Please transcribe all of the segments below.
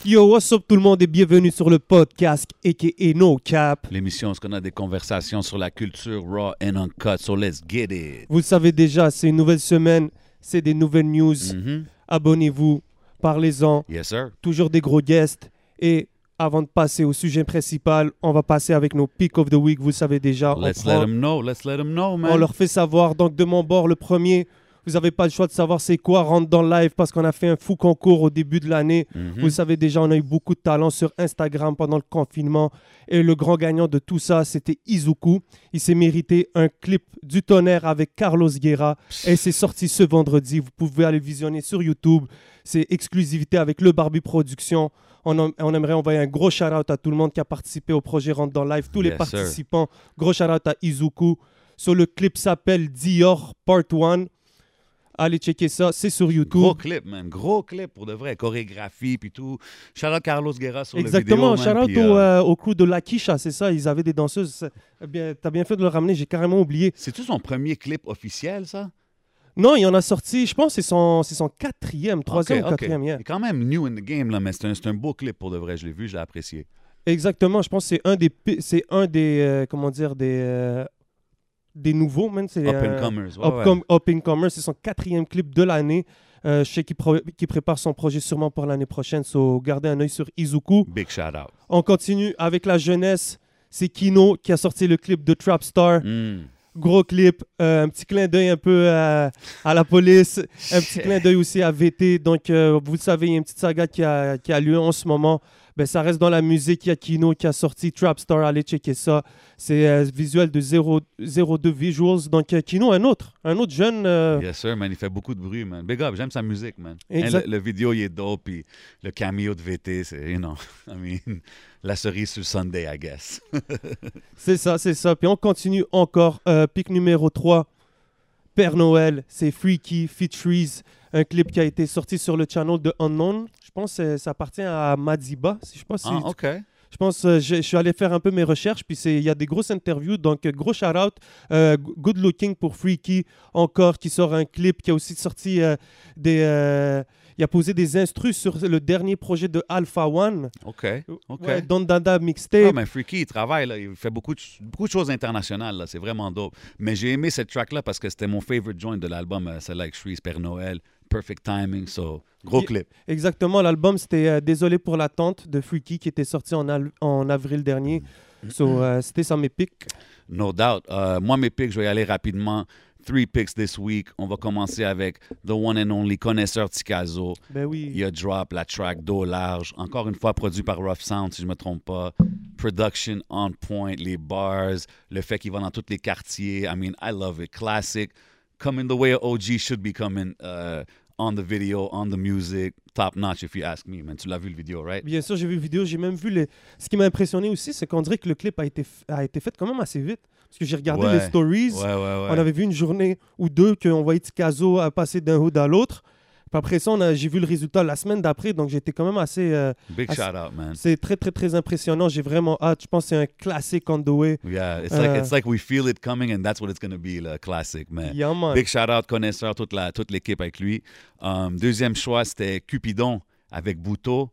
Yo, what's up tout le monde et bienvenue sur le podcast a.k.a. No Cap. L'émission, où on a des conversations sur la culture raw and uncut, so let's get it. Vous le savez déjà, c'est une nouvelle semaine, c'est des nouvelles news. Abonnez-vous, parlez-en. Yes, sir. Toujours des gros guests. Et avant de passer au sujet principal, on va passer avec nos Pick of the Week. Vous le savez déjà. Let's let them know, man. On leur fait savoir. Donc de mon bord, le premier, vous n'avez pas le choix de savoir c'est quoi, rentre dans le live parce qu'on a fait un fou concours au début de l'année. Vous le savez déjà, on a eu beaucoup de talent sur Instagram pendant le confinement. Et le grand gagnant de tout ça, c'était Izuku. Il s'est mérité un clip du tonnerre avec Carlos Guerra. Et c'est sorti ce vendredi. Vous pouvez aller visionner sur YouTube. C'est exclusivité avec Le Barbu Productions. On aimerait envoyer un gros shout-out à tout le monde qui a participé au projet Rentre dans le live. Tous les participants. Gros shout-out à Izuku. Le clip s'appelle Dior Part 1. Allez checker ça, c'est sur YouTube. Gros clip, man. Gros clip pour de vrai. Chorégraphie puis tout. Shout-out Carlos Guerra sur Exactement, le vidéo, man. Shout-out au crew de La Kisha, c'est ça. Ils avaient des danseuses. T'as bien fait de le ramener, j'ai carrément oublié. C'est-tu son premier clip officiel, ça? Non, il en a sorti, je pense que c'est son troisième ou quatrième. Yeah. Il est quand même new in the game, là, mais c'est un beau clip pour de vrai. Je l'ai vu, je l'ai apprécié. Exactement, je pense que c'est un des des nouveaux, man. C'est Up-and-comers. Up-and-comers, c'est son quatrième clip de l'année. Je sais qu'il prépare son projet sûrement pour l'année prochaine. Gardez un œil sur Izuku. Big shout-out. On continue avec la jeunesse. C'est Kino qui a sorti le clip de Trap Star. Gros clip. Un petit clin d'œil un peu à la police. Un petit clin d'œil aussi à VT. Donc, vous le savez, il y a une petite saga qui a lieu en ce moment. Ben, ça reste dans la musique. Il y a Kino qui a sorti Trap Star. Allez checker ça. C'est visuel de 02 Visuals. Donc, Kino, un autre jeune. Yes, sir, man. Il fait beaucoup de bruit, man. Big up, j'aime sa musique, man. Le vidéo, il est dope. Puis le cameo de VT, c'est, la cerise sur Sunday, I guess. C'est ça. Puis on continue encore. Pic numéro 3. Père Noël, c'est Freaky, Fit Trees. Un clip qui a été sorti sur le channel de Unknown. Je pense que ça appartient à Madiba. Je sais pas si OK. Je pense je suis allé faire un peu mes recherches, puis il y a des grosses interviews, donc gros shout-out. Good Looking pour Freaky, encore, qui sort un clip, qui a aussi sorti il a posé des instrus sur le dernier projet de Alpha One. OK. Ouais, Don Dada Mixtape. Ah, mais Freaky, il travaille, là. Il fait beaucoup de choses internationales, là. C'est vraiment dope. Mais j'ai aimé cette track-là parce que c'était mon favorite joint de l'album, celle-là avec Shreeze, Père Noël. Perfect timing, gros clip. Exactement, l'album, c'était Désolé pour l'attente de Freaky qui était sorti en avril dernier. C'était ça mes picks. No doubt. Moi, mes picks, je vais y aller rapidement. 3 picks this week. On va commencer avec The One and Only Connaisseur Tikazo. Ben oui. Il a drop la track Dos large. Encore une fois, produit par Rough Sound, si je ne me trompe pas. Production on point, les bars, le fait qu'il va dans tous les quartiers. I love it. Classic. Coming the way an OG should be coming on the video, on the music. Top notch, if you ask me, man. Tu l'as vu le vidéo, right? Bien sûr, j'ai vu le vidéo. J'ai même vu Ce qui m'a impressionné aussi, c'est qu'on dirait que le clip a été fait quand même assez vite. Parce que j'ai regardé les stories. Ouais. On avait vu une journée ou deux qu'on voyait Tikazo passer d'un hood à l'autre. Puis après ça, j'ai vu le résultat la semaine d'après, donc j'étais quand même assez... Big shout-out, man. C'est très, très, très impressionnant. J'ai vraiment hâte. Je pense que c'est un classique on the way. Yeah, it's like we feel it coming and that's what it's going to be, le classic, man. Yeah, man. Big shout-out, connaisseur, toute l'équipe avec lui. Deuxième choix, c'était Cupidon avec Bouto.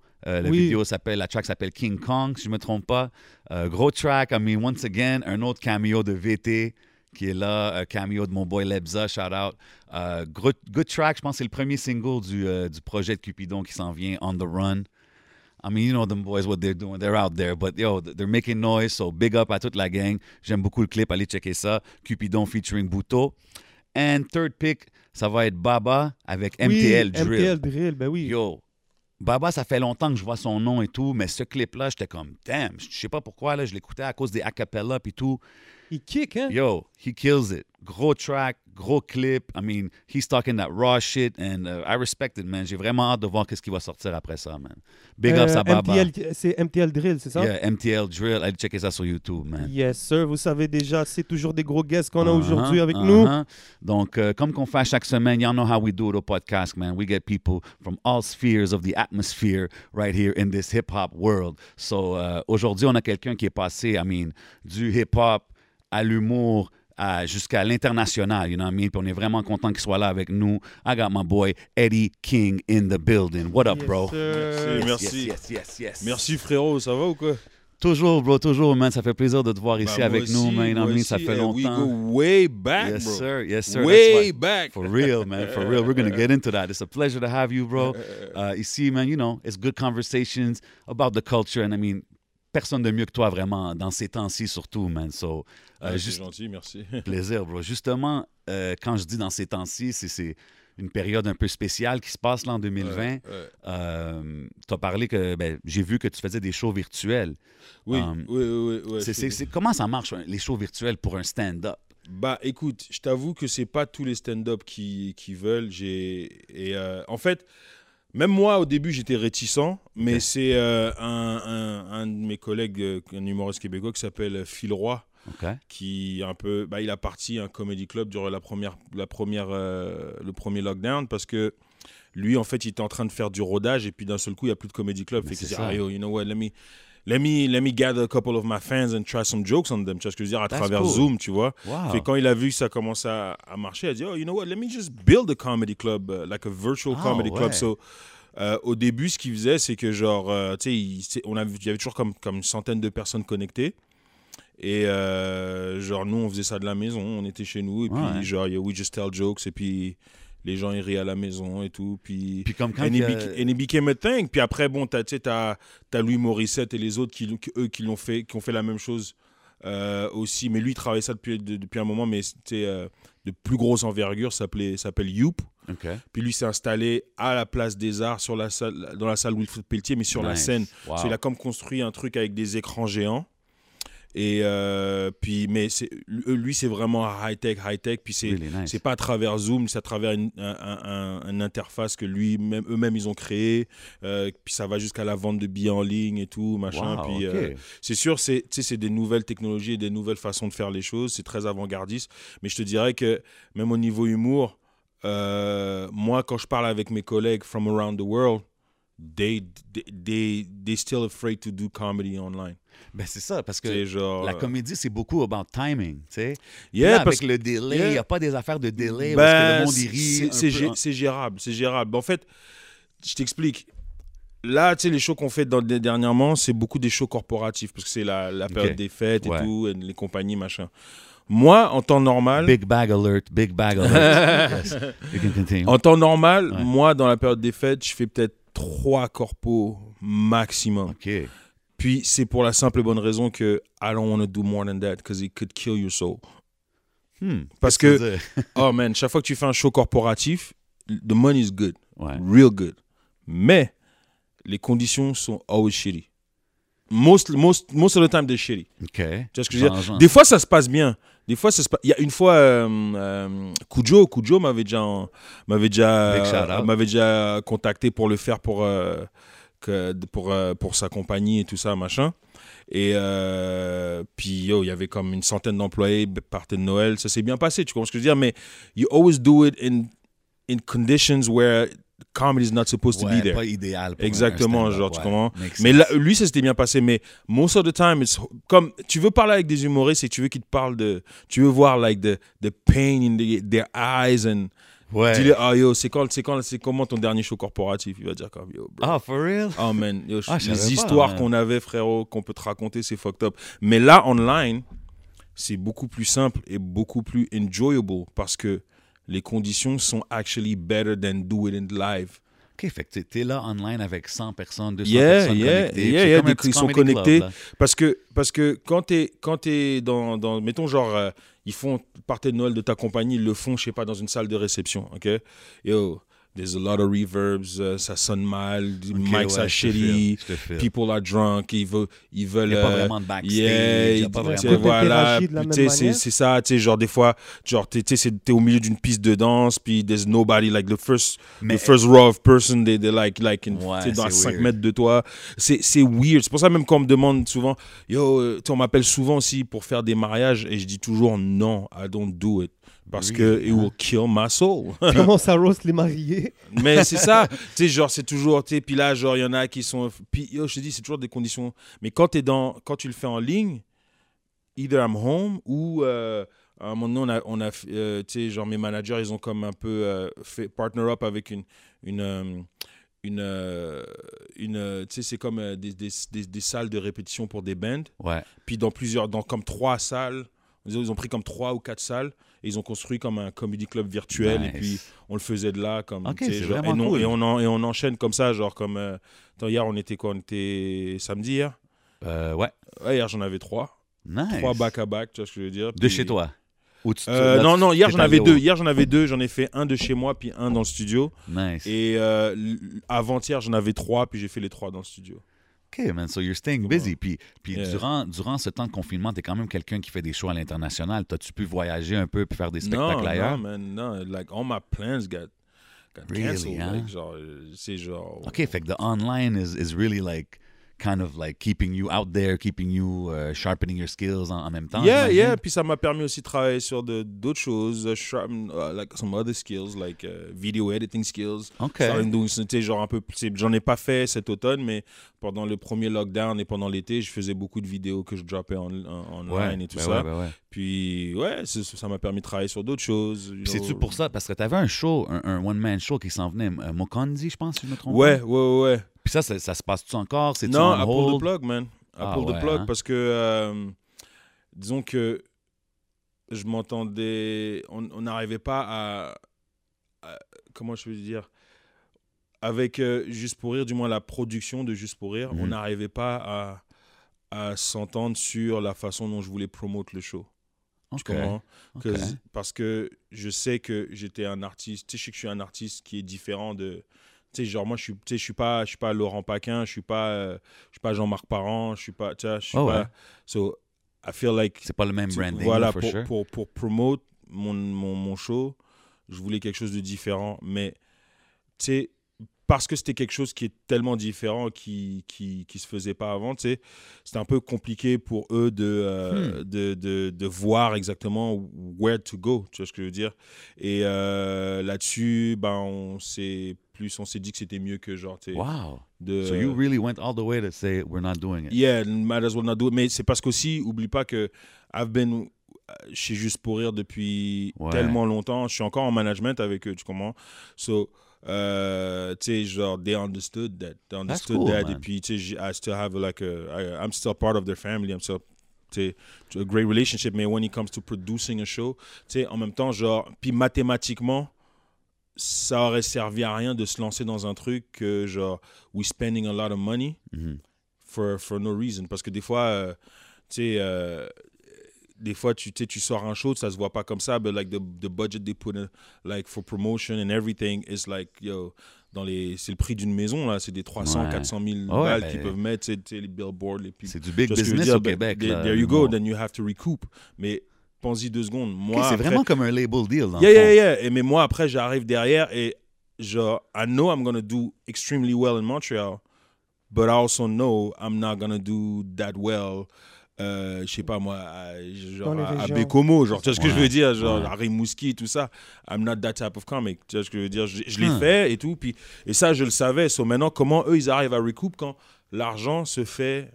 La track s'appelle King Kong, si je ne me trompe pas. Gros track, once again, un autre cameo de VT qui est là, un cameo de mon boy Lebza, shout out. Good track, je pense que c'est le premier single du projet de Cupidon qui s'en vient, On the Run. You know them boys, what they're doing, they're out there, but they're making noise, so big up à toute la gang. J'aime beaucoup le clip, allez checker ça. Cupidon featuring Bouto. And third pick, ça va être Baba avec MTL Drill. MTL Drill, ben oui. Yo, Baba, ça fait longtemps que je vois son nom et tout, mais ce clip-là, j'étais comme, damn, je sais pas pourquoi, là, je l'écoutais à cause des acapella et tout. Il kick, hein? Yo, he kills it. Gros track, gros clip. He's talking that raw shit, and I respect it, man. J'ai vraiment hâte de voir qu'est-ce qui va sortir après ça, man. Big up à Baba. C'est MTL Drill, c'est ça? Yeah, MTL Drill. Allez checker ça sur YouTube, man. Yes, sir. Vous savez déjà, c'est toujours des gros guests qu'on a aujourd'hui avec nous. Donc, comme qu'on fait chaque semaine, y'all know how we do it au podcast, man. We get people from all spheres of the atmosphere right here in this hip-hop world. So, aujourd'hui, on a quelqu'un qui est passé, du hip-hop à l'humour, jusqu'à l'international, you know what I mean? Puis on est vraiment content qu'il soit là avec nous. I got my boy Eddie King in the building. What up, bro? Merci. Merci, frérot. Ça va ou quoi? Toujours, bro, toujours, man. Ça fait plaisir de te voir ici avec nous, man. You know what I mean? Ça fait longtemps. We go way back, yes, bro. Sir. Yes, sir. Way back. For real, man. For real. We're going to get into that. It's a pleasure to have you, bro. Ici, man, you know, it's good conversations about the culture. And I mean, personne de mieux que toi, vraiment, dans ces temps-ci, surtout, man. So, c'est gentil, merci. Plaisir, bro. Justement, quand je dis dans ces temps-ci, c'est une période un peu spéciale qui se passe là en 2020. Tu as parlé que, j'ai vu que tu faisais des shows virtuels. Oui, oui. Comment ça marche, les shows virtuels pour un stand-up? Bah, écoute, je t'avoue que c'est pas tous les stand-up qui veulent. En fait, même moi, au début, j'étais réticent, mais c'est un de mes collègues, un humoriste québécois qui s'appelle Phil Roy, qui il a parti un comedy club durant le premier lockdown parce que lui, en fait, il était en train de faire du rodage et puis d'un seul coup, il n'y a plus de comedy club. Fait qu'il dit, you know what, let me gather a couple of my fans and try some jokes on them. Tu vois ce que je veux dire, à travers Zoom, tu vois. Wow. Fait quand il a vu que ça commençait à marcher, il a dit, you know what, let me just build a comedy club, like a virtual comedy club. So, au début, ce qu'il faisait, c'est que genre, tu sais, il y avait toujours comme une centaine de personnes connectées. Et genre, nous, on faisait ça de la maison, on était chez nous, et puis genre, we just tell jokes, et puis les gens, ils rient à la maison et tout. Puis comme quand it became a thing. Puis après, bon, t'as Louis Morissette et les autres qui ont fait la même chose aussi. Mais lui, il travaillait ça depuis un moment, mais c'était de plus grosse envergure, s'appelle Youp. Okay. Puis lui s'est installé à la place des Arts, dans la salle Wilfrid Pelletier, mais sur la scène. Wow. Il a comme construit un truc avec des écrans géants. Et puis, mais lui, c'est vraiment high-tech. Puis c'est pas à travers Zoom, c'est à travers une interface que eux-mêmes, ils ont créée. Puis ça va jusqu'à la vente de billets en ligne et tout, machin. Wow, puis c'est sûr, c'est des nouvelles technologies et des nouvelles façons de faire les choses. C'est très avant-gardiste. Mais je te dirais que même au niveau humour, moi, quand je parle avec mes collègues from around the world, they still afraid to do comedy online. Ben c'est ça, parce que genre, la comédie, c'est beaucoup about timing, tu sais. Yeah, avec le délai, il n'y a pas des affaires de délai parce que le monde y rit. C'est gérable. En fait, je t'explique. Là, tu sais, les shows qu'on fait dernièrement, c'est beaucoup des shows corporatifs parce que c'est la période des fêtes et tout, et les compagnies, machin. Moi, en temps normal... Big bag alert. Yes. You can continue. En temps normal, moi, dans la période des fêtes, je fais peut-être 3 corpos maximum. OK. Puis, c'est pour la simple et bonne raison que I don't want to do more than that because it could kill your soul. Parce que, oh man, chaque fois que tu fais un show corporatif, the money is good. Real good. Mais, les conditions sont always shitty. Most of the time, they're shitty. OK. Tu vois ce que je veux dire? Des fois, ça se passe bien. Des fois, ça se passe... Il y a une fois, Kujo m'avait déjà contacté pour le faire pour sa compagnie et tout ça, machin. Et puis, il y avait comme une centaine d'employés, partait de Noël. Ça s'est bien passé, tu comprends ce que je veux dire? Mais you always do it in conditions where comedy is not supposed to be there. Pas idéal pour exactement, genre, tu comprends? Mais là, lui, ça s'était bien passé. Mais most of the time, it's comme tu veux parler avec des humoristes et tu veux qu'ils te parlent tu veux voir like the pain in their eyes and dis-le, yo, c'est comment ton dernier show corporatif? Il va dire comme, yo, bro. Ah, for real? Oh, man, yo, les histoires qu'on avait, frérot, qu'on peut te raconter, c'est fucked up. Mais là, online, c'est beaucoup plus simple et beaucoup plus enjoyable parce que les conditions sont actually better than do it in live. OK, fait que t'es là online avec 100 personnes, 200 personnes connectées. Ils sont connectés. Club, parce que quand t'es dans mettons genre, ils font partie de Noël de ta compagnie, ils le font, je sais pas, dans une salle de réception, OK? Yo, there's a lot of reverbs, ça sonne mal, mics are shitty, people are drunk, ils veulent... Il n'y a pas vraiment de backstage, il n'y a pas vraiment... Voilà, c'est ça, tu sais, genre des fois, genre t'es au milieu d'une piste de danse, puis there's nobody, like the first row of person, they like dans 5 mètres de toi. C'est weird, c'est pour ça même qu'on me demande souvent, yo, on m'appelle souvent aussi pour faire des mariages, et je dis toujours non, I don't do it. Parce que it will kill my soul. Comment ça roast les mariés? Mais c'est ça. Tu sais, genre, c'est toujours... Tu sais, puis là, genre, il y en a qui sont... Puis, yo, je te dis, c'est toujours des conditions... Mais quand tu le fais en ligne, either I'm home ou À un moment donné, on a tu sais, genre mes managers, ils ont comme un peu fait partner up avec tu sais, c'est comme des salles de répétition pour des bands. Ouais. Puis dans comme 3 salles, ils ont pris comme 3 ou 4 salles et ils ont construit comme un comedy club virtuel. Nice. Et puis on le faisait de là. Comme, OK, tu sais, c'est genre, vraiment cool. Et on enchaîne comme ça, genre comme... attends, hier, on était quoi? On était samedi hier? Ouais. Ouais, hier, j'en avais 3. Nice. 3 back-à-back, tu vois ce que je veux dire. De chez toi? Ou Non, hier, j'en avais 2. Hier, j'en avais 2. J'en ai fait un de chez moi, puis un dans le studio. Nice. Et avant-hier, j'en avais 3, puis j'ai fait les 3 dans le studio. OK, man, so you're staying busy. Puis Yeah. durant ce temps de confinement, t'es quand même quelqu'un qui fait des shows à l'international. T'as-tu pu voyager un peu puis faire des spectacles ailleurs? Non, man, non. Like, all my plans got Really, canceled. hein? Like, genre, c'est genre... OK, fait que the online is really like kind of like keeping you out there, keeping you sharpening your skills en même temps. Yeah, j'imagine? yeah. Puis ça m'a permis aussi de travailler sur d'autres choses, like some other skills, like video editing skills. OK. C'était genre un peu, j'en ai pas fait cet automne, mais pendant le premier lockdown et pendant l'été, je faisais beaucoup de vidéos que je droppais online et tout ça. Ouais. Puis ouais, ça m'a permis de travailler sur d'autres choses. Puis c'est-tu pour ça? Parce que t'avais un show, un one-man show qui s'en venait, Mokondi, je pense, si je me trompe Ouais, pas. ouais. Puis ça se passe-tu encore? C'est-tu Non, on à pull hold? the plug, man. À pull the plug, hein? parce que, disons que je m'entendais... On n'arrivait pas à... Comment je peux dire? Avec Juste pour rire, du moins la production de Juste pour rire, on n'arrivait pas à s'entendre sur la façon dont je voulais promouvoir le show. Tu comprends? Parce que je sais que j'étais un artiste... Tu sais, je sais que je suis un artiste qui est différent de... Tu sais, genre, moi, je suis pas Laurent Paquin, je suis pas Jean-Marc Parent, je suis pas, tu sais, je suis pas... Ouais. So, I feel like... C'est pas le même branding, voilà, for sure. pour promote mon show, je voulais quelque chose de différent. Mais, tu sais, parce que c'était quelque chose qui est tellement différent, qui se faisait pas avant, tu sais, c'était un peu compliqué pour eux de voir exactement where to go, tu vois ce que je veux dire. Et là-dessus, ben, on s'est dit que c'était mieux que genre, tu sais... Wow. So you really went all the way to say we're not doing it. Yeah, might as well not do it. Mais c'est parce qu'aussi, oublie pas que I've been chez Juste pour rire depuis tellement longtemps. Je suis encore en management avec eux, tu comprends? So, tu sais, genre, they understood that. They understood cool, that. man. Et puis, tu sais, I still have I'm still part of their family. I'm still, tu sais, a great relationship. Mais when it comes to producing a show, tu sais, en même temps, genre, puis mathématiquement, ça aurait servi à rien de se lancer dans un truc que, genre, we spending a lot of money for no reason. Parce que des fois, tu sais, tu sors un show, ça se voit pas comme ça, but like the budget they put in, like for promotion and everything is like, yo, c'est le prix d'une maison, là, c'est des 300, 400 000 balles qu'ils peuvent mettre, tu sais, les billboards, les pubs. C'est du big business au Québec, là. There you go, then you have to recoup. Mais pense-y 2 secondes. Moi, c'est vraiment comme un label deal, dans yeah. Mais moi, après, j'arrive derrière et genre, I know I'm going to do extremely well in Montreal, but I also know I'm not going to do that well, je sais pas moi, à Bécomo, genre, tu vois ce que je veux dire, genre, à Rimouski, tout ça. I'm not that type of comic, tu vois ce que je veux dire. Je l'ai fait et tout, puis, et ça, je le savais. So maintenant, comment eux, ils arrivent à recoup quand l'argent se fait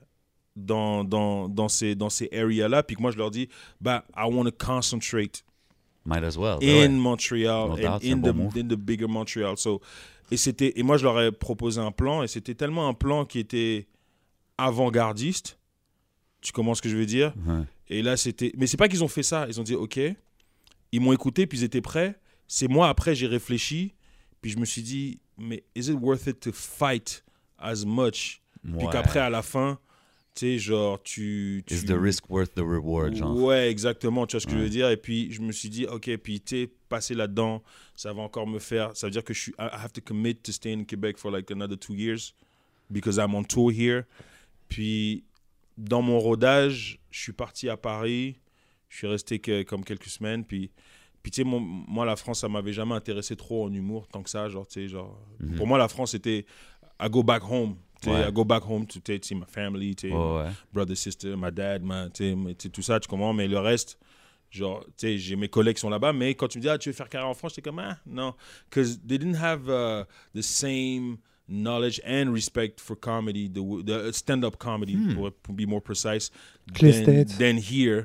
dans ces areas-là, puis que moi, je leur dis, bah, I want to concentrate Might as well. in Montreal, No doubt, in the bigger Montreal. So, et moi, je leur ai proposé un plan, et c'était tellement un plan qui était avant-gardiste, tu comprends ce que je veux dire? Et là, mais c'est pas qu'ils ont fait ça, ils ont dit, OK, ils m'ont écouté, puis ils étaient prêts. C'est moi, après, j'ai réfléchi, puis je me suis dit, mais is it worth it to fight as much? Puis qu'après, à la fin, tu sais, genre, Is the risk worth the reward, genre? Ouais, exactement, tu vois ce que je veux dire. Et puis, je me suis dit, OK, puis tu sais, passer là-dedans, ça va encore me faire... Ça veut dire que I have to commit to stay in Quebec for like another 2 years because I'm on tour here. Puis, dans mon rodage, je suis parti à Paris. Je suis resté comme quelques semaines. Puis tu sais, moi, la France, ça m'avait jamais intéressé trop en humour, tant que ça. Genre, tu sais, genre... Pour moi, la France, c'était... I go back home. I go back home to see my family, brother, sister, my dad, tout ça, tu comprends, mais le reste, genre, tu sais, j'ai mes collègues qui sont là-bas, mais quand tu me dis, tu veux faire carrière en France, j'étais comme, non, because they didn't have the same knowledge and respect for comedy, the stand-up comedy, pour be more precise, than here.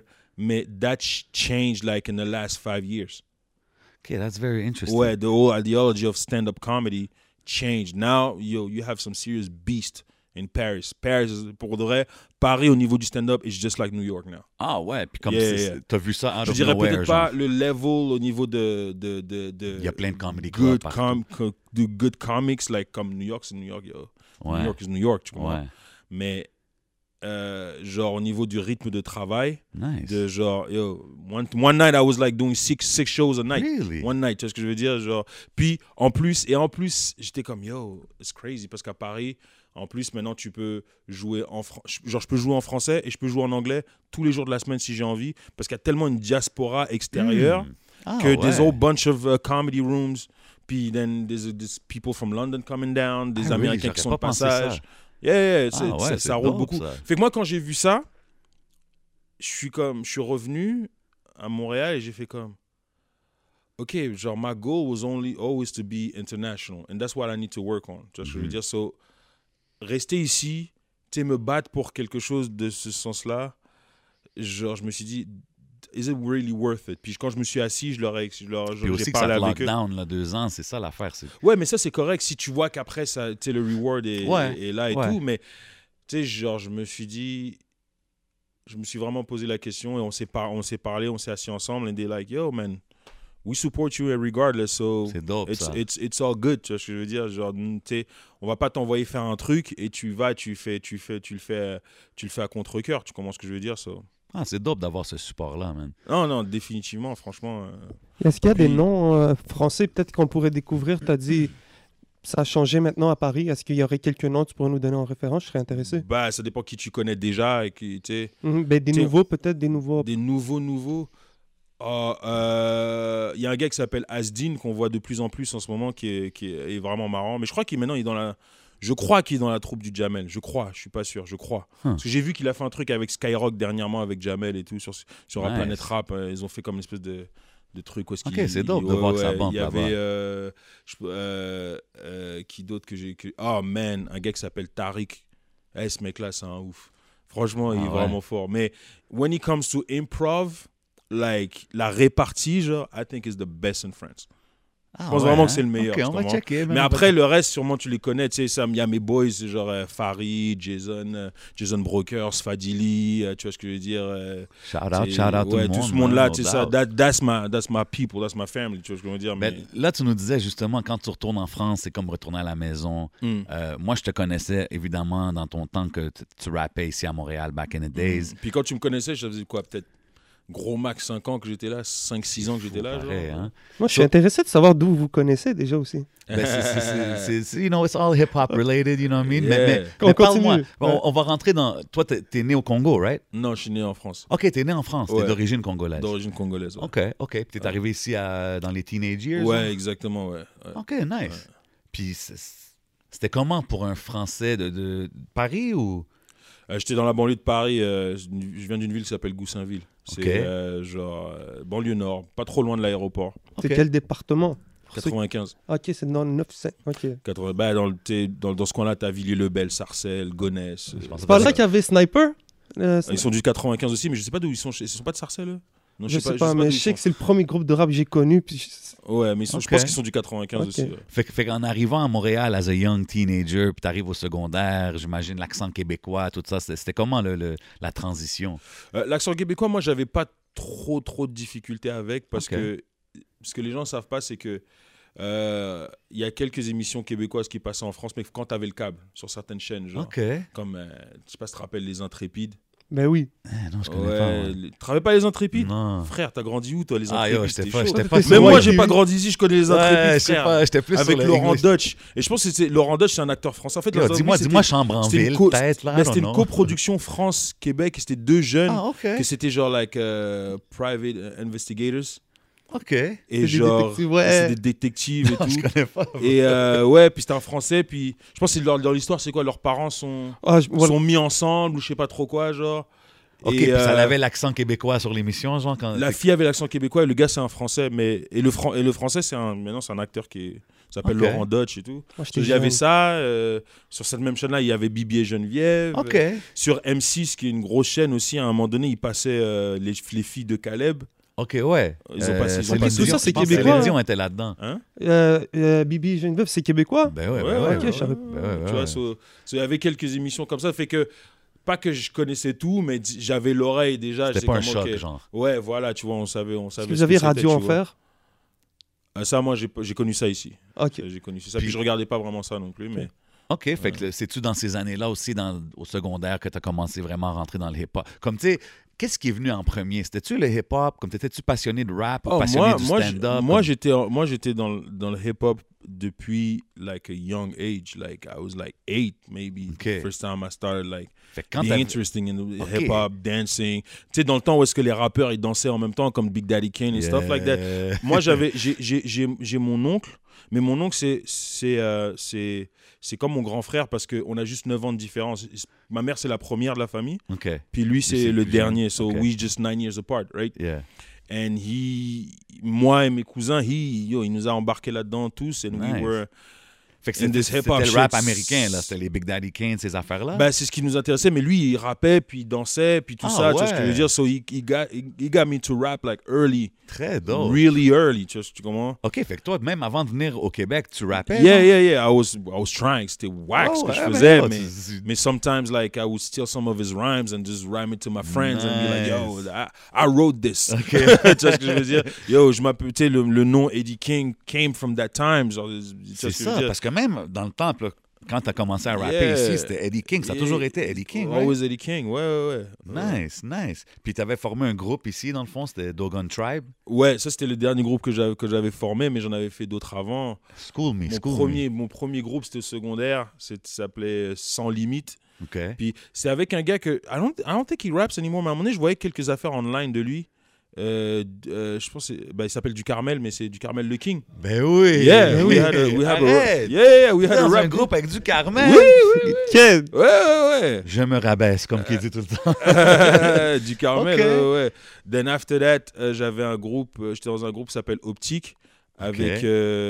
mais that changed like in the last 5 years. Okay, that's very interesting. Ouais, the whole ideology of stand-up comedy changed. Now, you have some serious beasts in Paris. Paris, pour de vrai, Paris au niveau du stand-up is just like New York now. Ah ouais, puis comme t'as vu ça out je of dirais nowhere, peut-être pas le level au niveau de il y a plein de comedy clubs de good comics, like comme New York, c'est New York, yo. Ouais. New York is New York, tu comprends? Ouais. Mais genre au niveau du rythme de travail, Nice. de genre, one night I was like doing six shows a night. Really? One night, tu vois ce que je veux dire? Genre, puis en plus, j'étais comme, it's crazy, parce qu'à Paris, en plus, maintenant, tu peux jouer je peux jouer en français et je peux jouer en anglais tous les jours de la semaine si j'ai envie, parce qu'il y a tellement une diaspora extérieure que there's a whole bunch of comedy rooms, puis then there's people from London coming down, des Américains qui sont de passage. Ça roule beaucoup. Ça. Fait que moi, quand j'ai vu ça, je suis revenu à Montréal et j'ai fait comme, OK, genre, my goal was always to be international, and that's what I need to work on. Tu vois ce que je veux dire? So, rester ici, tu sais, me battre pour quelque chose de ce sens-là, genre, je me suis dit, is it really worth it? Puis quand je me suis assis, j'ai parlé avec eux. Lockdown, là, 2 ans, c'est ça l'affaire. Ouais, mais ça, c'est correct si tu vois qu'après, ça, tu sais, le reward est là et tout. Mais, tu sais, genre, je me suis vraiment posé la question et on s'est parlé, on s'est assis ensemble and they're like, yo, man, we support you regardless, so c'est dope, it's all good, tu vois ce que je veux dire, genre, tu sais, on va pas t'envoyer faire un truc et tu le fais à contre-cœur, tu comprends ce que je veux dire, so. Ah, c'est dope d'avoir ce support-là, man. Non, définitivement, franchement. Est-ce qu'il y a des noms français peut-être qu'on pourrait découvrir? Tu as dit, ça a changé maintenant à Paris. Est-ce qu'il y aurait quelques noms que tu pourrais nous donner en référence? Je serais intéressé. Bah, ça dépend qui tu connais déjà et qui, tu sais. Des nouveaux, peut-être, des nouveaux. Des nouveaux. Il y a un gars qui s'appelle Asdin qu'on voit de plus en plus en ce moment qui est vraiment marrant. Mais je crois qu'il est dans la... Je crois qu'il est dans la troupe du Jamel. Je suis pas sûr, je crois. Parce que j'ai vu qu'il a fait un truc avec Skyrock dernièrement, avec Jamel et tout, sur la Planète Rap. Ils ont fait comme une espèce de truc. Ok, c'est dope de voir que ça bande là-bas. Il y avait... qui d'autre que j'ai... Oh man, un gars qui s'appelle Tariq. Ce mec-là, c'est un ouf. Franchement, il est vraiment fort. Mais when it comes to improv, like, la répartie, genre, I think is the best in France. Je pense vraiment que c'est le meilleur. Okay, on va checker. Mais après, le reste, sûrement, tu les connais. Tu sais, il y a mes boys, genre Farid, Jason Brokers, Fadili, tu vois ce que je veux dire. Shout out tout le monde. Tout ce monde-là, tu sais ça. That's my people, that's my family, tu vois ce que je veux dire. Mais là, tu nous disais justement, quand tu retournes en France, c'est comme retourner à la maison. Moi, je te connaissais évidemment dans ton temps que tu rappais ici à Montréal, back in the days. Puis quand tu me connaissais, je faisais quoi, peut-être gros max 5 ans que j'étais là, 5-6 ans que j'étais là. Pareil, genre. Hein? Moi, je suis intéressé de savoir d'où vous connaissez déjà aussi. Ben, c'est you know, it's all hip-hop related, you know what I mean? Yeah. Mais parle-moi, on va rentrer dans... Toi, t'es né au Congo, right? Non, je suis né en France. OK, t'es né en France, t'es d'origine congolaise. D'origine congolaise, ouais. OK. Puis t'es arrivé ici dans les teenage years? Ouais, hein? exactement, ouais. OK, nice. Ouais. Puis c'était comment pour un Français de Paris ou... J'étais dans la banlieue de Paris. Je viens d'une ville qui s'appelle Goussainville. C'est genre banlieue nord, pas trop loin de l'aéroport. C'est quel département? 95. OK, c'est dans le 9-5. OK. 80, dans ce coin-là, t'as Villiers-le-Bel, Sarcelles, Gonesse. C'est pas là qu'il y avait Sniper? Ils sont du 95 aussi, mais je sais pas d'où ils sont. Ils sont pas de Sarcelles, eux? Non, je sais pas, mais je sais que c'est le premier groupe de rap que j'ai connu. Ouais, mais je pense qu'ils sont du 95 aussi. Ouais. Fait qu'en arrivant à Montréal as a young teenager, puis t'arrives au secondaire, j'imagine l'accent québécois, tout ça, c'était comment la transition? L'accent québécois, moi, j'avais pas trop de difficultés avec parce que ce que les gens ne savent pas, c'est que il y a quelques émissions québécoises qui passaient en France, mais quand t'avais le câble sur certaines chaînes, genre, comme, je sais pas si tu te rappelles, Les Intrépides. Ben oui. Non, je connais pas. Tu travailles pas Les Intrépides? Non. Frère, t'as grandi où, toi, Les Intrépides? J'étais pas Même moi, j'ai pas grandi ici, je connais Les Intrépides, frère. J'étais plus avec Laurent Dutch. Et je pense que Laurent Dutch, c'est un acteur français. En fait, dis-moi Chambre en ville, peut-être, là. C'était une coproduction France-Québec, et c'était 2 jeunes, que c'était genre, like, private investigators. OK. Et genre, c'est des détectives et tout. Je connais pas. Et puis c'était un Français, puis je pense que dans l'histoire, c'est quoi, leurs parents sont mis ensemble, ou je sais pas trop quoi, genre. OK, puis ça avait l'accent québécois sur l'émission, genre quand... La fille avait l'accent québécois et le gars, c'est un Français. Et le Français, maintenant, c'est un acteur qui s'appelle Laurent Dutch et tout. Il y avait ça. Sur cette même chaîne-là, il y avait Bibi et Geneviève. OK. Sur M6, qui est une grosse chaîne aussi, à un moment donné, il passait les filles de Caleb. OK, ouais. Ils ont passé tout ça, c'est québécois. Céline Dion était là-dedans. Hein? Bibi Geneviève, c'est québécois? Ben ouais. Ok, je savais. Tu vois, il y avait quelques émissions comme ça. Fait que, pas que je connaissais tout, mais j'avais l'oreille déjà. C'était pas un choc, genre. Ouais, voilà, tu vois, on savait. Est-ce que vous avez Radio Enfer? Ça, moi, j'ai connu ça ici. OK. J'ai connu ça. Puis je regardais pas vraiment ça non plus, mais... OK, fait que c'est-tu dans ces années-là aussi, au secondaire, que tu as commencé vraiment à rentrer dans le hip-hop? Comme, tu sais, qu'est-ce qui est venu en premier? C'était-tu le hip-hop? Comme, t'étais-tu passionné de rap? Passionné du stand-up? Moi, j'étais dans le hip-hop depuis, like, a young age. Like, I was, like, 8, maybe. Okay. First time I started, like, being interesting in hip-hop, dancing. Tu sais, dans le temps où est-ce que les rappeurs, ils dansaient en même temps, comme Big Daddy Kane et stuff like that. Moi, j'ai mon oncle, mais mon oncle, c'est comme mon grand frère parce qu'on a juste 9 ans de différence. Ma mère, c'est la première de la famille. Okay. Puis lui, c'est le dernier. So we just 9 years apart, right? Yeah. And moi et mes cousins, il nous a embarqués là-dedans tous. And we were... Fait que c'était le rap américain, là. C'était les Big Daddy Kane, ces affaires-là. Ben, c'est ce qui nous intéressait. Mais lui, il rappait, puis il dansait, puis tout ça. Tu vois ce que je veux dire? So he got me to rap, like, early. Très dope. Really early, tu comprends? OK, fait que toi, même avant de venir au Québec, tu rappais? Yeah. I was trying. C'était whack ce que je faisais. Mais sometimes, like, I would steal some of his rhymes and just rhyme it to my friends and be like, yo, I wrote this. Okay. Tu vois ce que je veux dire? Yo, je m'appelle, tu sais, le nom Eddie King came from that time. Genre, c'est ça, parce que même dans le temple, quand tu as commencé à rapper ici, c'était Eddie King. Ça a toujours été Eddie King, right? Always Eddie King, ouais. Nice. Puis tu avais formé un groupe ici, dans le fond, c'était Dogon Tribe. Ouais, ça, c'était le dernier groupe que j'avais formé, mais j'en avais fait d'autres avant. Mon premier groupe, c'était secondaire. Ça s'appelait Sans Limite. OK. Puis c'est avec un gars que... I don't think he raps anymore, mais à un moment donné, je voyais quelques affaires online de lui. Je pense il s'appelle Du Carmel, mais c'est Du Carmel le King. Ben oui. Yeah, we had a rap groupe avec Du Carmel. Oui. Ouais. Je me rabaisse, comme qu'il dit tout le temps. Du Carmel, ouais. Then after that, j'avais un groupe, j'étais dans un groupe qui s'appelle Optique avec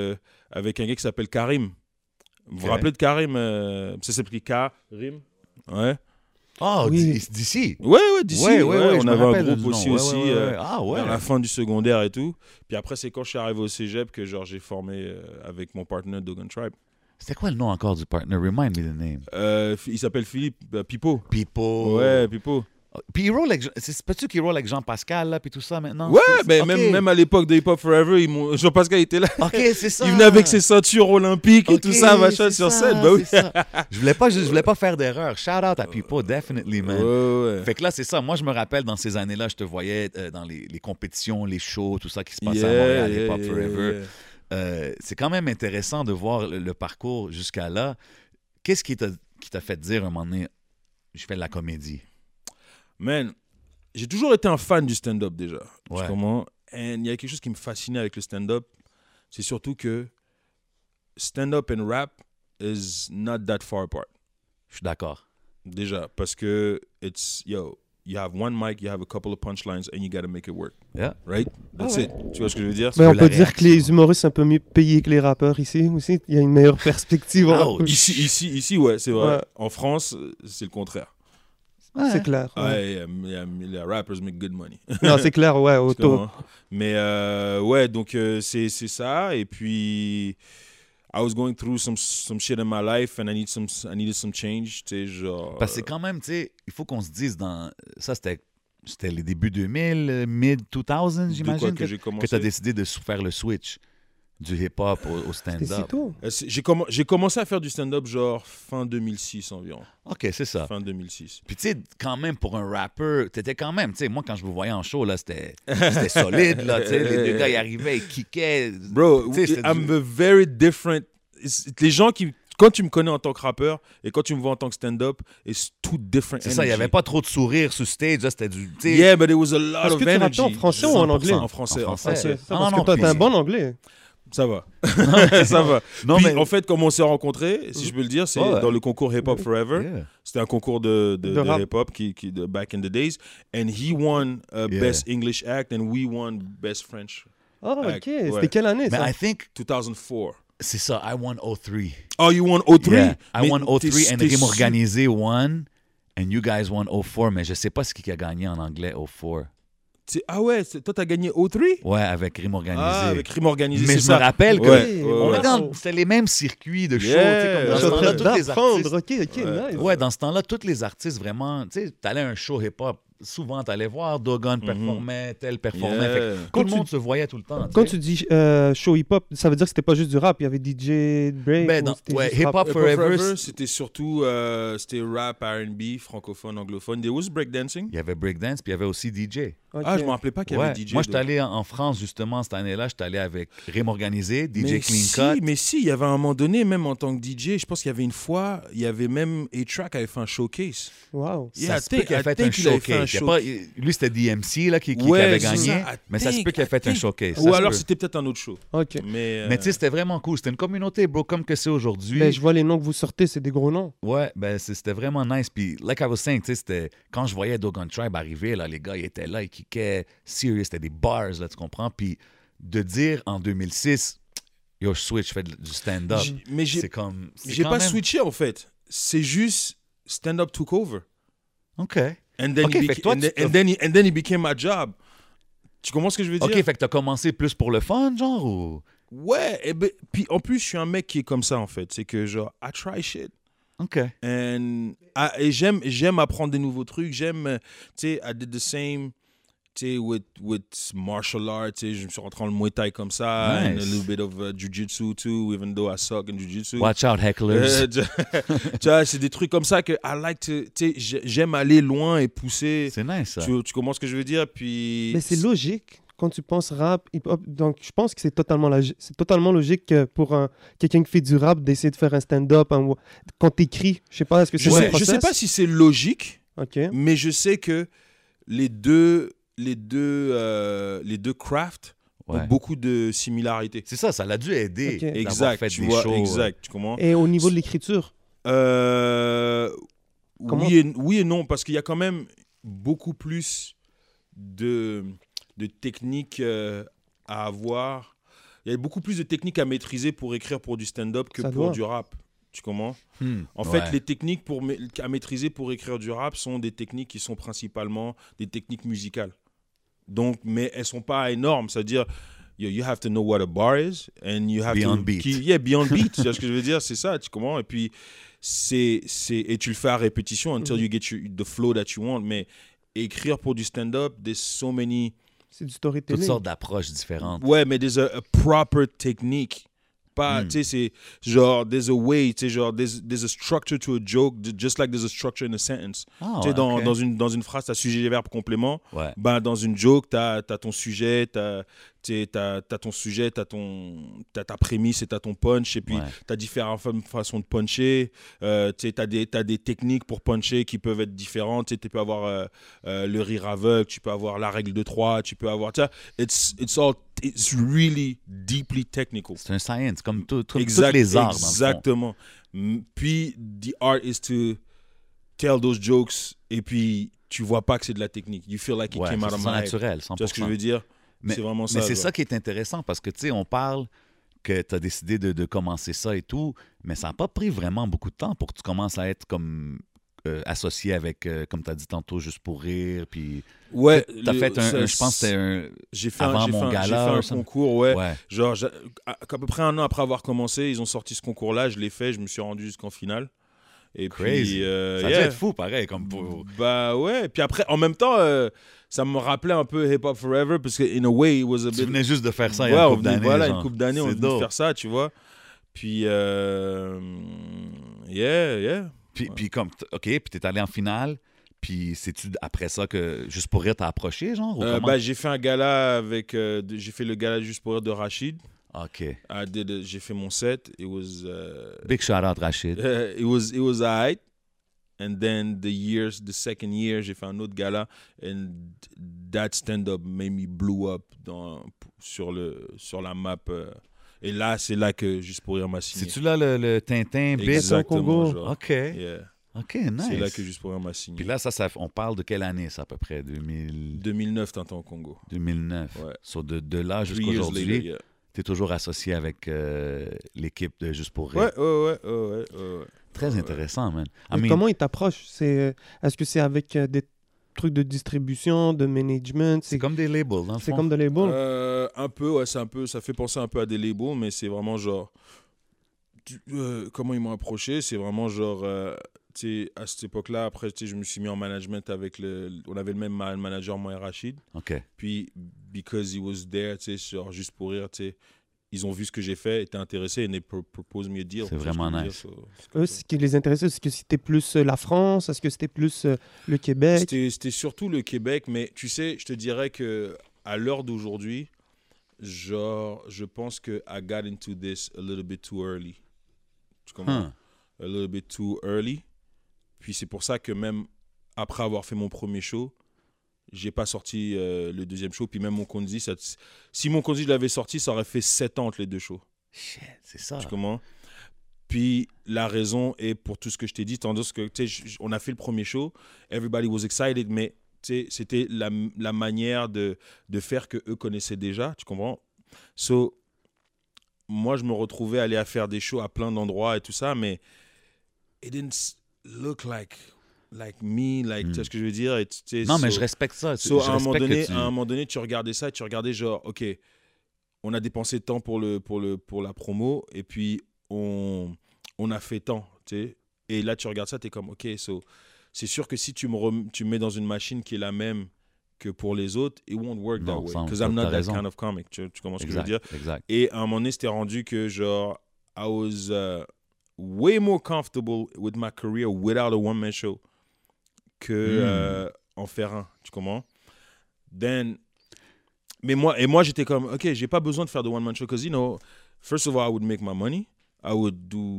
un gars qui s'appelle Karim. Vous vous rappelez de Karim? Ça s'appelle Karim. Ouais. Ah, oui. D'ici? Ouais, d'ici. Ouais, on avait un groupe aussi, vers la fin du secondaire et tout. Puis après, c'est quand je suis arrivé au cégep que genre, j'ai formé avec mon partner Dogon Tribe. C'était quoi le nom encore du partner? Remind me the name. Il s'appelle Philippe Pipo. Pipo. Ouais, Pipo. Puis il roule avec... C'est pas-tu qu'il roule avec Jean-Pascal, là, puis tout ça, maintenant? Ouais, mais même à l'époque de Hip Hop Forever, Jean-Pascal était là. OK, c'est ça. Il venait avec ses ceintures olympiques et tout ça, machin, sur scène. Bah oui. Je voulais pas faire d'erreur. Shout out à Pipo, definitely, man. Ouais. Fait que là, c'est ça. Moi, je me rappelle, dans ces années-là, je te voyais dans les compétitions, les shows, tout ça qui se passait à Montréal, Hip Hop Forever. C'est quand même intéressant de voir le parcours jusqu'à là. Qu'est-ce qui t'a fait dire un moment donné, je fais de la comédie? Man, j'ai toujours été un fan du stand-up déjà. Ouais. Et il y a quelque chose qui me fascinait avec le stand-up, c'est surtout que stand-up and rap is not that far apart. Je suis d'accord. Déjà, parce que you have one mic, you have a couple of punchlines, and you gotta make it work. Yeah. Right? That's it. Tu vois ce que je veux dire? Mais on peut dire que les humoristes sont un peu mieux payés que les rappeurs ici aussi. Il y a une meilleure perspective. Ici, ouais, c'est vrai. Ouais. En France, c'est le contraire. Ouais. C'est clair. Ouais, les rappers make good money. Non, c'est clair, ouais, auto. Mais ouais, donc c'est ça. Et puis, I was going through some shit in my life and I needed some change. Tu sais, genre. Parce que c'est quand même, tu sais, il faut qu'on se dise ça, c'était les débuts 2000, mid-2000, j'imagine, que tu as décidé de faire le switch du hip-hop au stand-up. J'ai commencé à faire du stand-up genre fin 2006 environ. OK, c'est ça. Fin 2006. Puis tu sais, quand même, pour un rappeur, t'étais quand même, tu sais, moi, quand je vous voyais en show, là, c'était solide, là, tu sais, les deux gars, ils arrivaient, ils kickaient. Bro, I'm a very different... Les gens qui... Quand tu me connais en tant que rappeur et quand tu me vois en tant que stand-up, it's two different energy. C'est ça, il n'y avait pas trop de sourires sur stage, c'était du... Yeah, but there was a lot of energy. Est-ce que tu rappelles en français ou en anglais? En français. Parce que toi, t'as un bon anglais. Ça va. Non, Ça va. Non, Puis, mais... en fait, comme on s'est rencontrés, si je peux le dire, c'est Ouais. dans le concours Hip Hop Forever. Yeah. C'était un concours de rap. hip-hop de back in the days. And he won Yeah. Best English Act and we won Best French. Ah, ok. Ouais. C'était quelle année, Mais ça? I think 2004. c'est ça. I won 03. Oh, you won 03? Yeah. I Mais won 03 t'es- and t'es Rime sûr- Organisé won and you guys won 04. Mais je sais pas ce qui a gagné en anglais 04. Ah ouais, toi, t'as gagné 03? Ouais, avec Rime Organisé. Ah, avec Rime Organisé, Mais c'est je ça. me rappelle que Ouais, on ouais. était c'était les mêmes circuits de show. Yeah. Tu sais, comme dans Je ce suis en temps-là, train tous les d'apprendre. artistes. Ok, nice. Ouais, dans ce temps-là, tous les artistes vraiment, tu sais, t'allais à un show hip-hop, souvent t'allais voir Dogon performait, tel performait. Yeah. Fait que tout Quand le tu- monde se voyait tout le temps. Quand tu sais. tu dis show hip-hop, ça veut dire que c'était pas juste du rap. Il y avait DJ, break. Ben, ou non, c'était ouais, juste hip-hop rap? Hip Hop Forever, Forever, c'était surtout c'était rap, R&B, francophone, anglophone. There was breakdancing. Il y avait breakdance, puis il y avait aussi DJ. Ok. Ah, je me rappelais pas qu'il y Ouais. avait DJ. Moi, j'étais donc. allé en France, justement, cette année-là. J'étais allé avec Rime Organisé, DJ Mais Clean Cut. mais si, il y avait un moment donné, même en tant que DJ, je pense qu'il y avait une fois, il y avait même A-Track avait fait un showcase. Wow. Yeah, Ça se peut qu'il ait fait un il avait fait un showcase. Il y a pas- lui, c'était DMC là, qui Ouais, avait c'est gagné, ça. mais ça se peut qu'il ait fait un showcase. Ou Ça se alors peut. c'était peut-être un autre show. Ok. Mais Mais tu sais, c'était vraiment cool. C'était une communauté, bro, comme que c'est aujourd'hui. Ben, je vois les noms que vous sortez, c'est des gros noms. Ouais, ben c'était vraiment nice. Puis, like I was saying, tu sais, c'était quand je voyais Dogon Tribe arriver, là, les gars, ils étaient là, ils kickaient serious, c'était des bars, là, tu comprends? Puis, de dire en 2006, yo, je switch, je fais du stand-up, mais c'est comme. c'est j'ai quand pas même- switché en fait. C'est juste stand-up took over. OK. And then, Ok, fait que toi, tu and then it became my job. Tu comprends ce que je veux dire? OK, fait que t'as commencé plus pour le fun, genre, ou. Ouais, et ben, puis en plus, je suis un mec qui est comme ça en fait. C'est que genre, I try shit. OK. Et j'aime apprendre des nouveaux trucs. J'aime, tu sais, I did the same, tu sais, with martial arts. Tu sais, je me suis rentré dans le Muay Thai comme ça. Nice. And a little bit of Jiu-Jitsu too, even though I suck in Jiu-Jitsu. Watch out, hecklers. Tu vois, c'est des trucs comme ça que I like to, tu sais, j'aime aller loin et pousser. C'est nice, ça. Tu comprends ce que je veux dire? Puis... Mais c'est logique quand tu penses rap, hip-hop. Donc, je pense que c'est totalement logique que pour quelqu'un qui fait du rap d'essayer de faire un stand-up quand t'écris. Je sais pas, est-ce que c'est Je un sais process? pas si c'est logique, Ok. mais je sais que les deux crafts Ouais. ont beaucoup de similarités. C'est ça, ça l'a dû aider. Ok. d'avoir Exact, fait tu des vois, shows, exact, tu comprends? Et au niveau de l'écriture, Comment- oui et non, parce qu'il y a quand même beaucoup plus de techniques à avoir. Il y a beaucoup plus de techniques à maîtriser pour écrire pour du stand-up que Ça pour doit. du rap. Tu comprends? En Ouais. fait, les techniques à maîtriser pour écrire du rap sont des techniques qui sont principalement des techniques musicales. Donc, mais elles sont pas énormes. C'est-à-dire, you have to know what a bar is and you have Be to on beat. be on beat. Tu vois ce que je veux dire? C'est ça, tu comprends? Et puis, et tu le fais à répétition until you get the flow that you want. Mais écrire pour du stand-up, there's so many... c'est du Toutes storytelling. sortes d'approches différentes. Ouais, mais there's a proper technique. Pas, tu sais, c'est genre, there's a way, tu sais, genre, there's a structure to a joke, just like there's a structure in a sentence. Ah, Tu sais, ouais, ok. dans une phrase, tu as sujet, verbe, complément. Ouais. Ben, dans une joke, tu as ton sujet, tu as ton sujet, tu as ta prémisse et tu as ton punch. Et puis, Ouais. tu as différentes façons de puncher. Tu as des techniques pour puncher qui peuvent être différentes. Tu peux avoir le rire aveugle, tu peux avoir la règle de 3, tu peux avoir... Tu vois, it's really deeply technical. C'est un science, comme tous les arts, dans le fond. Exactement. Puis, the art is to tell those jokes et puis tu vois pas que c'est de la technique. You feel like it Ouais, came out c'est of my head. naturel, 100%. Tu vois ce que je veux dire? Mais, C'est vraiment ça. mais c'est genre. ça qui est intéressant parce que, tu sais, on parle que tu as décidé de commencer ça et tout, mais ça n'a pas pris vraiment beaucoup de temps pour que tu commences à être comme associé avec, comme tu as dit tantôt, Juste pour rire. Puis Ouais. tu as fait je pense que c'était un. J'ai fait avant un, mon j'ai fait gala, un ça. concours, ouais. Ouais. Genre, à peu près un an après avoir commencé, ils ont sorti ce concours-là, je l'ai fait, je me suis rendu jusqu'en finale. Et Crazy. puis, Ça yeah. doit être fou, pareil. Comme pour... Bah ouais, puis après, en même temps, ça me rappelait un peu Hip Hop Forever, parce que in a way, it was a Tu bit... venais juste de faire ça il y Ouais, a on une couple venait- d'années. voilà, genre. une couple d'années, on C'est venait de dope. faire ça, tu vois. Puis, yeah. Puis comme, OK, puis t'es allé en finale, puis c'est-tu après ça que Juste pour rire t'as approché, genre? Ou comment? Bah, j'ai fait un gala avec... j'ai fait le gala Juste pour rire de Rachid. OK. J'ai fait mon set. It was... Big shout-out, Rachid. it was alright. And then the second year, j'ai fait un autre gala. And that stand-up made me blew up sur la map. Et là, c'est là que Juste pour rire m'a signé. C'est-tu là le Tintin, Bit? Exactement. Genre. OK. Yeah. OK, nice. C'est là que Juste pour rire m'a signé. Puis là, on parle de quelle année, ça, à peu près? 2009, Tintin au Congo. 2009. Ouais. So, de là jusqu'à aujourd'hui, tu es toujours associé avec l'équipe de Juste pour rire. Ouais. Très intéressant, man. Comment ils t'approchent? Est-ce que c'est avec des trucs de distribution, de management? C'est comme des labels, dans le fond. C'est comme des labels? Un peu, ouais, ça fait penser un peu à des labels, mais c'est vraiment genre... comment ils m'ont approché? C'est vraiment genre... tu sais, à cette époque-là, après, tu sais, je me suis mis en management avec on avait le même manager, moi et Rachid. OK. Puis, because he was there, tu sais, genre, Juste pour rire, tu sais, ils ont vu ce que j'ai fait, étaient intéressés et ils proposent me de dire. C'est vraiment nice. Eux, ce qui les intéressait, est-ce que c'était plus la France? Est-ce que c'était plus le Québec? C'était surtout le Québec, mais tu sais, je te dirais que à l'heure d'aujourd'hui, genre, je pense que I got into this a little bit too early. Tu comprends? A little bit too early. Puis c'est pour ça que même après avoir fait mon premier show, j'ai pas sorti le deuxième show. Puis même mon Konzi, si mon Konzi je l'avais sorti, ça aurait fait 7 ans entre les deux shows. Shit, c'est ça. Tu comprends? Puis la raison est pour tout ce que je t'ai dit, tandis que on a fait le premier show, everybody was excited, mais c'était la manière de faire que eux connaissaient déjà, tu comprends? So, moi, je me retrouvais aller à faire des shows à plein d'endroits et tout ça, mais it didn't look like me, tu sais ce que je veux dire? Non, mais je respecte ça. À un moment donné, tu regardais ça et tu regardais genre, OK, on a dépensé tant pour la promo et puis on a fait tant, tu sais. Et là, tu regardes ça, tu es comme, OK, c'est sûr que si tu me mets dans une machine qui est la même que pour les autres, it won't work that way. Because I'm not that kind of comic. Tu comprends ce que je veux dire? Exact. Et à un moment donné, c'était rendu que, genre, I was way more comfortable with my career without a one-man show que en faire un. Tu comprends? Then, mais moi, j'étais comme, OK, j'ai pas besoin de faire de one-man show because, you know, first of all, I would make my money. I would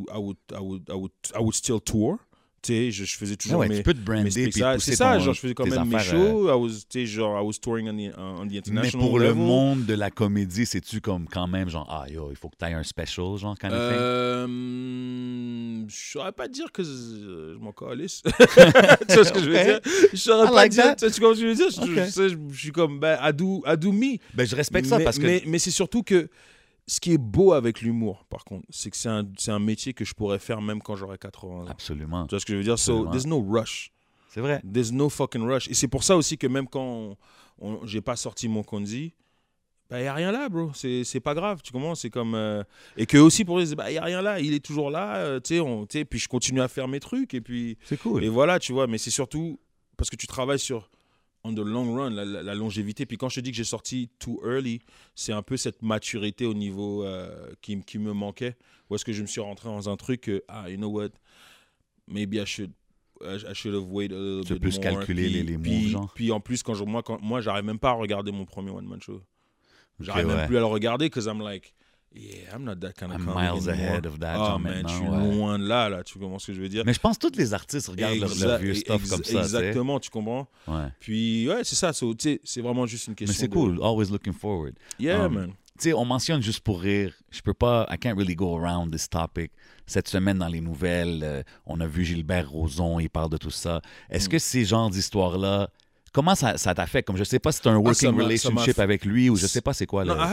still tour. Tu sais, je faisais toujours mes... Tu peux te brander puis pousser c'est ça, genre, je faisais quand même mes shows. I was touring on the international Mais pour level. le monde de la comédie, c'est-tu comme quand même genre, il faut que tu aies un special, genre, kind of thing? Je saurais pas dire que je m'en calisse. Tu vois ce que je veux dire? Je saurais pas dire, tu vois ce que je veux dire? Je suis comme, I do me. Ben, je respecte ça parce que... Mais c'est surtout que ce qui est beau avec l'humour, par contre, c'est que c'est un métier que je pourrais faire même quand j'aurai 80 ans. Absolument. Tu vois ce que je veux dire? So, there's no rush. C'est vrai. There's no fucking rush. Et c'est pour ça aussi que même quand j'ai pas sorti mon Konzi, il n'y a rien là, bro. C'est pas grave, tu comprends? C'est comme... Et que aussi, pour eux, il n'y a rien là. Il est toujours là, tu sais. Puis je continue à faire mes trucs. Et puis... C'est cool. Et voilà, tu vois. Mais c'est surtout parce que tu travailles sur... on the long run, la longévité. Puis quand je te dis que j'ai sorti too early, c'est un peu cette maturité au niveau qui me manquait. Où est-ce que je me suis rentré dans un truc que, you know what, maybe I should have waited a little bit more. Plus calculer les moves, genre. Puis en plus, moi, j'arrive même pas à regarder mon premier one-man show. J'arrive même plus à le regarder because I'm like, yeah, I'm not that kind of comic miles anymore. ahead of that. Oh man, je suis loin de là, tu comprends ce que je veux dire? Mais je pense que tous les artistes regardent leur vieux stuff comme ça. Exactement, tu comprends? Ouais. Puis, ouais, c'est ça. C'est vraiment juste une question. Mais c'est cool. Always looking forward. Yeah, man. Tu sais, on mentionne Juste pour rire. Je peux pas... I can't really go around this topic. Cette semaine, dans les nouvelles, on a vu Gilbert Rozon, il parle de tout ça. Est-ce que ces genres d'histoires-là... Comment ça t'affecte? Comme je sais pas si c'est un working relationship avec lui ou je sais pas c'est quoi. Non,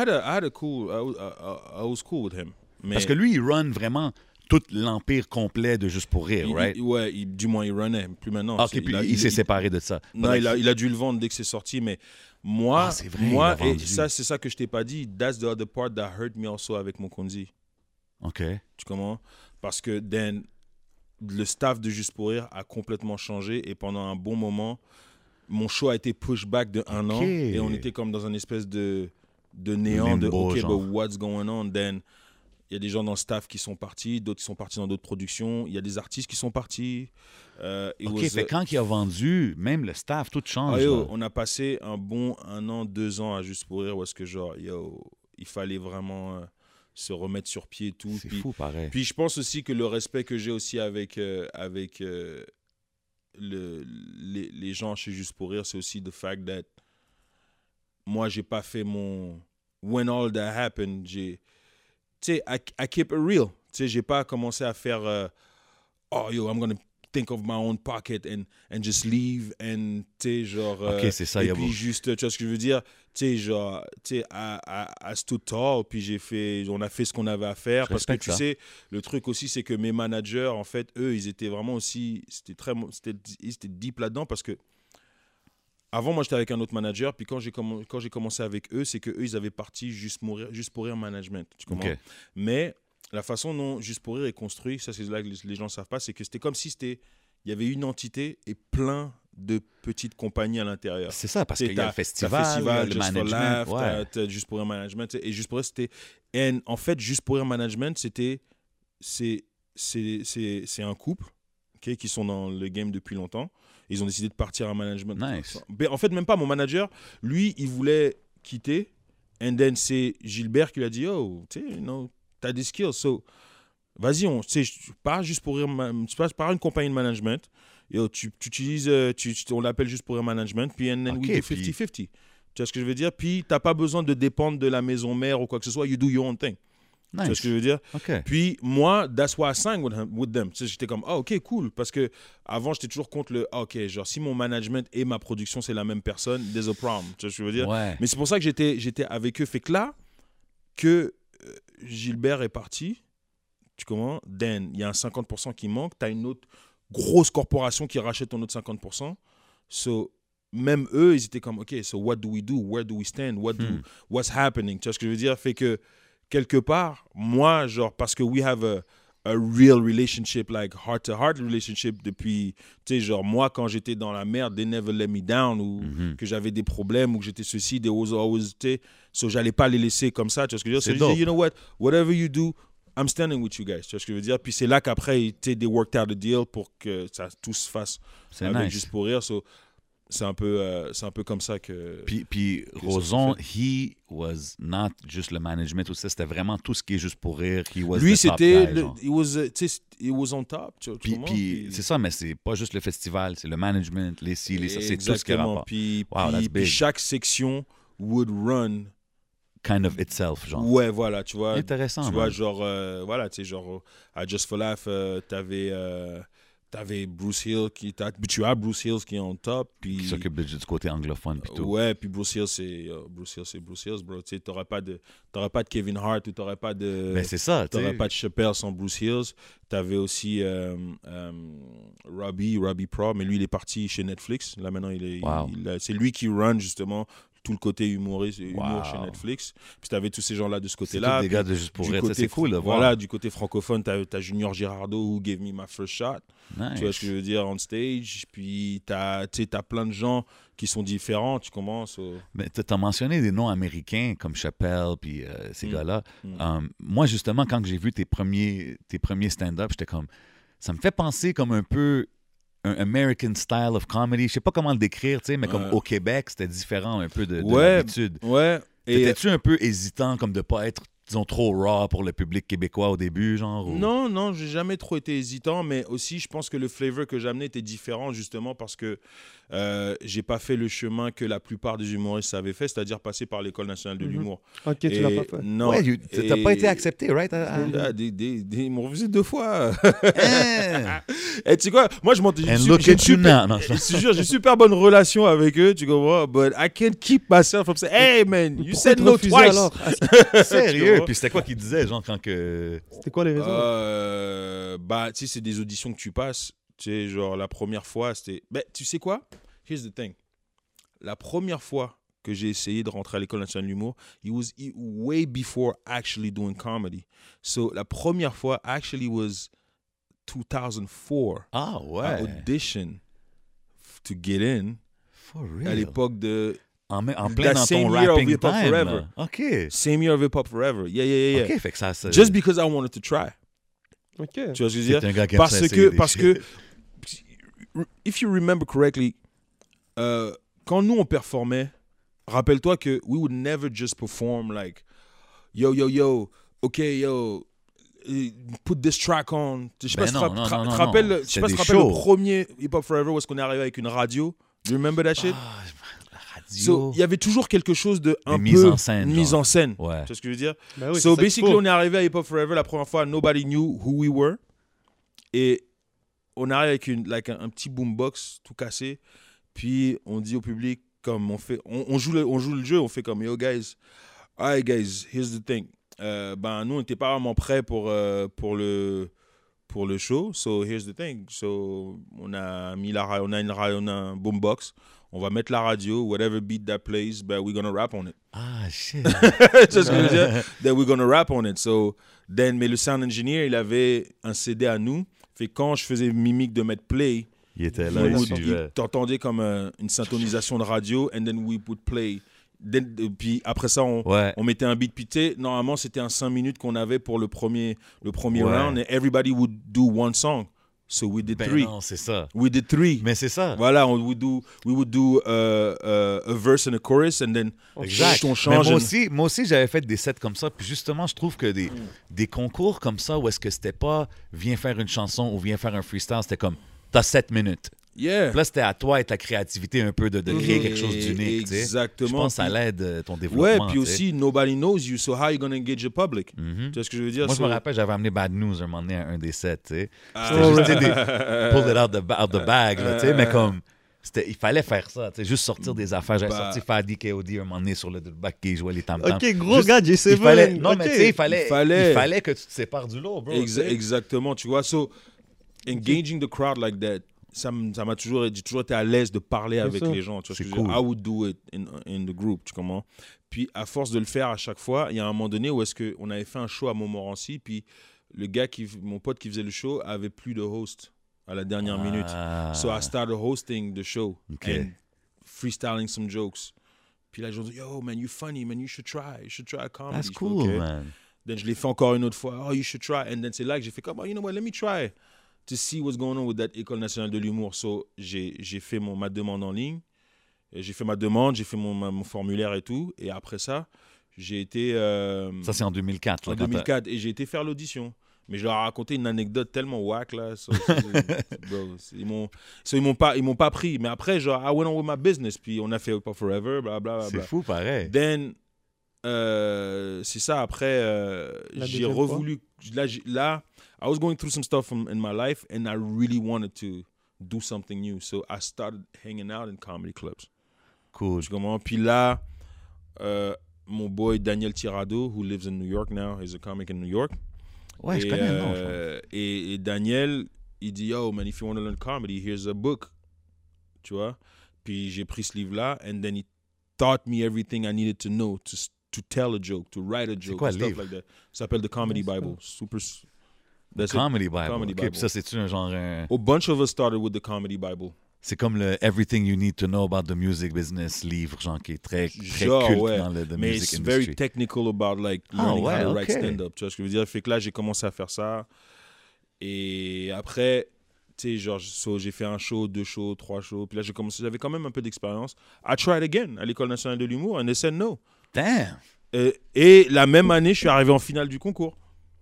I was cool with him. Mais... Parce que lui, il run vraiment tout l'empire complet de Juste pour rire, right? Du moins, il runnait. Plus maintenant. OK, puis il s'est séparé de ça. Non, il a dû le vendre dès que c'est sorti, mais moi, c'est vrai, et ça, c'est ça que je t'ai pas dit. That's the other part that hurt me also avec mon Konzi. OK. Tu comprends? Parce que le staff de Juste pour rire a complètement changé et pendant un bon moment... Mon show a été push back de 1 an et on était comme dans une espèce de néant de OK, but what's going on? Then, il y a des gens dans le staff qui sont partis, d'autres qui sont partis dans d'autres productions. Il y a des artistes qui sont partis. Fait quand il a vendu, même le staff, tout change. On a passé un bon 1 an, 2 ans à Juste pour rire où est-ce que genre, il fallait vraiment se remettre sur pied et tout. C'est fou, pareil. Puis je pense aussi que le respect que j'ai aussi avec les gens chez Juste pour rire, c'est aussi the fact that moi, j'ai pas fait mon... When all that happened, tu sais, I keep it real. Tu sais, j'ai pas commencé à faire oh yo, I'm gonna think of my own pocket and just leave and tu sais genre OK, c'est ça, et puis juste tu vois ce que je veux dire, tu sais genre tu sais I stood tall, puis on a fait ce qu'on avait à faire parce que tu sais le truc aussi c'est que mes managers en fait eux ils étaient vraiment aussi ils étaient deep là-dedans parce que avant moi j'étais avec un autre manager, puis quand j'ai commencé avec eux c'est que eux ils avaient parti juste pour rire management, tu comprends? Okay. Mais la façon dont Juste pour rire est construit, ça c'est là que les gens ne savent pas, c'est que c'était comme si il y avait une entité et plein de petites compagnies à l'intérieur. C'est ça, parce qu'il y a le festival, le Just management. For Laugh, t'as Juste pour rire management. Et Juste pour rire, c'était... Et en fait, Juste pour rire management, c'est un couple qui sont dans le game depuis longtemps. Ils ont décidé de partir en management. Nice. Mais en fait, même pas mon manager. Lui, il voulait quitter. And then, c'est Gilbert qui lui a dit, oh, tu sais, t'as des skills, so vas-y, pars juste pour rire, tu passes par une compagnie de management, yo, tu utilises, on l'appelle Juste pour rire management, puis and then we do 50-50. Tu vois ce que je veux dire? Puis t'as pas besoin de dépendre de la maison mère ou quoi que ce soit, you do your own thing. Nice. Tu vois ce que je veux dire? Okay. Puis moi, that's why I signed with them. Tu sais, j'étais comme, ok, cool. Parce que avant, j'étais toujours contre ok, genre, si mon management et ma production, c'est la même personne, there's a problem. Tu vois ce que je veux dire? Ouais. Mais c'est pour ça que j'étais avec eux. Fait que là, que Gilbert est parti, tu comprends? Dan, il y a un 50% qui manque. Tu as une autre grosse corporation qui rachète ton autre 50%. So, même eux, ils étaient comme, OK, so what do we do? Where do we stand? What's happening? Tu vois ce que je veux dire? Fait que, quelque part, moi, genre, parce que we have a real relationship, like heart-to-heart relationship depuis, tu sais, genre, moi, quand j'étais dans la merde, they never let me down, ou que j'avais des problèmes, ou que j'étais ceci, they was always, tu sais, so j'allais pas les laisser comme ça, tu vois ce que je veux dire? So, je dis, you know what? Whatever you do, I'm standing with you guys, tu vois ce que je veux dire? Puis c'est là qu'après, tu sais, they worked out the deal pour que ça tout se fasse avec nice. Juste pour rire, so c'est un peu comme ça que... Puis Roson, he was not just le management, tout ça, c'était vraiment tout ce qui est Juste pour rire. Lui, c'était... He was on top. Puis c'est ça, mais c'est pas juste le festival, c'est le management, les ci, les ça, c'est tout ce qui est rapport. Puis chaque section would run... kind of itself, genre. Ouais, voilà, tu vois. Intéressant. Tu vois, genre, voilà, tu sais, genre, à Just for Laugh, t'avais Bruce Hill tu as Bruce Hill qui est en top, puis qui s'occupe du côté anglophone puis tout. Ouais, puis Bruce Hill c'est Bruce Hill, bro. Tu sais, t'aurais pas de Kevin Hart, ou t'aurais pas de... Mais c'est ça, tu sais. T'aurais pas de Chappelle sans Bruce Hill. T'avais aussi Robbie Pro, mais lui il est parti chez Netflix. Là maintenant c'est lui qui run justement tout le côté humour chez Netflix. Puis t'avais tous ces gens-là de ce côté-là. C'est des gars de Juste pour rire, c'est cool. Voilà, du côté francophone, t'as Junior Girardeau who gave me my first shot. Nice. Tu vois ce que je veux dire, on stage. Puis t'as plein de gens qui sont différents. Tu commences... Mais t'as mentionné des noms américains comme Chappelle puis ces gars-là. Moi, justement, quand j'ai vu tes premiers stand-up, j'étais comme... Ça me fait penser comme un peu... un American style of comedy. Je sais pas comment le décrire, tu sais, mais comme au Québec, c'était différent un peu de l'habitude. Ouais. Étais-tu un peu hésitant comme de pas être, disons, trop raw pour le public québécois au début, genre? Ou... Non, j'ai jamais trop été hésitant, mais aussi, je pense que le flavor que j'amenais était différent, justement, parce que j'ai pas fait le chemin que la plupart des humoristes avaient fait, c'est-à-dire passer par l'École nationale de l'humour. Ok, tu l'as pas fait. Non. Ouais, t'as pas été accepté, right? Ils m'ont refusé 2 fois. Et tu sais quoi, moi, j'ai super bonne relation avec eux, tu comprends? But I can't keep myself from saying, hey man, you said no twice. Alors? Sérieux? Puis c'était quoi qu'ils disaient, genre, quand que... C'était quoi les raisons? Bah, tu sais, c'est des auditions que tu passes. Tu sais, genre, la première fois, c'était... Ben, tu sais quoi? Here's the thing. La première fois que j'ai essayé de rentrer à l'École nationale de l'humour, it was way before actually doing comedy. So, la première fois, actually, was 2004. Ah, ouais. Audition to get in. For real? À l'époque de... En plein dans ton rapping time, là. OK. Same year of Hip Hop Forever. Yeah. OK, fait que ça... Just because I wanted to try. OK. Tu vois ce que je veux dire? C'est un gars qui parce que, if you remember correctly, quand nous, on performait, rappelle-toi que we would never just perform like, yo, okay, yo, put this track on. Je sais pas si tu te rappelles le premier Hip Hop Forever où est-ce qu'on est arrivé avec une radio. Do you remember that shit? So, il y avait toujours quelque chose de un peu mise en scène. Mise en scène. Ouais. Tu vois ce que je veux dire? Ben oui, So, basically, on est arrivé à Hip Hop Forever la première fois. Nobody knew who we were. Et on arrive avec un petit boombox tout cassé. Puis, on dit au public, comme on joue le jeu, on fait comme, yo, guys, alright, guys, here's the thing. Nous, on n'était pas vraiment prêts pour le show. So, here's the thing. So, on a un boombox. On va mettre la radio, whatever beat that plays, we're gonna rap on it. Ah, shit. C'est ce que je veux dire. Then we're gonna rap on it. So, mais le sound engineer, il avait un CD à nous. Fait quand je faisais mimique de mettre play, il était là, t'entendais comme une syntonisation de radio, and then we would play. Puis après ça, on mettait un beat. Puis normalement, c'était un 5 minutes qu'on avait pour le premier round, and everybody would do one song. So we did 3. Non, c'est ça. We did 3. Mais c'est ça. Voilà, we would do a verse and a chorus, and then exact. On change. Mais moi aussi, j'avais fait des sets comme ça. Puis justement, je trouve que des concours comme ça, où est-ce que c'était pas viens faire une chanson ou viens faire un freestyle, c'était comme t'as 7 minutes. Yeah. Puis là, c'était à toi et ta créativité un peu de créer quelque chose d'unique. Exactement. Je pense que ça l'aide ton développement. Ouais, puis aussi, nobody knows you, so how are you going to engage the public? Tu vois ce que je veux dire? Moi, je me rappelle, j'avais amené Bad News un moment donné à un des sets. C'était juste pull it out the bag. Là, mais comme, il fallait faire ça. Juste sortir des affaires. J'avais sorti Fadi KOD un moment donné sur le back qui jouait les tam-tams. Ok, gros gars, J7. Non, mais tu sais, il fallait que tu te sépares du lot, bro. Exactement, tu vois. So, engaging the crowd like that, j'ai toujours été à l'aise de parler avec les gens. Tu vois, c'est cool. I would do it in the group, tu comprends? Puis à force de le faire à chaque fois, il y a un moment donné où est-ce qu'on avait fait un show à Montmorency, puis mon pote qui faisait le show avait plus de host à la dernière minute. So I started hosting the show and freestyling some jokes. Puis là, les gens disaient, yo, man, you funny, man, you should try comedy. That's cool, man. Then je l'ai fait encore une autre fois, oh, you should try. And then c'est là que j'ai fait comme, oh, you know what, let me try to see what's going on with that École nationale de l'humour. So, j'ai fait ma demande en ligne. J'ai fait ma demande, j'ai fait mon formulaire et tout. Et après ça, j'ai été... ça, c'est en 2004. En 2004. Et j'ai été faire l'audition. Mais je leur ai raconté une anecdote tellement whack, là. Ils m'ont pas pris. Mais après, genre, I went on with my business. Puis on a fait Hip Hop Forever, blablabla. C'est fou, pareil. Then, c'est ça. Après, j'ai revoulu... Là, I was going through some stuff in my life, and I really wanted to do something new. So I started hanging out in comedy clubs. Cool. Tu comprends? Puis là, mon boy Daniel Tirado, who lives in New York now, he's a comic in New York. Ouais, je connais le nom. Et Daniel, il dit, yo, man, if you want to learn comedy, here's a book. Tu vois? Puis j'ai pris ce livre-là, and then he taught me everything I needed to know to tell a joke, to write a joke, quoi, stuff like that. Ça s'appelle The Comedy Bible. Super... Comedy Bible. Comedy okay, Bible. Puis ça, c'est-tu un genre... A bunch of us started with The Comedy Bible. C'est comme le Everything You Need to Know About the Music Business livre, genre qui est très culte dans le music industry. Mais it's very technical about like learning how to write stand-up. Tu vois ce que je veux dire? Fait que là, j'ai commencé à faire ça. Et après, tu sais, genre, j'ai fait un show, 2 shows, 3 shows. Puis là, j'avais quand même un peu d'expérience. I tried again à l'École nationale de l'humour and they said no. Damn! Et la même année, je suis arrivé en finale du concours.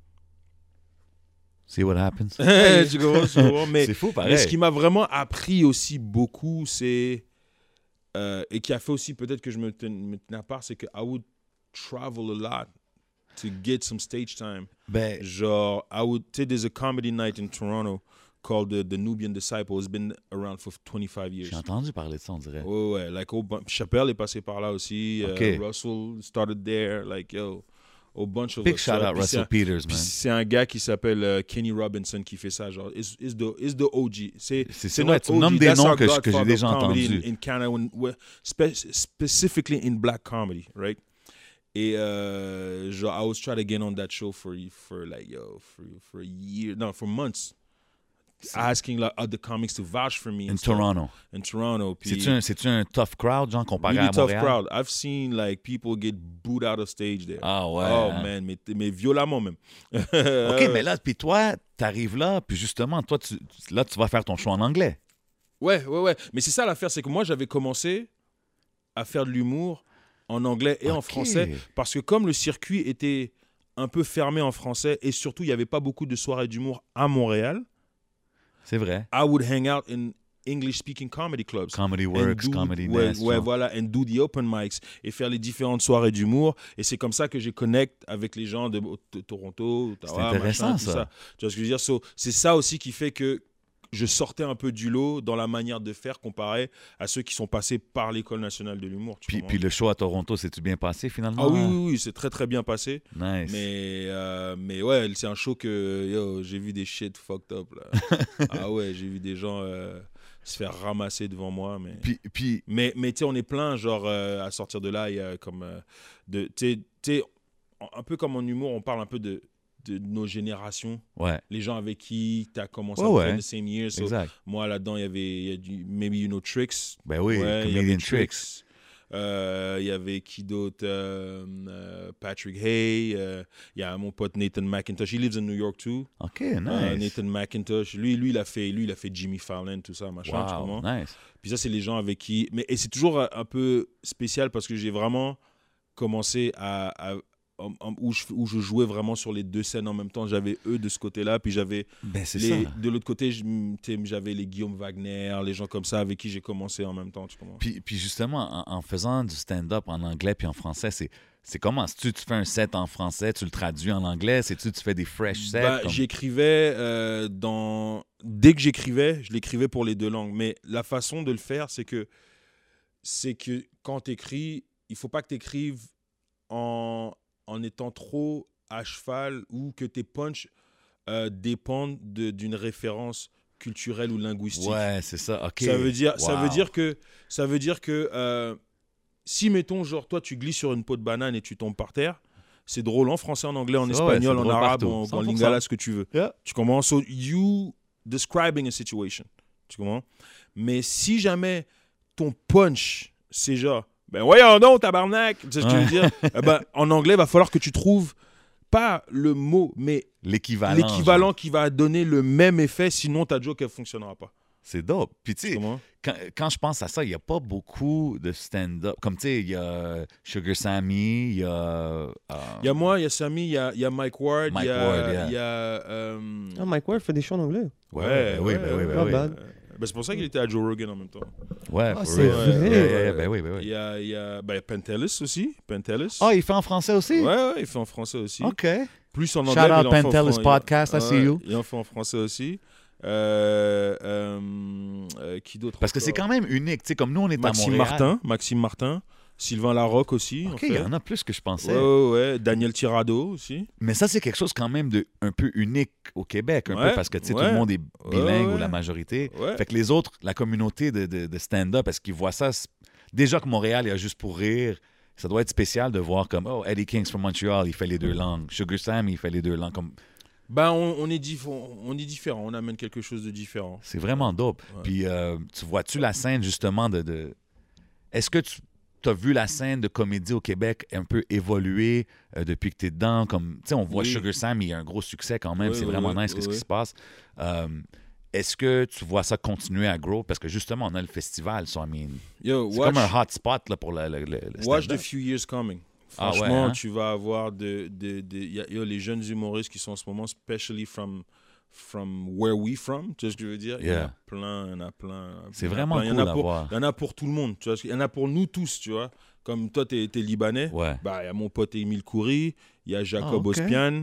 See what happens? C'est fou, pareil. Mais ce qui m'a vraiment appris aussi beaucoup, c'est... et qui a fait aussi peut-être que je me tenais à part, c'est que I would travel a lot to get some stage time. Genre, tu sais, there's a comedy night in Toronto called the Nubian Disciple. It's been around for 25 years. J'ai entendu parler de ça, on dirait. Ouais. Like, Chappelle est passé par là aussi. Russell started there. Like, yo... Big shout out Russell Peters, man. C'est un gars qui s'appelle Kenny Robinson qui fait ça, genre, is the OG. C'est notre OG. Nomme des noms que j'ai déjà entendus. In Canada, specifically in black comedy, right? Et genre, I was trying to get on that show for a year, no, for months. Asking like other comics to vouch for me in Toronto. In Toronto. C'est-tu un tough crowd, genre, comparé à Montréal? Tough crowd. I've seen like people get booed out of stage there. Ah ouais. Oh man, mais violemment même. OK, mais là, puis toi, t'arrives là, puis justement, toi, tu vas faire ton show en anglais. Ouais. Mais c'est ça l'affaire, c'est que moi, j'avais commencé à faire de l'humour en anglais et en français, parce que comme le circuit était un peu fermé en français, et surtout, il n'y avait pas beaucoup de soirées d'humour à Montréal. C'est vrai. I would hang out English-speaking comedy clubs. Comedy Works, Comedy Nest. Ouais, voilà, and do the open mics et faire les différentes soirées d'humour. Et c'est comme ça que je connecte avec les gens de Toronto, Ottawa, c'est intéressant, machin, tout ça. Tu vois ce que je veux dire? C'est ça aussi qui fait que je sortais un peu du lot dans la manière de faire comparé à ceux qui sont passés par l'École nationale de l'humour. Puis le show à Toronto, c'est-tu bien passé finalement? Ah oui, c'est très très bien passé. Nice. Mais ouais, c'est un show que j'ai vu des shit fucked up là. Ah ouais, j'ai vu des gens se faire ramasser devant moi. Mais tu sais, on est plein, genre à sortir de là, il y a comme tu sais, un peu comme en humour, on parle un peu de nos générations, les gens avec qui tu as commencé à faire the same year. So, moi, là-dedans, il y a du Maybe You Know Tricks. Ben oui, Comedian Tricks. Il y avait qui d'autre? Patrick Hay. Il y a mon pote Nathan McIntosh. He lives in New York too. OK, nice. Nathan McIntosh. Lui, il a fait Jimmy Fallon, tout ça, machin. Wow, nice. Puis ça, c'est les gens avec qui... Et c'est toujours un peu spécial parce que j'ai vraiment commencé où je jouais vraiment sur les deux scènes en même temps. J'avais eux de ce côté-là, puis j'avais de l'autre côté, j'avais les Guillaume Wagner, les gens comme ça avec qui j'ai commencé en même temps. Tu comprends? Puis justement, en faisant du stand-up en anglais puis en français, c'est comment? Tu fais un set en français, tu le traduis en anglais? Tu fais des fresh sets? J'écrivais dès que j'écrivais, je l'écrivais pour les deux langues. Mais la façon de le faire, c'est que quand tu écris, il faut pas que tu écrives en étant trop à cheval ou que tes punchs dépendent d'une référence culturelle ou linguistique. Ouais, c'est ça. OK. Ça veut dire que si, mettons, genre, toi, tu glisses sur une peau de banane et tu tombes par terre, c'est drôle en français, en anglais, en espagnol, en arabe, en lingala, ce que tu veux. Yeah. Tu comprends? So, you describing a situation. Tu comprends? Mais si jamais ton punch, c'est genre... Ben voyons donc, tabarnak! Tu sais ce que je veux dire? En anglais, il va falloir que tu trouves pas le mot, mais l'équivalent qui va donner le même effet, sinon ta joke, elle ne fonctionnera pas. C'est dope. Puis tu sais, quand je pense à ça, il n'y a pas beaucoup de stand-up. Comme tu sais, il y a Sugar Sammy, il y a... Il y a moi, il y a Sammy, il y a Mike Ward. Mike Ward fait des shows en anglais. Oui. C'est pour ça qu'il était à Joe Rogan en même temps. Ouais, c'est vrai. Ben oui. Il y a Pentelis aussi. Pentelis. Ah, il fait en français aussi? Ouais, il fait en français aussi. OK. Plus en anglais. Shout out Pentelis Podcast, I see you. Il en fait en français aussi. Qui d'autre? Parce que c'est quand même unique. Tu sais, comme nous, on est à Montréal. Maxime Martin. Sylvain Larocque aussi. OK, il y en a plus que je pensais. Ouais. Daniel Tirado aussi. Mais ça, c'est quelque chose quand même de un peu unique au Québec, peu, parce que tu sais, tout le monde est bilingue ou la majorité. Ouais. Fait que les autres, la communauté de stand-up, est-ce qu'ils voient ça? Déjà que Montréal, il y a Juste pour rire. Ça doit être spécial de voir comme, Eddie Kings from Montreal, il fait les deux langues. Sugar Sam, il fait les deux langues. Comme... on est différent. On amène quelque chose de différent. C'est vraiment dope. Ouais. Puis, tu vois-tu la scène, justement, Est-ce que tu as vu la scène de comédie au Québec un peu évoluer depuis que tu es dedans? Comme, on voit Sugar Sam, il y a un gros succès quand même. C'est vraiment nice ce qui se passe. Est-ce que tu vois ça continuer à grow? Parce que justement, on a le festival. So, c'est comme un hotspot là, pour le Watch the few years coming. Franchement, tu vas avoir les jeunes humoristes qui sont en ce moment, especially from where we from, tu vois ce que je veux dire? Yeah. Il y en a plein. C'est vraiment cool à voir. Il y en a pour tout le monde, tu vois? Il y en a pour nous tous, tu vois? Comme toi, t'es libanais. Ouais. Il y a mon pote Émile Khoury, il y a Jacob Ospian.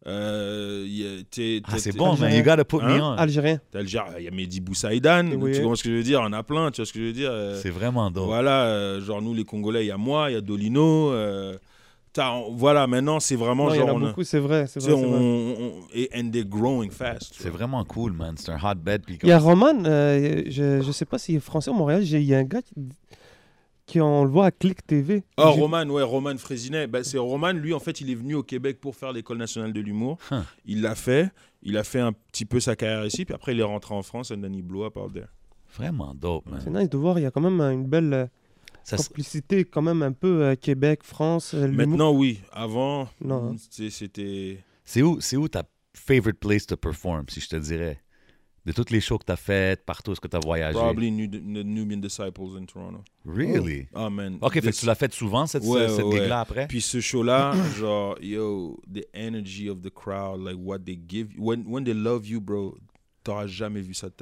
C'est bon, man. You gotta put me on. Algérien. Il y a Mehdi Boussaïdan. Oui. Tu vois ce que je veux dire? On a plein, tu vois ce que je veux dire? C'est vraiment dope. Voilà, genre nous, les Congolais, il y a moi, il y a Dolino. Voilà, maintenant, c'est vraiment non, genre... Il y en a beaucoup, c'est vrai. And they're growing fast. C'est vraiment cool, man. C'est un hotbed. Il y a Roman, je sais pas s'il est français ou Montréal, il y a un gars qui on le voit à Click TV. Roman Frésinet. C'est Roman, lui, en fait, il est venu au Québec pour faire l'École nationale de l'humour. Il l'a fait. Il a fait un petit peu sa carrière ici, puis après, il est rentré en France, and then he blew up out there. Vraiment dope, man. C'est nice de voir, il y a quand même une belle... complicité quand même un peu Québec, France. Maintenant, oui. Avant, non. C'était... C'est où ta favorite place to perform, si je te dirais? De toutes les shows que tu as faites, partout, est-ce que tu as voyagé? Probably Nubian Disciples in Toronto. Really? Oh, man. OK, fait que tu l'as fait souvent, cette gig-là, après? Puis ce show-là, genre, the energy of the crowd, like what they give you. When they love you, bro, t'auras jamais vu ça de ta vie.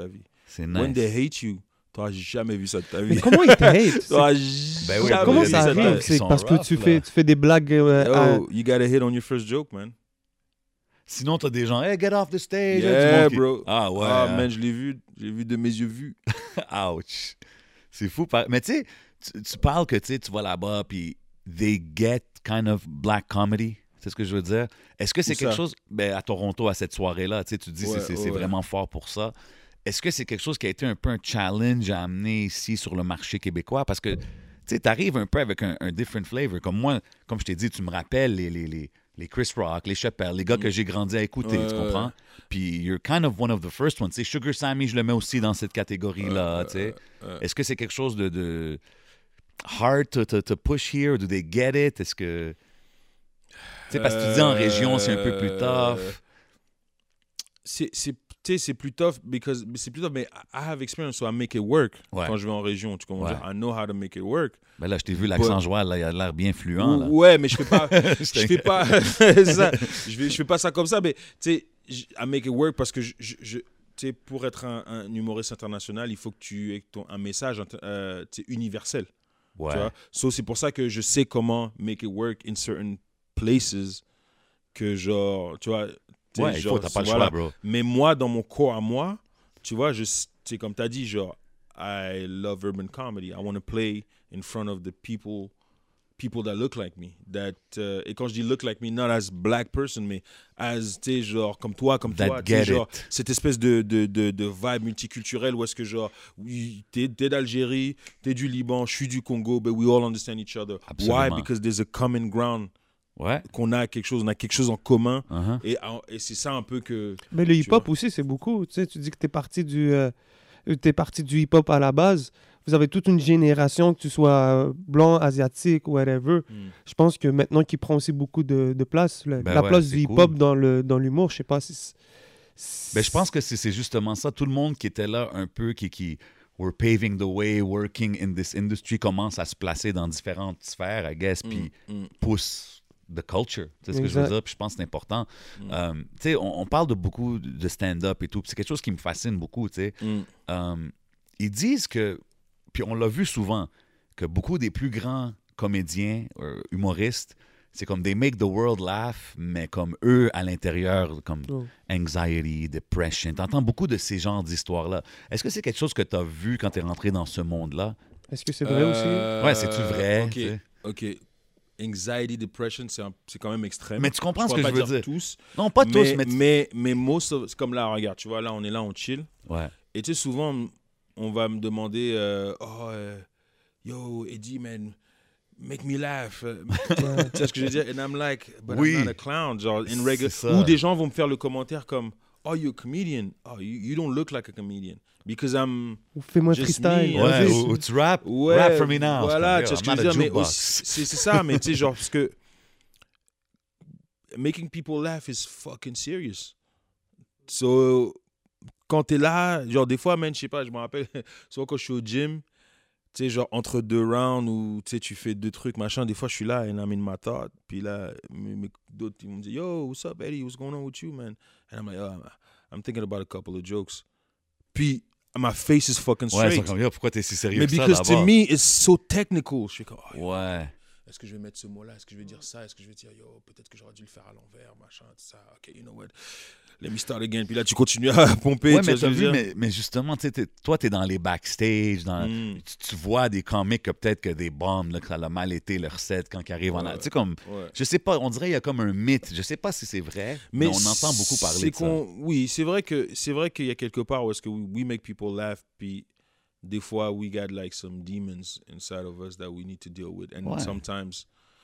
C'est When nice. they hate you, t'auras jamais vu ça de ta vie. Mais comment ils te hate? T'auras Ben oui, jamais Comment vu ça de ta arrive? vie. C'est sont parce que rough, tu là. fais des blagues. Oh, you gotta hit on your first joke, man. Sinon, t'as des gens, hey, get off the stage. Yeah, Du monde qui- bro. Ah ouais. Ah, hein. man, je l'ai vu de mes yeux vus. Ouch. C'est fou. Mais tu sais, tu parles que tu vas là-bas, puis they get kind of black comedy. C'est ce que je veux dire. Est-ce que c'est Où quelque ça? chose, ben, à Toronto, à cette soirée-là, tu sais, tu dis Ouais, c'est ouais. vraiment fort pour ça. Est-ce que c'est quelque chose qui a été un peu un challenge à amener ici sur le marché québécois? Parce que, tu sais, t'arrives un peu avec un different flavor. Comme moi, comme je t'ai dit, tu me rappelles les Chris Rock, les Chappelle, les gars que j'ai grandi à écouter, tu comprends? Puis you're kind of one of the first ones. Tu sais, Sugar Sammy, je le mets aussi dans cette catégorie-là, tu sais. Est-ce que c'est quelque chose de hard to push here? Do they get it? Est-ce que... Tu sais, parce que tu dis en région, c'est un peu plus tough. C'est plus tough, mais I have experience, so I make it work Ouais. quand je vais en région. Tu comprends? Ouais. I know how to make it work. Ben là, je t'ai vu l'accent joie, là, il a l'air bien fluent, là. Ouais, mais je fais pas, Je je fais pas, c'est ça. Je fais pas ça comme ça, mais tu sais, I make it work parce que tu sais, pour être un humoriste international, il faut que tu aies un message tu sais, universel. Ouais. Tu vois? So, c'est pour ça que je sais comment make it work in certain places que genre, tu vois. Ouais, il faut, genre, t'as pas le voilà. choix, bro. Mais moi, dans mon corps à moi, tu vois, c'est comme tu as dit, genre, I love urban comedy. I want to play in front of the people that look like me. Et quand je dis look like me, not as black person, mais as, tu sais, genre, comme toi, tu sais, genre, cette espèce de vibe multiculturelle où est-ce que, genre, oui, t'es d'Algérie, t'es du Liban, je suis du Congo, but we all understand each other. Absolument. Why? Because there's a common ground. Ouais. On a quelque chose en commun. Uh-huh. Et c'est ça un peu que... Mais le hip-hop aussi, c'est beaucoup. Tu sais, tu dis que t'es parti du hip-hop à la base. Vous avez toute une génération, que tu sois blanc, asiatique, whatever. Je pense que maintenant qu'il prend aussi beaucoup de place, la place du hip-hop cool. dans l'humour, je sais pas si... Ben, je pense que c'est justement ça. Tout le monde qui était là un peu, qui were paving the way, working in this industry, commence à se placer dans différentes sphères, I guess, puis pousse the culture. C'est ce que je veux dire, puis je pense que c'est important. Tu sais, on parle de beaucoup de stand-up et tout, puis c'est quelque chose qui me fascine beaucoup, tu sais. Ils disent que, puis on l'a vu souvent, que beaucoup des plus grands comédiens, humoristes, c'est comme they make the world laugh, mais comme eux, à l'intérieur, comme anxiety, depression. T'entends beaucoup de ces genres d'histoires-là. Est-ce que c'est quelque chose que t'as vu quand t'es rentré dans ce monde-là? Est-ce que c'est vrai aussi? Ouais, c'est-tu vrai? OK. T'sais? OK. Anxiety, depression, c'est quand même extrême. Mais tu comprends ce que je pourrais veux pas dire? Tous, Non, pas tous, mais most of... C'est comme là, regarde, tu vois, là, on est là, on chill. Ouais. Et tu sais, souvent, on va me demander, yo, Eddie, man, make me laugh. Tu sais ce que je veux dire? And I'm like, but I'm not a clown. Genre, in regular... Ou des gens vont me faire le commentaire comme, oh, you're a comedian. Oh, you don't look like a comedian. Because I'm... Ou fais-moi just freestyle. me. Ouais, ou tu rap, Ouais, rap for me now. Voilà, tu sais ce que je veux dire, mais aussi, c'est ça, mais tu sais, genre, parce que making people laugh is fucking serious. So, quand t'es là, genre, des fois, man, je sais pas, je me rappelle, souvent quand je suis au gym, tu sais, genre, entre deux rounds où, tu sais, tu fais deux trucs, machin, des fois, je suis là, and I'm in my thought, puis là, d'autres, ils me disent, yo, what's up, Eddie, what's going on with you, man? And I'm like, oh, I'm thinking about a couple of jokes. Puis, my face is fucking straight. Ouais, ils sont comme, yo, pourquoi t'es si sérieux Mais que ça, because to d'abord? me, it's so technical. Je suis comme, oh, Ouais. est-ce que je vais mettre ce mot-là? Est-ce que je vais dire ça? Est-ce que je vais dire, yo, peut-être que j'aurais dû le faire à l'envers, machin, tout ça. OK, you know what? Let me start again. Puis là, tu continues à pomper. Ouais, tu mais vois ce t'as que je veux vu, dire? mais justement, tu sais, toi, t'es dans les backstage, tu vois des comiques que peut-être que des bombes, là, que ça a mal été leur set quand ils arrivent en... Tu sais, comme, je sais pas, on dirait qu'il y a comme un mythe. Je sais pas si c'est vrai, mais on entend beaucoup parler de ça. Oui, c'est vrai qu'il y a quelque part où est-ce que we make people laugh, puis des fois, we got like some demons inside of us that we need to deal with. And sometimes...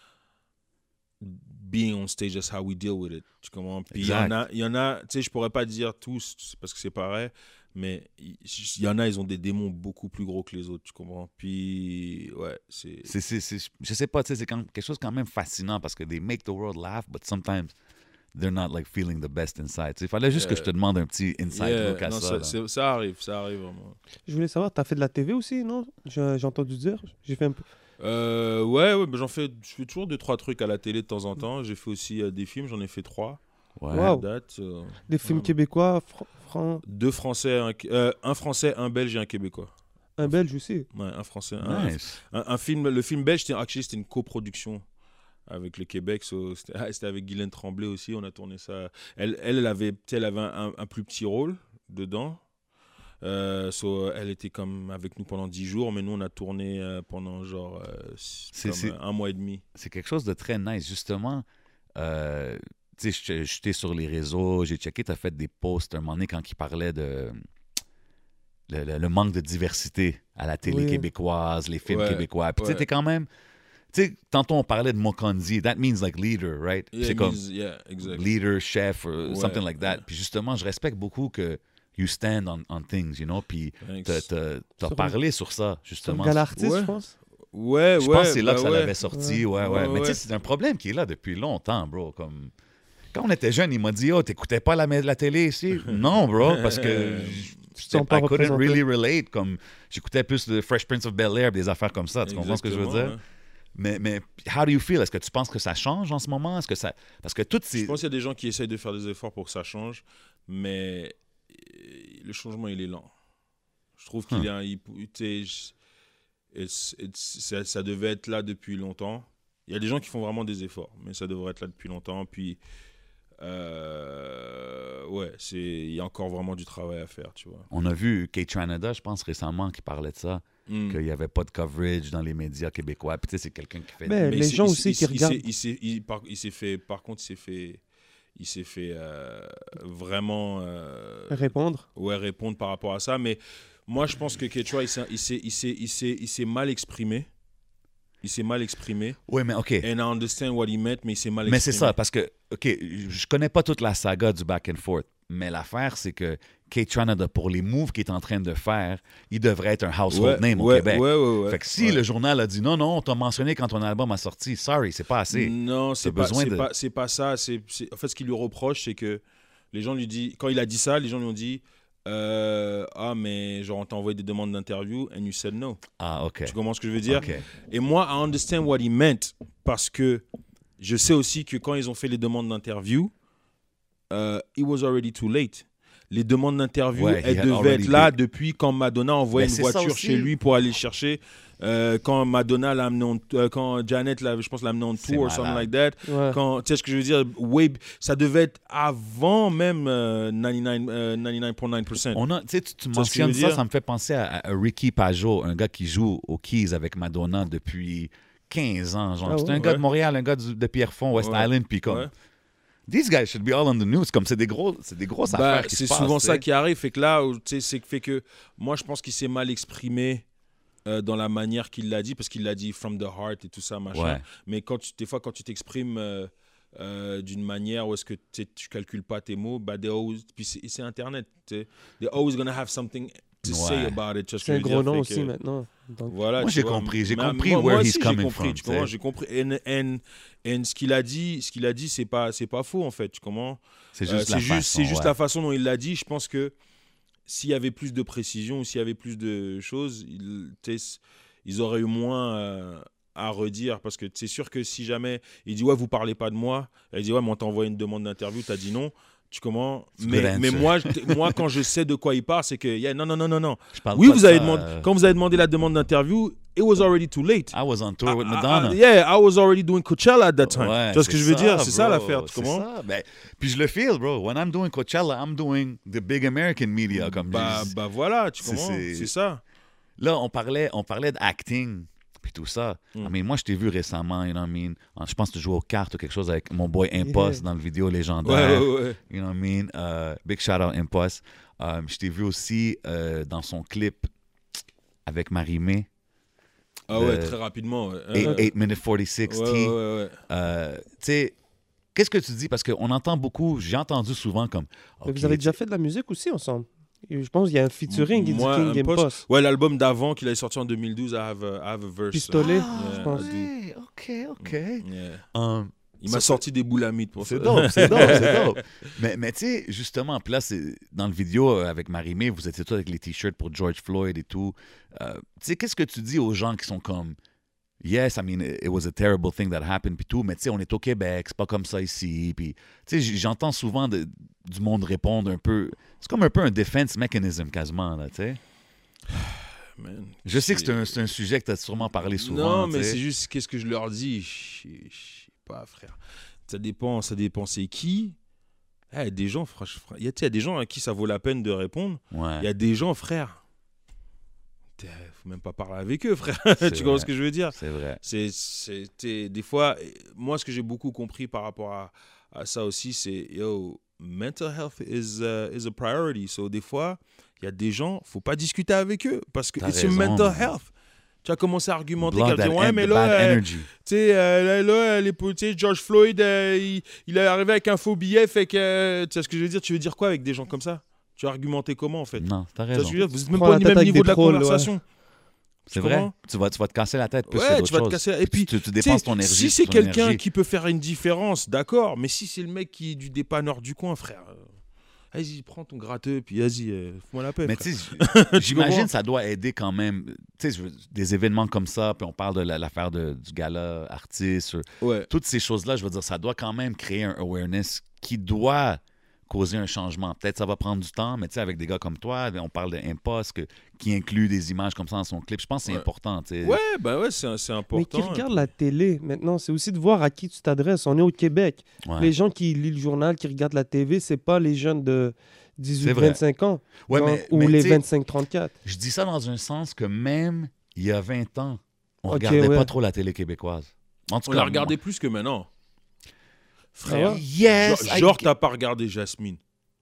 being on stage, that's how we deal with it. Tu comprends? Puis il y en a, tu sais, je pourrais pas dire tous parce que c'est pareil, mais il y en a, ils ont des démons beaucoup plus gros que les autres, tu comprends? Puis, ouais, c'est... Je sais pas, tu sais, c'est quelque chose quand même fascinant parce que they make the world laugh, but sometimes they're not like feeling the best inside. Il fallait juste que je te demande un petit inside look à non, ça. Ça arrive vraiment. Je voulais savoir, t'as fait de la TV aussi, non? J'ai entendu dire. J'ai fait un peu... Ouais, mais je fais toujours 2-3 trucs à la télé de temps en temps. J'ai fait aussi des films, j'en ai fait 3. Ouais. Wow. Date, Des films québécois, Deux Français, un Français, un Belge et un Québécois. un Belge aussi. Ouais, un Français. Nice. Un film, le film belge, c'était une coproduction avec le Québec. C'était avec Guylaine Tremblay aussi. On a tourné ça. Elle avait un plus petit rôle dedans. Elle était comme avec nous pendant 10 jours, mais nous on a tourné pendant genre un mois et demi. C'est quelque chose de très nice, justement. Tu sais, j'étais sur les réseaux, j'ai checké, tu as fait des posts un moment donné quand il parlait de le manque de diversité à la télé québécoise, les films québécois. Puis tu sais, t'es quand même... Tu sais, tantôt on parlait de Mokonzi, that means like leader, right? Yeah, c'est comme exactly. leader, chef, or something like that. Puis justement, je respecte beaucoup que you stand on things, you know? Puis t'as parlé sur ça, justement. Sur Galartiste, je pense. Ouais, je pense que c'est là que ça l'avait sorti, Ouais, Mais tu sais, c'est un problème qui est là depuis longtemps, bro. Comme... Quand on était jeune, il m'a dit, t'écoutais pas la télé ici? Non, bro, parce que I couldn't really relate. Comme, j'écoutais plus de Fresh Prince of Bel-Air, des affaires comme ça. Tu comprends ce que je veux dire? Ouais. Mais how do you feel? Est-ce que tu penses que ça change en ce moment? Est-ce que ça... Parce que toutes ces... Je pense qu'il y a des gens qui essayent de faire des efforts pour que ça change, mais le changement, il est lent. Je trouve qu'il ça devait être là depuis longtemps. Il y a des gens qui font vraiment des efforts, mais ça devrait être là depuis longtemps. Puis, il y a encore vraiment du travail à faire, tu vois. On a vu Kaytranada, je pense, récemment, qui parlait de ça. Qu'il n'y avait pas de coverage dans les médias québécois. Puis tu sais, c'est quelqu'un qui fait... Mais les gens aussi qui regardent... Il s'est fait vraiment... répondre. Ouais, répondre par rapport à ça. Mais moi, je pense que Quechua, il s'est mal exprimé. Il s'est mal exprimé. Oui, mais OK. And I understand what he meant, mais il s'est mal exprimé. Mais c'est ça, parce que, OK, je connais pas toute la saga du back and forth, mais l'affaire, c'est que Kaytranada, pour les moves qu'il est en train de faire, il devrait être un household name au Québec. Fait que si le journal a dit non, on t'a mentionné quand ton album a sorti, sorry, c'est pas assez. Non, c'est pas ça. En fait, ce qu'il lui reproche, c'est que les gens lui disent, quand il a dit ça, les gens lui ont dit mais genre on t'a envoyé des demandes d'interview and you said no. Ah, ok. Tu comprends ce que je veux dire? Okay. Et moi, I understand what he meant, parce que je sais aussi que quand ils ont fait les demandes d'interview, it was already too late. Les demandes d'interview, elles devaient être là depuis quand Madonna envoyait une voiture chez lui pour aller le chercher. Quand Madonna l'a amené quand Janet, je pense, l'a amené en tour, something like that. Ouais. Tu sais ce que je veux dire? Ça devait être avant même 99.9%. Tu mentionnes ça me fait penser à Ricky Pajot, un gars qui joue aux Keys avec Madonna depuis 15 ans. Genre. C'est un gars de Montréal, un gars de Pierrefonds, West Island, puis comme... Ouais. These guys should be all on the news. Comme c'est des grosses affaires qui se passent. C'est souvent ça qui arrive. Fait que là, fait que moi, je pense qu'il s'est mal exprimé dans la manière qu'il l'a dit, parce qu'il l'a dit from the heart et tout ça, machin. Ouais. Mais des fois, quand tu t'exprimes d'une manière où est-ce que tu calcules pas tes mots, puis c'est Internet. They're always gonna have something to say about it. C'est un gros nom aussi maintenant. Donc, voilà, moi, j'ai compris where he's coming from. J'ai compris. Et ce qu'il a dit, c'est pas faux, en fait. Tu comprends? C'est juste la façon dont il l'a dit. Je pense que s'il y avait plus de précision, ou s'il y avait plus de choses, ils auraient eu moins à redire. Parce que c'est sûr que si jamais il dit, ouais, vous parlez pas de moi, il dit, ouais, mais on t'a envoyé une demande d'interview, t'as dit non. Tu comprends? Mais moi, quand je sais de quoi il parle, c'est que non. Oui, quand vous avez demandé la demande d'interview, it was already too late. I was on tour with Madonna. I was already doing Coachella at that time. Ouais, tu vois ce que je veux dire? C'est ça l'affaire, tu comprends? Puis je le feel, bro. When I'm doing Coachella, I'm doing the big American media. Comme voilà, tu comprends? C'est ça. Là, on parlait d'acting. Puis tout ça. Mais moi, je t'ai vu récemment, you know what I mean? Je pense que tu joues aux cartes ou quelque chose avec mon boy Impost dans le vidéo légendaire. Ouais. You know what I mean? Big shout out Impost. Je t'ai vu aussi dans son clip avec Marie-Mé. Ah ouais, très rapidement. 8 minutes 46 T. Ouais. Tu sais, qu'est-ce que tu dis? Parce qu'on entend beaucoup, j'ai entendu souvent comme... Okay, vous avez déjà fait de la musique aussi ensemble? Je pense qu'il y a un featuring du King Impost. Ouais, l'album d'avant qu'il avait sorti en 2012, I have a verse. Pistolet, je pense. OK. Yeah. Il m'a sorti des boulamites pour ça. C'est dope. Mais tu sais, justement, là, dans le vidéo avec Marie-Mé, vous étiez tous avec les t-shirts pour George Floyd et tout. Tu sais, qu'est-ce que tu dis aux gens qui sont comme... yes, I mean, it was a terrible thing that happened, puis tout, mais tu sais, on est au Québec, c'est pas comme ça ici, puis tu sais, j'entends souvent du monde répondre un peu, c'est comme un peu un defense mechanism quasiment, là, tu sais. Man, je sais que c'est un sujet que tu as sûrement parlé souvent. Non, mais c'est juste, qu'est-ce que je leur dis? Je sais pas, frère. Ça dépend c'est qui. Il y a des gens, il y a des gens à qui ça vaut la peine de répondre. Ouais. Il y a des gens, frère, faut même pas parler avec eux, frère. Tu comprends ce que je veux dire? C'est vrai. Des fois, moi, ce que j'ai beaucoup compris par rapport à ça aussi, c'est, mental health is a priority. So, des fois, il y a des gens, faut pas discuter avec eux parce que c'est mental health. Tu as commencé à argumenter, ouais, mais là, tu sais, George Floyd, il est arrivé avec un faux billet, fait que, tu sais ce que je veux dire? Tu veux dire quoi avec des gens comme ça? Tu as argumenté comment, en fait? Non, t'as raison. Vous n'êtes même pas au même niveau de la conversation. Ouais. C'est vrai. Tu vas te casser la tête plus que d'autres choses. Casser... Et puis, tu dépenses ton énergie. Si c'est quelqu'un qui peut faire une différence, d'accord. Mais si c'est le mec qui est du dépanneur du coin, frère, vas-y, prends ton gratteux, puis vas-y, fous-moi la paix. Mais tu sais, j'imagine ça doit aider quand même. Tu sais, des événements comme ça, puis on parle de l'affaire du gala artiste. Ouais. Toutes ces choses-là, je veux dire, ça doit quand même créer un awareness qui doit causer un changement. Peut-être ça va prendre du temps, mais tu sais, avec des gars comme toi, on parle d'Impost qui inclut des images comme ça dans son clip. Je pense que c'est important. T'sais. Ouais, bah ouais, c'est important. Mais qui regarde la télé maintenant, c'est aussi de voir à qui tu t'adresses. On est au Québec. Ouais. Les gens qui lisent le journal, qui regardent la TV, c'est pas les jeunes de 18-25 ans ou les 25-34. Je dis ça dans un sens que même il y a 20 ans, on regardait pas trop la télé québécoise. En tout cas, on la regardait plus que maintenant. Frère, yes! Genre t'as pas regardé Jasmine.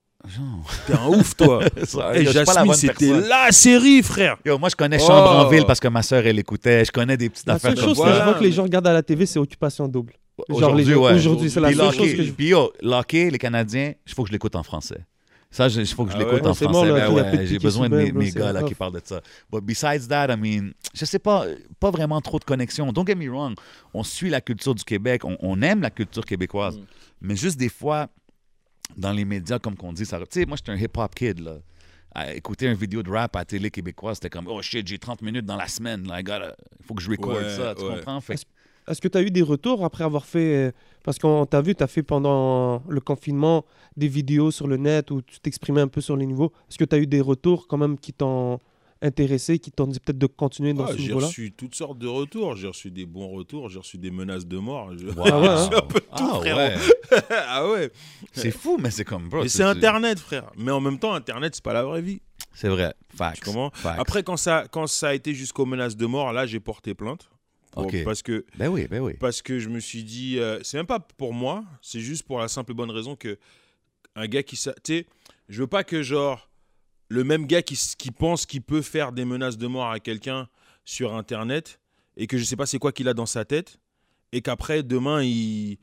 T'es un ouf, toi. Jasmine, c'était la série, frère. Yo, moi, je connais Chambre en ville parce que ma soeur, elle écoutait. Je connais des petites affaires comme ça. La seule chose que je vois que les gens regardent à la TV, c'est Occupation Double. Aujourd'hui, c'est la seule chose que je... Puis yo, Locké, les Canadiens, il faut que je l'écoute en français. Ça, il faut que je l'écoute en français. J'ai besoin de mes gars là, qui parlent de ça. But besides that, I mean, je sais pas vraiment trop de connexion. Don't get me wrong, on suit la culture du Québec, on aime la culture québécoise. Mais juste des fois, dans les médias, comme qu'on dit, ça... Tu sais, moi, j'étais un hip-hop kid, là. À écouter une vidéo de rap à la télé québécoise, c'était comme, oh shit, j'ai 30 minutes dans la semaine. Il faut que je recorde ça, tu comprends? Est-ce que tu as eu des retours après avoir fait... Parce qu'on t'a vu, tu as fait pendant le confinement des vidéos sur le net où tu t'exprimais un peu sur les niveaux. Est-ce que tu as eu des retours quand même qui t'ont intéressé, qui t'ont dit peut-être de continuer dans ce niveau-là? J'ai reçu toutes sortes de retours. J'ai reçu des bons retours, j'ai reçu des menaces de mort. Wow. Un peu tout, frère. Ouais. Ah ouais. C'est fou, mais c'est comme... Bro, c'est Internet, frère. Mais en même temps, Internet, c'est pas la vraie vie. C'est vrai. Facts. Après, quand ça a été jusqu'aux menaces de mort, là, j'ai porté plainte. Parce que, ben oui. Parce que je me suis dit, c'est même pas pour moi, c'est juste pour la simple et bonne raison que un gars qui... Tu sais, je veux pas que genre le même gars qui pense qu'il peut faire des menaces de mort à quelqu'un sur Internet et que je sais pas c'est quoi qu'il a dans sa tête et qu'après demain il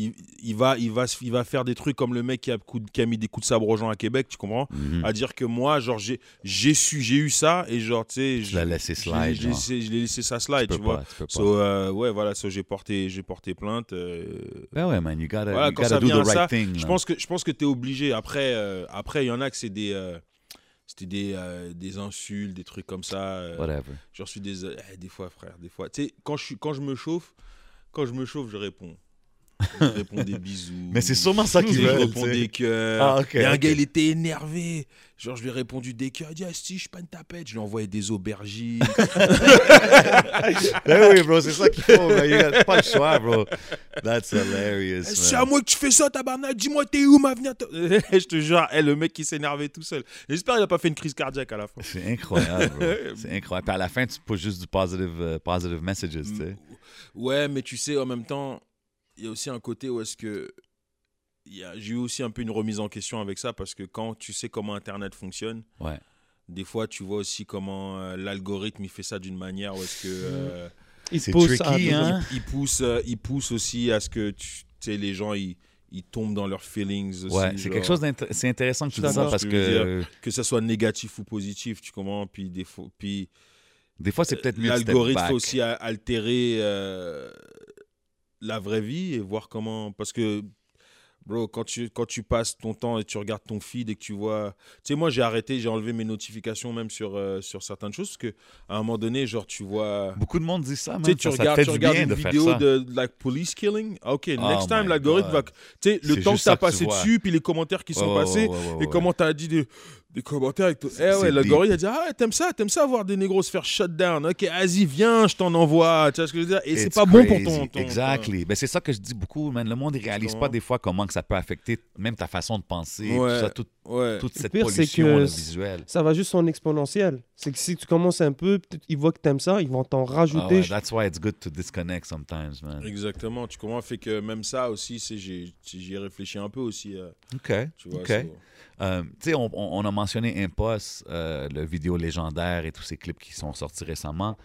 va faire des trucs comme le mec qui a mis des coups de sabre aux gens à Québec, tu comprends? À dire que moi genre j'ai eu ça et genre tu sais je l'ai laissé slide, je l'ai laissé ça slide, tu vois. Ouais, voilà, j'ai porté plainte. Ben ouais, man, you gotta do the right thing. Je pense que t'es obligé. Après il y en a que c'était des insultes, des trucs comme ça. Whatever. J'en suis des fois, frère, des fois. Tu sais, quand je me chauffe, je réponds. Je réponds des bisous. Mais c'est sûrement ça qu'ils veulent. Je réponds des cœurs. Et un gars, il était énervé. Genre, je lui ai répondu des cœurs. Il dit, si, je suis pas une tapette. Je lui ai envoyé des aubergines. Ben oui, bro, c'est ça qu'il faut. Il a pas le choix, bro. That's hilarious. C'est à moi que tu fais ça, tabarnak. Dis-moi, t'es où, ma venir. Je te jure, le mec qui s'énervait tout seul. J'espère qu'il a pas fait une crise cardiaque à la fin. C'est incroyable, bro. C'est incroyable. Puis à la fin, tu poses juste du positive messages, tu sais. Ouais, mais tu sais, en même temps, il y a aussi un côté où est-ce que j'ai eu aussi un peu une remise en question avec ça parce que quand tu sais comment Internet fonctionne, des fois tu vois aussi comment l'algorithme il fait ça d'une manière où est-ce que c'est tricky, il pousse aussi à ce que tu sais les gens ils tombent dans leurs feelings aussi. Ouais, c'est quelque chose c'est intéressant que tu dis ça parce que ça soit négatif ou positif, tu comprends? Puis des fois c'est peut-être mieux l'algorithme fait aussi altérer la vraie vie et voir comment... Parce que Bro, quand tu passes ton temps et tu regardes ton feed et que tu vois... Tu sais, moi, j'ai arrêté, j'ai enlevé mes notifications même sur certaines choses parce qu'à un moment donné, genre, tu vois... Beaucoup de monde dit ça, man. Tu sais, tu regardes une vidéo de like, police killing. OK, next time, l'algorithme va... Tu sais, le temps que tu as passé dessus, puis les commentaires qui sont passés, et comment tu as dit des commentaires avec toi. L'algorithme a dit, ah, t'aimes ça voir des négros se faire shut down. OK, vas-y, viens, je t'en envoie. Tu vois ce que je veux dire? Et c'est pas bon pour ton... Exactly. Ben, c'est ça que je dis beaucoup, man. Le monde ne réalise pas des fois comment que ça peut affecter même ta façon de penser, toute cette pollution visuelle. Ça va juste en exponentiel. C'est que si tu commences un peu, ils voient que t'aimes ça, ils vont t'en rajouter. That's why it's good to disconnect sometimes, man. Exactement. Tu comprends? Fait que même ça aussi, j'y ai réfléchi un peu aussi. OK. Tu vois, tu sais, on a mentionné Impost, le vidéo légendaire et tous ces clips qui sont sortis récemment.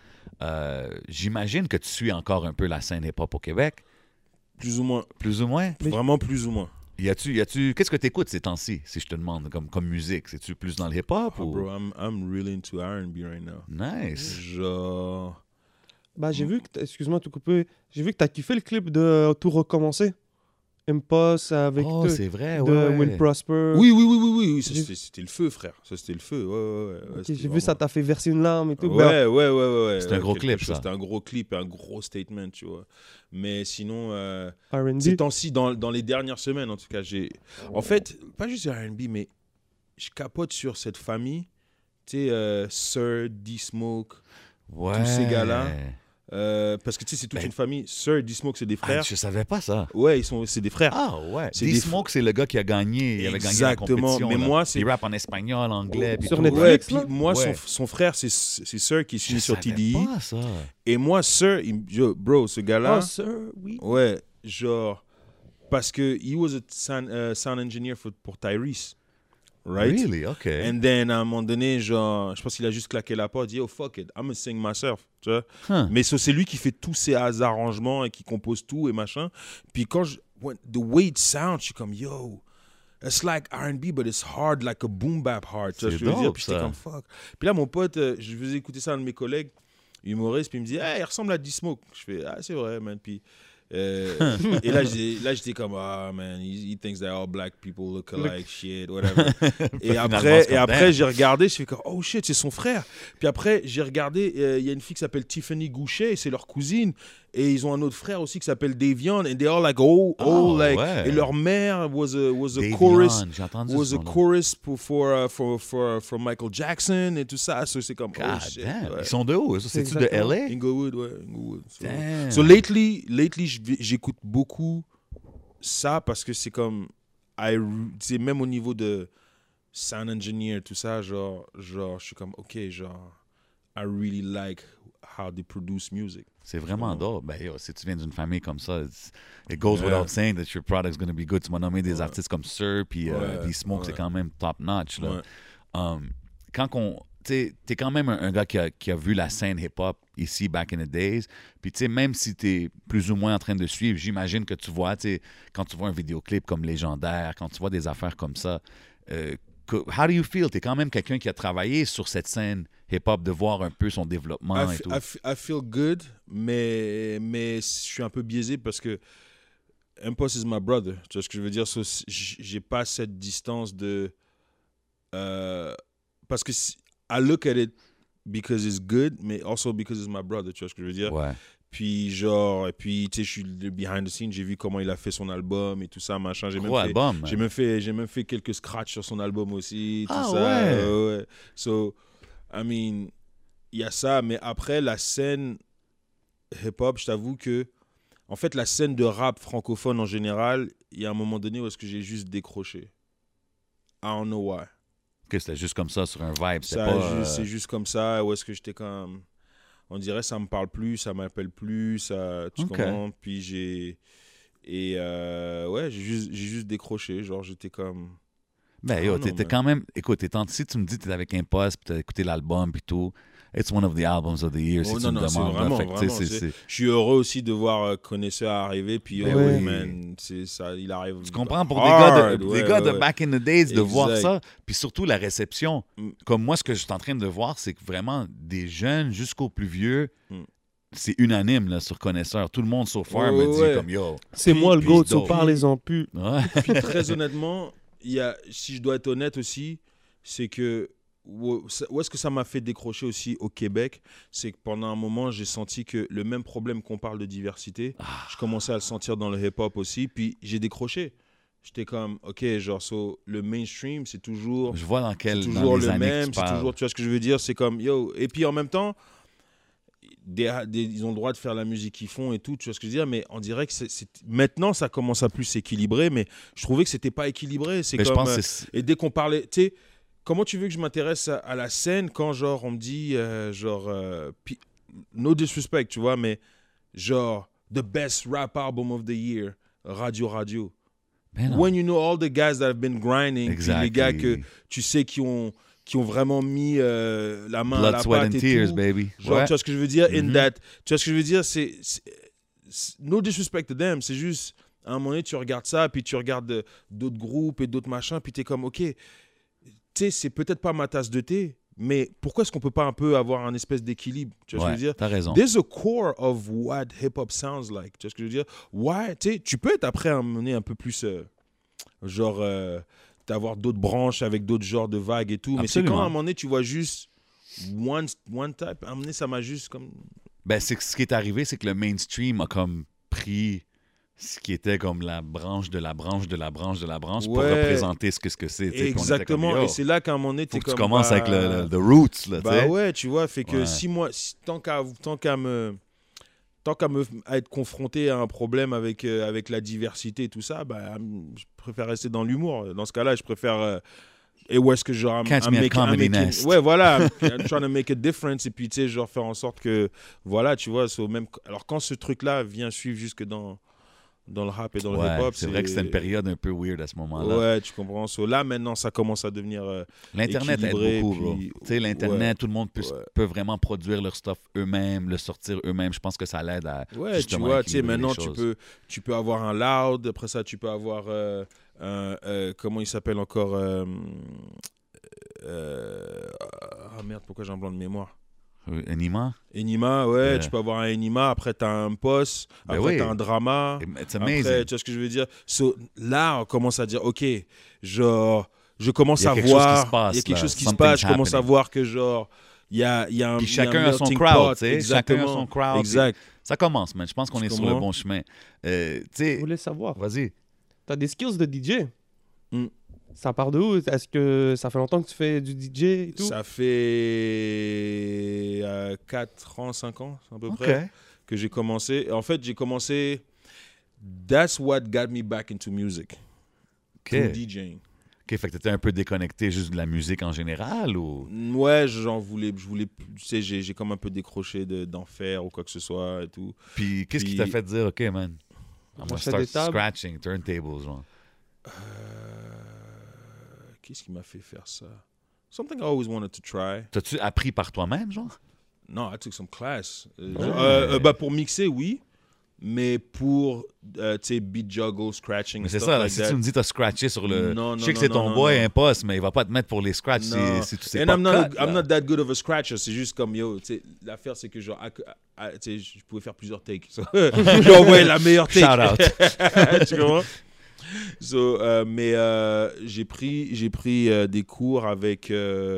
J'imagine que tu suis encore un peu la scène hip-hop au Québec. Plus ou moins. Plus ou moins? Vraiment plus ou moins. Qu'est-ce que tu écoutes ces temps-ci, si je te demande, comme musique? C'est-tu plus dans le hip-hop ou... Bro, I'm really into R&B right now. Nice. Genre... Bah, j'ai vu que... Excuse-moi de te couper. J'ai vu que t'as kiffé le clip de Tout recommencer. Impost avec c'est vrai, de Will Prosper. Oui. C'était le feu, frère. Ça, c'était le feu. Ouais, okay, j'ai vu ça, t'as fait verser une larme et tout. Ouais. C'était un gros clip, ça. C'était un gros clip et un gros statement, tu vois. Mais sinon, R&B. ces temps-ci, dans les dernières semaines, en tout cas, en fait, pas juste R&B, mais je capote sur cette famille. Tu sais, Sir, D-Smoke, tous ces gars-là. Parce que tu sais, c'est toute une famille. Sir et D-Smoke, c'est des frères. Je savais pas ça. Ouais, c'est des frères. Ah ouais. D-Smoke, c'est le gars qui a gagné. Il avait gagné la compétition. Mais moi, c'est... Il rappe en espagnol, anglais. Sur Netflix, puis moi, son frère, c'est Sir qui est signé sur TDI. Je savais pas ça. Et moi, Sir, bro, ce gars-là... Ah, Sir, oui. Ouais, genre... Parce que he was a sound engineer pour Tyrese. Right? Really? Okay. And then, à un moment donné, genre, je pense qu'il a juste claqué la porte, dit, oh, fuck it, I'm gonna sing myself, tu vois. Mais c'est lui qui fait tous ses arrangements et qui compose tout et machin. Puis the way it sounds, je suis comme, yo, it's like R&B, but it's hard like a boom bap hard. Tu vois ce que je veux dire? Puis j'étais comme, fuck. Puis là, mon pote, je faisais écouter ça à un de mes collègues, humoriste, puis il me dit, hey, il ressemble à D-Smoke. Je fais, ah, c'est vrai, man. Puis... et là j'étais comme man, he thinks that all black people look alike, shit, whatever. et après j'ai regardé, je fais comme oh shit, c'est son frère. Puis après j'ai regardé, il y a une fille qui s'appelle Tiffany Goucher, c'est leur cousine, et ils ont un autre frère aussi qui s'appelle Davion, and they're all like like, et leur mère was a chorus for Michael Jackson et tout ça. So c'est comme oh shit. Ils sont de où? C'est-tu de LA? Inglewood, ouais, Inglewood. So lately j'écoute beaucoup ça parce que c'est comme c'est même au niveau de sound engineer tout ça, genre je suis comme OK, genre I really like how they produce music. C'est vraiment dope. Ben, si tu viens d'une famille comme ça, it goes without saying that your product's going to be good. Tu m'as nommé des artistes comme Sir, puis D-Smoke, c'est quand même top-notch. T'es quand même un gars qui a vu la scène hip-hop ici, back in the days. Puis, tu sais, même si t'es plus ou moins en train de suivre, j'imagine que tu vois, tu sais, quand tu vois un vidéoclip comme Légendaire, quand tu vois des affaires comme ça, how do you feel? T'es quand même quelqu'un qui a travaillé sur cette scène hip-hop, de voir un peu son développement et tout. I feel good, mais je suis un peu biaisé parce que Impost is my brother. Tu vois ce que je veux dire? J'ai pas cette distance de... parce que I look at it because it's good, mais also because it's my brother. Tu vois ce que je veux dire? Ouais. Puis tu sais, je suis le behind the scenes, j'ai vu comment il a fait son album et tout ça, machin. J'ai même fait quelques scratchs sur son album aussi, tout ça. Ouais. So, I mean, il y a ça, mais après, la scène hip-hop, je t'avoue que, en fait, la scène de rap francophone en général, il y a un moment donné où est-ce que j'ai juste décroché. I don't know why. Que c'était juste comme ça, sur un vibe, c'est juste comme ça, où est-ce que j'étais comme... On dirait ça me parle plus, ça m'appelle plus, ça, tu comprends? Puis j'ai juste décroché, genre j'étais comme... Ben yo, t'étais quand même... Écoute, si tu me dis que t'es avec Impost, puis t'as écouté l'album, puis tout, it's one of the albums of the year, si tu me demandes. Je suis heureux aussi de voir Connaisseur arriver, puis man, c'est ça, il arrive. Tu comprends, pour des gars de back in the days, de voir ça, puis surtout la réception. Comme moi, ce que je suis en train de voir, c'est que vraiment, des jeunes jusqu'aux plus vieux, c'est unanime là, sur Connaisseur. Tout le monde sur Fire me dit comme yo. C'est moi le GOAT, so parlez-en plus. Ouais. Puis très honnêtement, si je dois être honnête aussi, c'est que où est-ce que ça m'a fait décrocher aussi au Québec, c'est que pendant un moment, j'ai senti que le même problème qu'on parle de diversité, je commençais à le sentir dans le hip-hop aussi, puis j'ai décroché. J'étais comme, OK, genre, le mainstream, c'est toujours... Je vois dans toujours les le années même, que tu c'est parles. toujours, tu vois ce que je veux dire, c'est comme, yo, et puis en même temps, ils ont le droit de faire la musique qu'ils font et tout, tu vois ce que je veux dire, mais on dirait que maintenant, ça commence à plus s'équilibrer, mais je trouvais que c'était pas équilibré. C'est comme, et dès qu'on parlait, tu sais, comment tu veux que je m'intéresse à la scène quand, genre, on me dit, no disrespect, tu vois, mais genre, the best rap album of the year, Radio. When you know all the guys that have been grinding, puis les gars que tu sais qui ont vraiment mis la main à la pâte et tears, tout. Baby. Genre, tu vois ce que je veux dire? Tu vois ce que je veux dire? C'est no disrespect to them. C'est juste, à un moment donné, tu regardes ça, puis tu regardes d'autres groupes et d'autres machins, puis tu es comme, OK, tu sais, c'est peut-être pas ma tasse de thé, mais pourquoi est-ce qu'on peut pas un peu avoir un espèce d'équilibre? Tu vois ce que je veux dire? T'as raison. There's a core of what hip-hop sounds like. Tu vois ce que je veux dire? Ouais, tu sais, tu peux être après à un moment donné un peu plus, d'avoir d'autres branches avec d'autres genres de vagues et tout. Absolument. Mais c'est quand à un moment donné, tu vois juste one type. À un moment donné, ça m'a juste comme... Ben, ce qui est arrivé, c'est que le mainstream a comme pris ce qui était comme la branche de la branche de la branche de la branche pour représenter ce que c'est. Exactement. Comme, et c'est là qu'à un moment donné, tu commences avec le roots. Là, ouais, tu vois, fait que tant qu'à être confronté à un problème avec la diversité et tout ça, je préfère rester dans l'humour. Dans ce cas-là, je préfère... et où est-ce que genre... Ouais, voilà. I'm trying to make a difference. Et puis, tu sais, genre faire en sorte que... Voilà, tu vois. Alors, quand ce truc-là vient suivre jusque dans le rap et dans le hip-hop... C'est vrai que c'était une période un peu weird à ce moment-là. Ouais, tu comprends. Là, maintenant, ça commence à devenir l'Internet aide beaucoup, puis... Tu sais, l'Internet, tout le monde peut vraiment produire leur stuff eux-mêmes, le sortir eux-mêmes. Je pense que ça l'aide à justement tu vois, tu sais, maintenant, tu peux avoir un Loud. Après ça, tu peux avoir... comment il s'appelle encore merde, pourquoi j'ai un blanc de mémoire? Enima, ouais, tu peux avoir un Enima, après tu as un Post, après tu as un Drama. Après, tu vois ce que je veux dire? Là, on commence à dire, OK, genre, je commence à voir, il y a quelque chose qui se passe, je commence à voir que, genre, il y a un... Puis chacun a son crowd, tu sais. Chacun a son crowd. Exact. Ça commence, man. Je pense qu'on est sur le bon chemin. Je voulais savoir. Vas-y. Tu as des skills de DJ? Ça part de où? Est-ce que ça fait longtemps que tu fais du DJ et tout? Ça fait 4 ans, 5 ans à peu près que j'ai commencé. En fait, j'ai commencé... That's what got me back into music. Through DJing. OK, fait que t'étais un peu déconnecté juste de la musique en général ou... Ouais, je voulais, tu sais, j'ai comme un peu décroché d'en faire ou quoi que ce soit et tout. Puis qu'est-ce qui t'a fait dire, OK, man, I'm gonna start scratching, turntables, genre? Qu'est-ce qui m'a fait faire ça? Something I always wanted to try. T'as-tu appris par toi-même, genre? Non, I took some class. Pour mixer, oui. Mais pour, tu sais, beat juggle, scratching, mais c'est ça, si tu me dis que t'as scratché sur le... Je sais que c'est ton boy, un poste, mais il va pas te mettre pour les scratchs si tu sais pas. I'm not that good of a scratcher. C'est juste comme, yo, tu sais, l'affaire, c'est que genre, tu sais, je pouvais faire plusieurs takes. J'ai envoyé la meilleure take. Shout out. Tu comprends? Mais j'ai pris des cours avec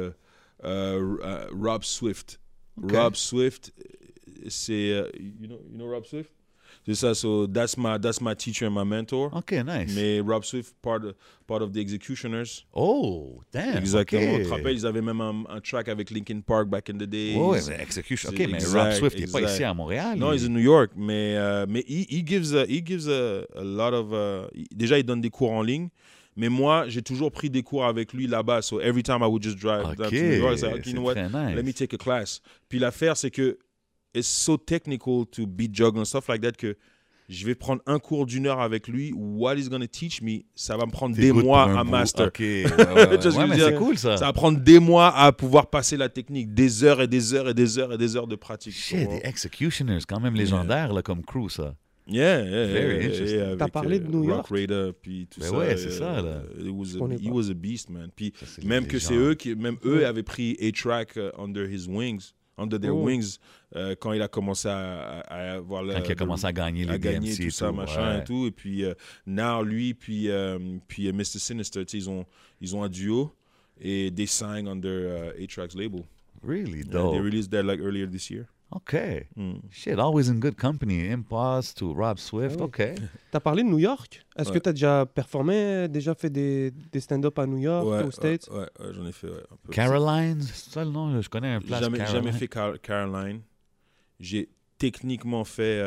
Rob Swift. Rob Swift, c'est... you know Rob Swift? C'est ça, so that's my teacher and my mentor. OK, nice. Mais Rob Swift, part of the Executioners. Oh, damn. Exactement. Tu te rappelles, ils avaient même un track avec Linkin Park back in the days. Oh, ouais, mais Execution. OK, mais Rob Swift, il n'est pas ici à Montréal. Non, il est à New York. Mais he gives a lot of... déjà, il donne des cours en ligne. Mais moi, j'ai toujours pris des cours avec lui là-bas. So every time I would just drive down to New York, I said, you know what, nice. Let me take a class. Puis l'affaire, c'est que it's so technical to beat juggle and stuff like that que je vais prendre un cours d'1 heure avec lui. What he's going to teach me, ça va me prendre des mois à master. OK. Ouais, mais c'est cool, ça. Ça va prendre des mois à pouvoir passer la technique. Des heures et des heures et des heures et des heures de pratique. Shit, des Executioners, quand même légendaires là, comme crew, ça. Yeah. Very interesting. T'as parlé de New York. Rock Raider, puis tout ça. Ouais, c'est ça, là. He was a beast, man. Puis ça, même que c'est eux avaient pris A-Track under his wings. under their wings quand il a commencé à avoir quand il a commencé à gagner les DMC tout et ça, tout, machin et tout. Et puis, now, lui, puis Mr. Sinister, ils ont un duo et they signed under A-Track's label. Really dope. They released that like earlier this year. OK. Shit, always in good company. Impost to Rob Swift. OK. T'as parlé de New York. Est-ce que t'as déjà performé, déjà fait des stand-up à New York, aux States? Ouais, j'en ai fait un peu. Caroline, c'est ça le nom? Je connais un place Caroline. Jamais fait Caroline. J'ai techniquement fait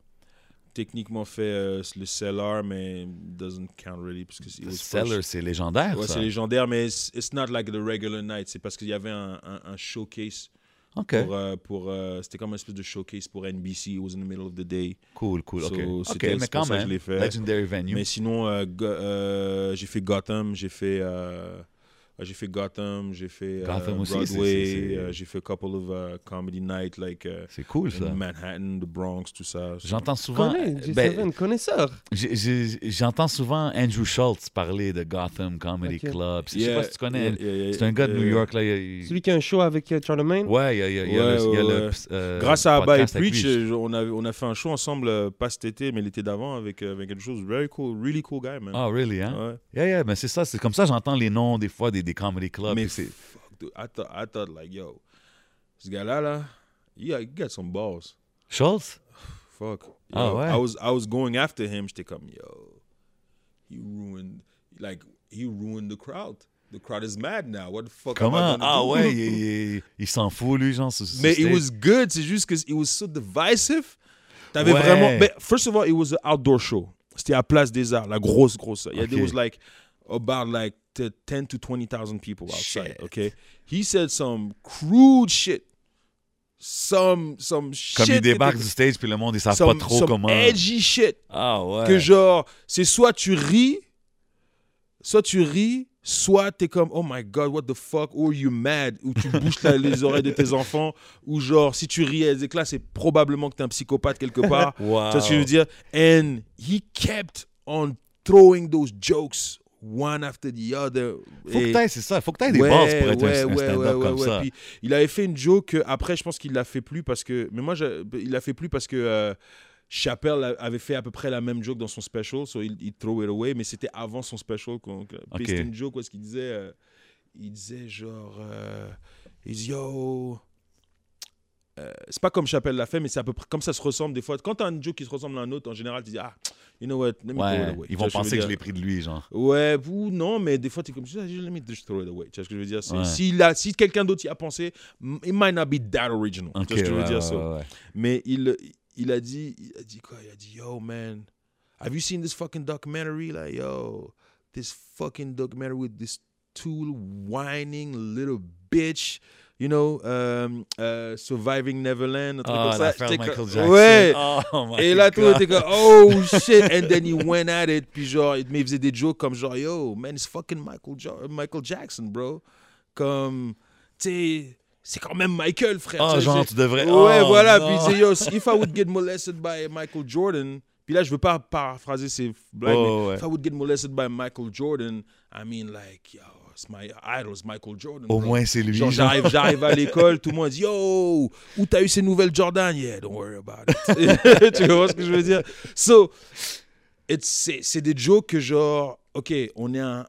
le Cellar, mais doesn't count really. Parce que le Cellar, c'est légendaire, ouais, ça? c'est légendaire, mais it's not like the regular night. C'est parce qu'il y avait un showcase. OK. C'était comme une espèce de showcase pour NBC. It was in the middle of the day. Cool. So, OK, mais quand même, je l'ai fait. legendary venue. Mais sinon, j'ai fait Gotham, j'ai fait Gotham aussi, Broadway, j'ai fait a couple of comedy nights, like c'est cool, ça. Manhattan, the Bronx, tout ça. J'entends souvent... connaisseur. J'entends souvent Andrew Schultz parler de Gotham Comedy Club. Je sais pas si tu connais. C'est un gars de New York. Là, celui qui a un show avec Charlemagne? Ouais, il y a le grâce à Abba et Preach, on a fait un show ensemble, pas cet été, mais l'été d'avant, avec quelque chose. Very cool, really cool guy, man. Oh, really, hein? Ouais. Yeah, mais c'est ça. C'est comme ça j'entends les noms, des fois, des comedy clubs. Mais fuck, dude, I thought like, yo, ce gars-là, he got some balls. Schultz? Fuck. Ah, ouais. I was going after him. J'étais comme, yo, he ruined the crowd. The crowd is mad now. What the fuck Comment? am I gonna do? Ouais, il s'en fout, lui, genre. Mais it was good. C'est juste que it was so divisive. T'avais vraiment... Mais first of all, it was an outdoor show. C'était à Place des Arts, la grosse. Yeah, there was like about like 10 to 20,000 people outside. Shit. Okay, he said some crude shit. Some shit. Comme il débarque du stage, puis le monde, ils savent pas trop comment. Edgy shit. Ah ouais. Que genre, c'est soit tu ris, soit t'es comme, oh my god, what the fuck, or you mad, ou tu bouches les oreilles de tes enfants, ou genre, si tu ris à des éclats, c'est probablement que t'es un psychopathe quelque part. Wow. Tu vois ce que je veux dire? And he kept on throwing those jokes one after the other. Faut que t'aies des bases pour être un stand-up comme ça. Puis, il avait fait une joke, après, je pense qu'il l'a fait plus parce que... Mais moi, il l'a fait plus parce que Chappelle avait fait à peu près la même joke dans son special, so il throw it away, mais c'était avant son special. Puis c'était une joke où il disait genre... il dit, yo... c'est pas comme Chappelle l'a fait, mais c'est à peu près comme ça se ressemble des fois. Quand t'as un joke qui se ressemble à un autre, en général, tu dis, you know what, let me throw it away. Ils vont penser que je l'ai pris de lui, genre. Ouais, ou non, mais des fois, tu es comme, let me just throw it away. Tu vois ce que je veux dire? Si quelqu'un d'autre y a pensé, it might not be that original. Tu vois ce que je veux dire? Mais il a dit quoi? Il a dit, yo, man, have you seen this fucking documentary? Like, yo, this fucking documentary with this two whining little bitch. You know, Surviving Neverland, un truc comme ça. Michael Jackson. Ouais. Oh my et là, tout le monde God. était comme, oh shit. And then he went at it. Puis genre, il faisait des jokes comme genre, yo, man, it's fucking Michael Jackson, bro. Comme, tu sais, c'est quand même Michael, frère. Oh, genre, tu devrais... Ouais, voilà. Non. Puis il disait, yo, if I would get molested by Michael Jordan... Puis là, je veux pas paraphraser ces blagues, mais if I would get molested by Michael Jordan, I mean, like, yo, my idol is Michael Jordan. Au bro. moins, c'est lui. Genre, j'arrive à l'école, tout le monde dit, yo, où t'as eu ces nouvelles Jordan? Yeah, don't worry about it. Tu comprends ce que je veux dire? So, c'est des jokes que genre, OK, on est à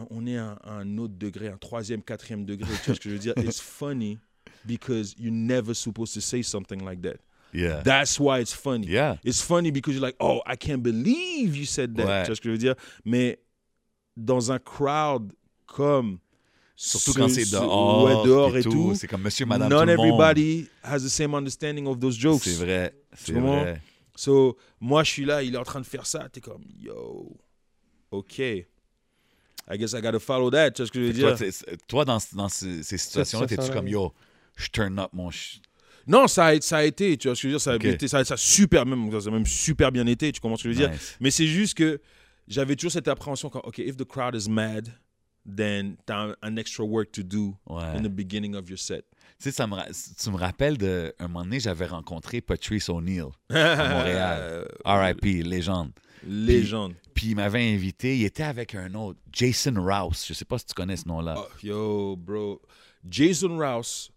un autre degré, un 3e, 4e degré. Tu vois ce que je veux dire? It's funny because you're never supposed to say something like that. Yeah. That's why it's funny. Yeah. It's funny because you're like, oh, I can't believe you said that. Ouais. Tu vois ce que je veux dire? Mais dans un crowd comme... Surtout quand c'est dehors, et tout. C'est comme monsieur, madame, Not tout le monde. everybody has the same understanding of those jokes. C'est vrai. Tu comprends? So, moi, je suis là, il est en train de faire ça. T'es comme, yo, OK. I guess I gotta follow that. Tu vois ce que je veux dire? Toi, dans ces situations-là, t'es-tu comme, yo, je turn up mon... Non, ça a été, tu vois ce que je veux dire? Ça a été, ça a super, ça a même super bien été, tu comprends ce que je veux dire? Mais c'est juste que j'avais toujours cette appréhension quand, OK, if the crowd is mad, then t'as un extra work to do in the beginning of your set. Tu sais, tu me rappelles d'un moment donné, j'avais rencontré Patrice O'Neill à Montréal. R.I.P., légende. Légende. Puis il m'avait invité, il était avec un autre, Jason Rouse. Je sais pas si tu connais ce nom-là. Yo, bro. Jason Rouse,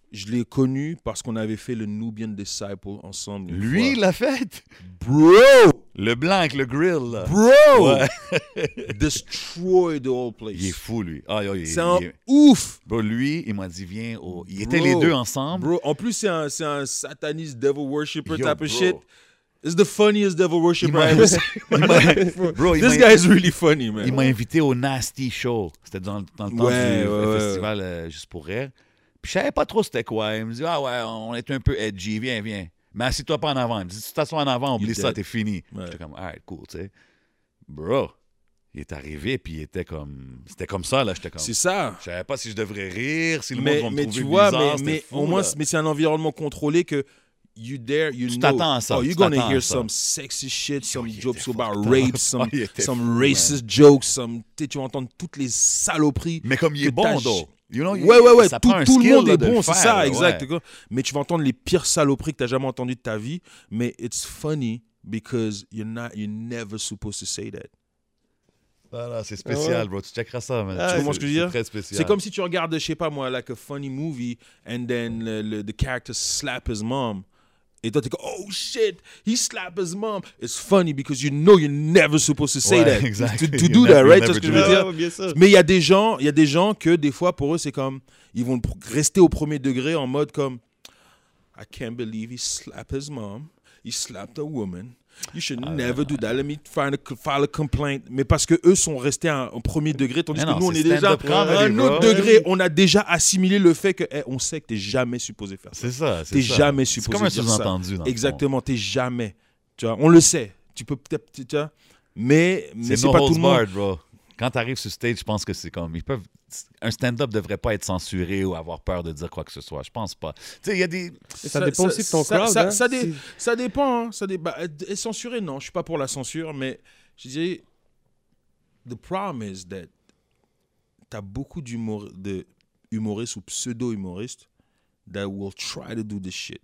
je l'ai connu parce qu'on avait fait le Nubian Disciple ensemble. Lui, il l'a fait? Bro! Le blanc avec le grill, là. Bro! Ouais. Destroy the whole place. Il est fou, lui. C'est un ouf! Bro, lui, il m'a dit, viens au... Ils étaient les deux ensemble. Bro, en plus, c'est un sataniste devil worshipper type bro. of shit. It's the funniest devil worshipper I ever seen. Bro, This guy is really funny, man. Il m'a invité au Nasty Show. C'était dans le temps du festival Juste pour rire. Puis je savais pas trop c'était quoi. Il me dit, ah ouais, on est un peu edgy, viens. Mais assis-toi pas en avant. Il me dit, si tu t'assois en avant, oublie ça, t'es fini. Ouais. J'étais comme, alright, cool, tu sais. Bro, il est arrivé, puis il était comme... C'était comme ça, là, j'étais comme... C'est ça. Je savais pas si je devrais rire, si le monde va me trouver tu vois, bizarre. Mais au moins, c'est un environnement contrôlé que... tu t'attends à ça. Oh, you're gonna hear some sexy shit, some jokes about rape, some racist jokes, tu vas entendre toutes les saloperies. Mais comme il est bon, though. You know, ouais. Tout le monde est bon, c'est ça, exact. Ouais. Mais tu vas entendre les pires saloperies que tu n'as jamais entendues de ta vie. Mais it's funny because you're never supposed to say that. Ah, c'est spécial, bro. Tu checkeras ça, man. Tu comprends ce que je veux dire? C'est très spécial. C'est comme si tu regardes, je sais pas moi, like a funny movie and then the character slap his mom. Et toi, t'es comme, oh shit, he slapped his mom. It's funny because you know you're never supposed to say that. Exactly. To do that, right? C'est ce que je veux dire. Bien sûr. Mais il y a des gens que des fois, pour eux, c'est comme, ils vont rester au premier degré en mode comme, I can't believe he slapped his mom. He slapped a woman. You should never do that. Let me file a complaint. Mais parce que eux sont restés au premier degré, tandis que nous, on est déjà à un autre degré. On a déjà assimilé le fait que, on sait que t'es jamais supposé faire ça. C'est ça. T'es jamais supposé faire ça. C'est comme un sous-entendu. Exactement, t'es jamais. Tu vois, on le sait. Tu peux peut-être, tu vois, mais c'est pas tout le monde. Bro. Quand tu arrives sur stage, je pense que c'est comme... Un stand-up devrait pas être censuré ou avoir peur de dire quoi que ce soit. Je pense pas. Tu sais, il y a des... Ça dépend aussi de ton crowd. Ça dépend. Censurer, non. Je suis pas pour la censure, mais je dirais... The problem is that t'as beaucoup d'humoristes ou pseudo-humoristes that will try to do this shit.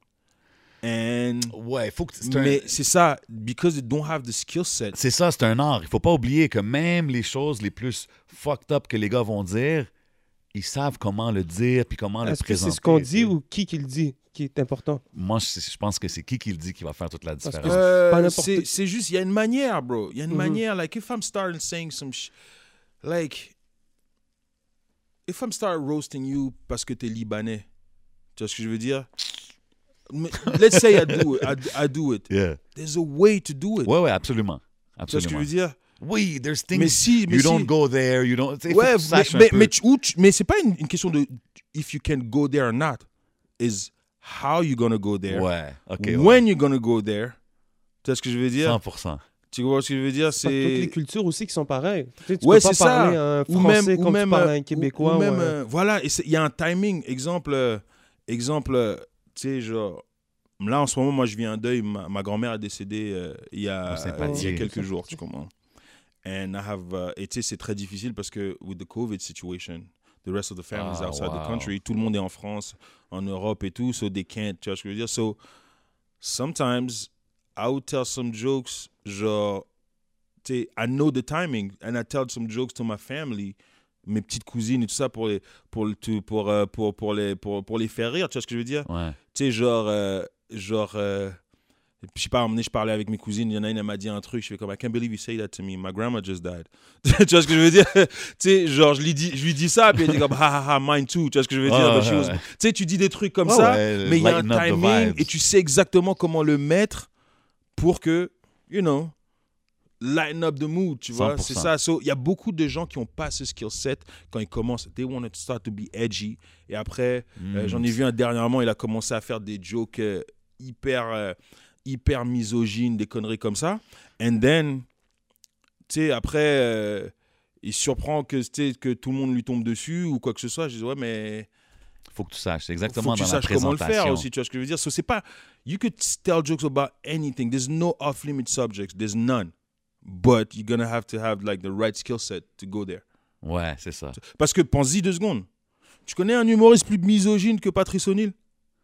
Ouais, faut que mais c'est ça, because they don't have the skill set. C'est ça, c'est un art. Il faut pas oublier que même les choses les plus fucked up que les gars vont dire, ils savent comment le dire puis comment le présenter. Est-ce que c'est ce qu'on dit ou qui le dit qui est important? Moi, je pense que c'est qui le dit qui va faire toute la différence. C'est juste, il y a une manière, bro. Il y a une manière. Like, if I'm starting saying some like, if I'm start roasting you parce que t'es libanais, tu vois ce que je veux dire? Let's say I do it. Yeah. There's a way to do it. Ouais, absolument. Tu vois ce que je veux dire? Oui, there's things you don't go there, you don't... Ouais, mais c'est pas une question de if you can go there or not. Is how you gonna go there. Ouais, OK. When you're gonna go there. Tu vois ce que je veux dire? 100%. Tu vois ce que je veux dire? C'est toutes les cultures aussi qui sont pareilles. Tu ouais, peux pas parler un français comme tu parles un québécois. Ou même, voilà, il y a un timing. Exemple, tu sais, genre, là, en ce moment, moi, je vis un deuil. Ma grand-mère est décédée il y a quelques jours, tu comprends? And I have, et tu sais, c'est très difficile parce que, with the COVID situation, the rest of the family is outside the country. Tout le monde est en France, en Europe et tout, so they can't, tu vois ce que je veux dire? So, sometimes, I would tell some jokes, genre, tu sais, I know the timing, and I tell some jokes to my family, mes petites cousines et tout ça pour les faire rire, tu vois ce que je veux dire? Ouais. Tu sais, genre je sais pas, à un moment donné, je parlais avec mes cousines, il y en a une, elle m'a dit un truc, je fais comme, I can't believe you say that to me, my grandma just died. Tu vois ce que je veux dire? Tu sais, genre, je lui dis ça, puis elle dit comme, ha, mine too, tu vois ce que je veux dire? Tu sais, tu dis des trucs comme ça, mais il y a un timing, et tu sais exactement comment le mettre pour que, you know, lighten up the mood, tu vois, 100%. c'est ça. Il y a beaucoup de gens qui n'ont pas ce skill set quand ils commencent. They want to start to be edgy. Et après, j'en ai vu un dernièrement, il a commencé à faire des jokes hyper misogynes, des conneries comme ça. And then, tu sais, après, il surprend que tout le monde lui tombe dessus ou quoi que ce soit. Je dis, ouais, mais... Faut que tu saches, c'est exactement dans la présentation. Faut que tu saches comment le faire aussi, tu vois ce que je veux dire. So, c'est pas... You could tell jokes about anything. There's no off-limit subjects. There's none. But you're gonna have to have like the right skill set to go there. Ouais, c'est ça. Parce que pense-y 2 secondes. Tu connais un humoriste plus misogyne que Patrice O'Neill?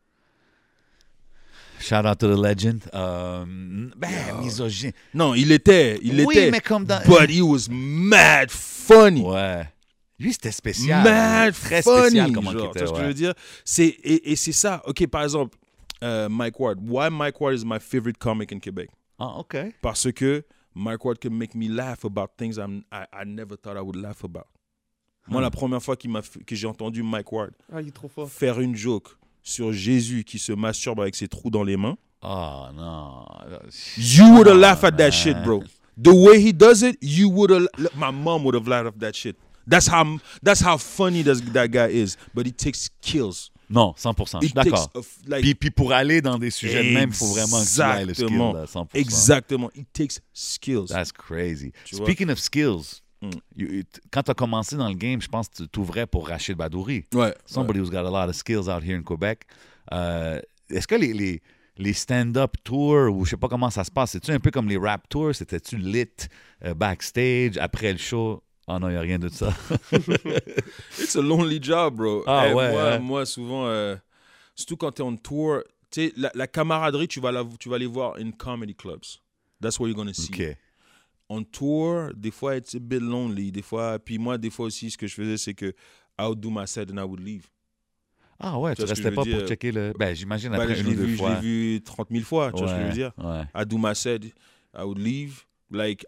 Shout out to the legend. Misogyne. Non, il était. Oui, mais comme dans... But he was mad funny. Ouais. Lui, c'était spécial. Mad très funny, spécial comment il genre, était. tu vois ce que je veux dire? Et c'est ça. OK, par exemple, Mike Ward. Why Mike Ward is my favorite comic in Québec? Ah, OK. Parce que Mike Ward can make me laugh about things I never thought I would laugh about. Moi, la première fois que j'ai entendu Mike Ward il est trop fort. faire une joke sur Jésus qui se masturbe avec ses trous dans les mains, Oh, non. you would have laughed at that shit, bro. The way he does it, you would have. My mom would have laughed at that shit. That's how funny that guy is. But it takes skills. Non, 100%. Je suis d'accord. Puis pour aller dans des sujets de même, il faut vraiment que tu aies le skill. Là, 100%. Exactement. It takes skills. That's crazy. Speaking of skills, quand tu as commencé dans le game, je pense que tu t'ouvrais pour Rachid Badouri. Ouais. Somebody who's got a lot of skills out here in Quebec. Est-ce que les stand-up tours, ou je sais pas comment ça se passe, c'est-tu un peu comme les rap tours? C'était-tu lit backstage, après le show? Oh non, il n'y a rien de ça. It's a lonely job, bro. Ah, ouais, moi, souvent, surtout quand tu es on tour, tu sais, la camaraderie, tu vas les voir in comedy clubs. That's what you're going to see. Okay. On tour, des fois, it's a bit lonely. Des fois, puis moi, des fois aussi, ce que je faisais, c'est que I would do my set and I would leave. Ah ouais, tu restais pas pour checker le... Ben, j'imagine après une ou deux fois. Je l'ai vu 30 000 fois, tu vois ce que je veux dire? Ouais. I do my set, I would leave. Like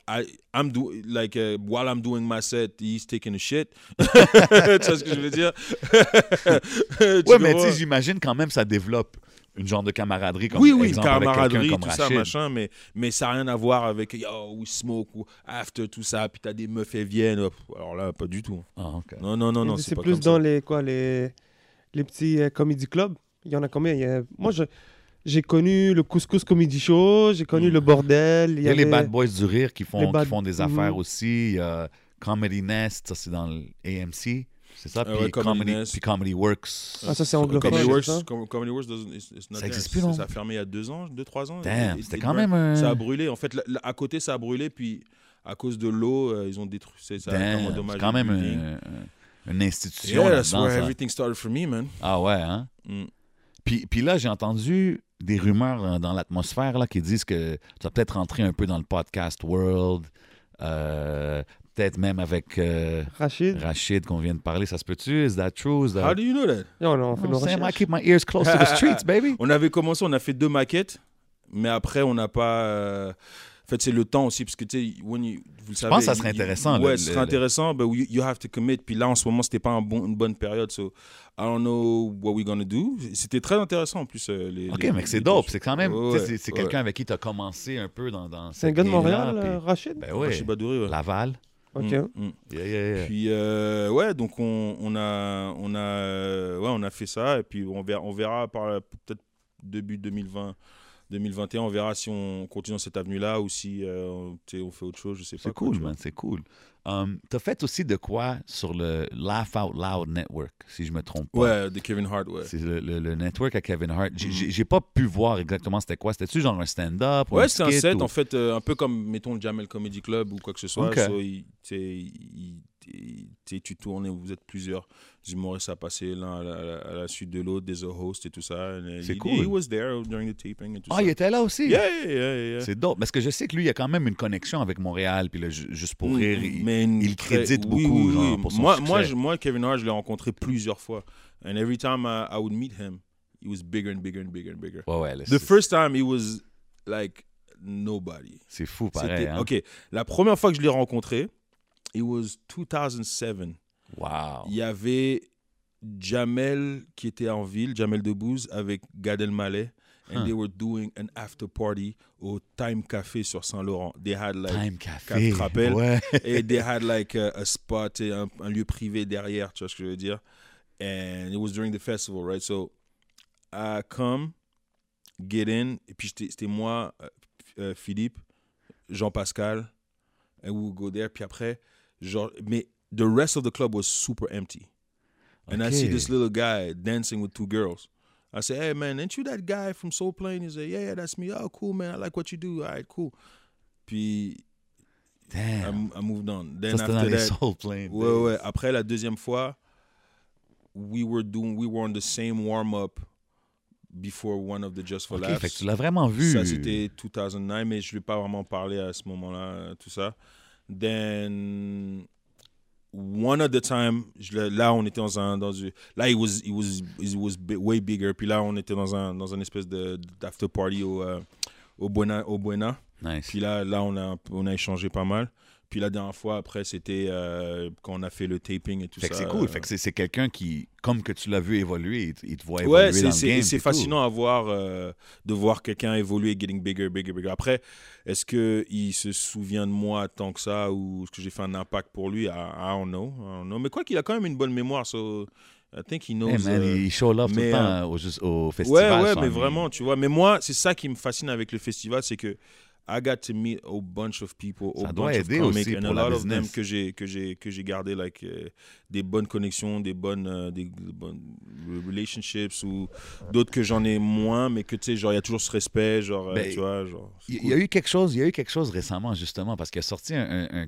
while I'm doing my set, he's taking a shit. Tu vois ce que je veux dire? Ouais, mais tu sais, j'imagine quand même ça développe une genre de camaraderie comme exemple camaraderie, avec quelqu'un comme tout Rachid. Ça, machin, mais ça n'a rien à voir avec yo, we smoke ou after tout ça, puis t'as des meufs et viennent. Alors là, pas du tout. Ah, OK. Non, c'est pas plus comme dans ça. les petits comedy clubs. Il y en a combien? Moi, j'ai connu le Couscous Comedy Show, j'ai connu le Bordel. Il y a les Bad Boys du Rire qui font des affaires aussi. Il y a Comedy Nest, ça c'est dans l'AMC. C'est ça, puis Comedy Works. Ah, ça c'est anglophone. Comedy Works, ça existe plus, non? Ça a fermé il y a 2-3 ans. Damn, c'était quand même... Ça a brûlé. En fait, à côté, ça a brûlé, puis à cause de l'eau, ils ont détruit. Ça a endommagé. C'est quand même une institution. Yeah, that's where everything started for me, man. Ah ouais, hein? Puis là, j'ai entendu des rumeurs dans l'atmosphère là, qui disent que tu vas peut-être rentrer un peu dans le podcast world, peut-être même avec Rachid qu'on vient de parler. Ça se peut-tu? Is that true? How do you know that? Non, on fait nos recherches. I keep my ears close to the streets, baby. On avait commencé, on a fait 2 maquettes, mais après, on n'a pas... En fait, c'est le temps aussi, parce que, tu sais, vous le savez... Je pense que ça serait intéressant. Ouais, ce serait intéressant, but you have to commit. Puis là, en ce moment, c'était pas une bonne période, so I don't know what we're gonna do. C'était très intéressant, en plus. OK, mais c'est dope. C'est quand même... c'est quelqu'un avec qui tu as commencé un peu dans c'est un gars de Montréal, Rachid? Ben oui. Rachid Badouri, ouais. Laval. OK. Yeah. Puis, ouais, donc on a fait ça, et puis on verra par peut-être début 2021, on verra si on continue dans cette avenue-là ou si on fait autre chose, je sais pas. C'est cool, man, c'est cool. T'as fait aussi de quoi sur le Laugh Out Loud Network, si je me trompe pas. Ouais, de Kevin Hart, ouais. C'est le network à Kevin Hart. J'ai pas pu voir exactement c'était quoi. C'était-tu genre un stand-up? Ouais, c'est un set, en fait, un peu comme, mettons, le Jamel Comedy Club ou quoi que ce soit. Okay. Tu tournes et vous êtes plusieurs humoristes à passer l'un à la suite de l'autre, des hosts et tout ça. C'est cool. He was there during the taping et tout ça. Ah, il était là aussi? Yeah. C'est dope. Parce que je sais que lui, il a quand même une connexion avec Montréal. Puis là, juste pour rire, il crédite beaucoup genre, pour son succès. Moi, Kevin Hart, je l'ai rencontré plusieurs fois. And every time I would meet him, he was bigger and bigger and bigger and bigger. Ouais, the first time, he was like nobody. C'est fou, pareil. Hein? OK, la première fois que je l'ai rencontré, it was 2007. Wow. Il y avait Jamel qui était en ville, Jamel Debbouze, avec Gad Elmaleh. And they were doing an after party au Time Café sur Saint-Laurent. They had like... Time Café, tu te rappelles? ouais. Et they had like a spot, un lieu privé derrière, tu vois ce que je veux dire? And it was during the festival, right? So, I come, get in, et puis c'était moi, Philippe, Jean-Pascal, and we would go there. Puis après, genre, mais the rest of the club was super empty. And I see this little guy dancing with 2 girls. I say, hey, man, ain't you that guy from Soul Plane? He said, yeah, that's me. Oh, cool, man. I like what you do. All right, cool. Puis, damn. I moved on. Then ça, after that, Soul Plane. Ouais. Après, la deuxième fois, we were on the same warm-up before one of the Just for Laughs. Fait que tu l'as vraiment vu. Ça, c'était 2009, mais je ne lui ai pas vraiment parlé à ce moment-là, tout ça. Then, one at the time, là, on était là, it was way bigger. Puis là, on était dans un espèce d'after party au Buena. Nice. Puis là, on a échangé pas mal. Puis la dernière fois, après, c'était quand on a fait le taping et tout ça. Fait que c'est cool. Fait que c'est quelqu'un qui, comme que tu l'as vu évoluer, il te voit évoluer dans le game. C'est fascinant de voir quelqu'un évoluer, getting bigger. Après, est-ce qu'il se souvient de moi tant que ça ou est-ce que j'ai fait un impact pour lui? I don't know. Mais quoi qu'il a quand même une bonne mémoire, so I think he knows. Hey man, il show love tout le temps au festival. Ouais, mais vraiment, tu vois. Mais moi, c'est ça qui me fascine avec le festival, c'est que I got to meet a bunch of people, a bunch of comics, and a lot of them que j'ai gardé des bonnes connexions, des bonnes relationships ou d'autres que j'en ai moins, mais que tu sais, genre il y a toujours ce respect, genre tu vois, genre. Il y a eu quelque chose récemment justement parce qu'il a sorti un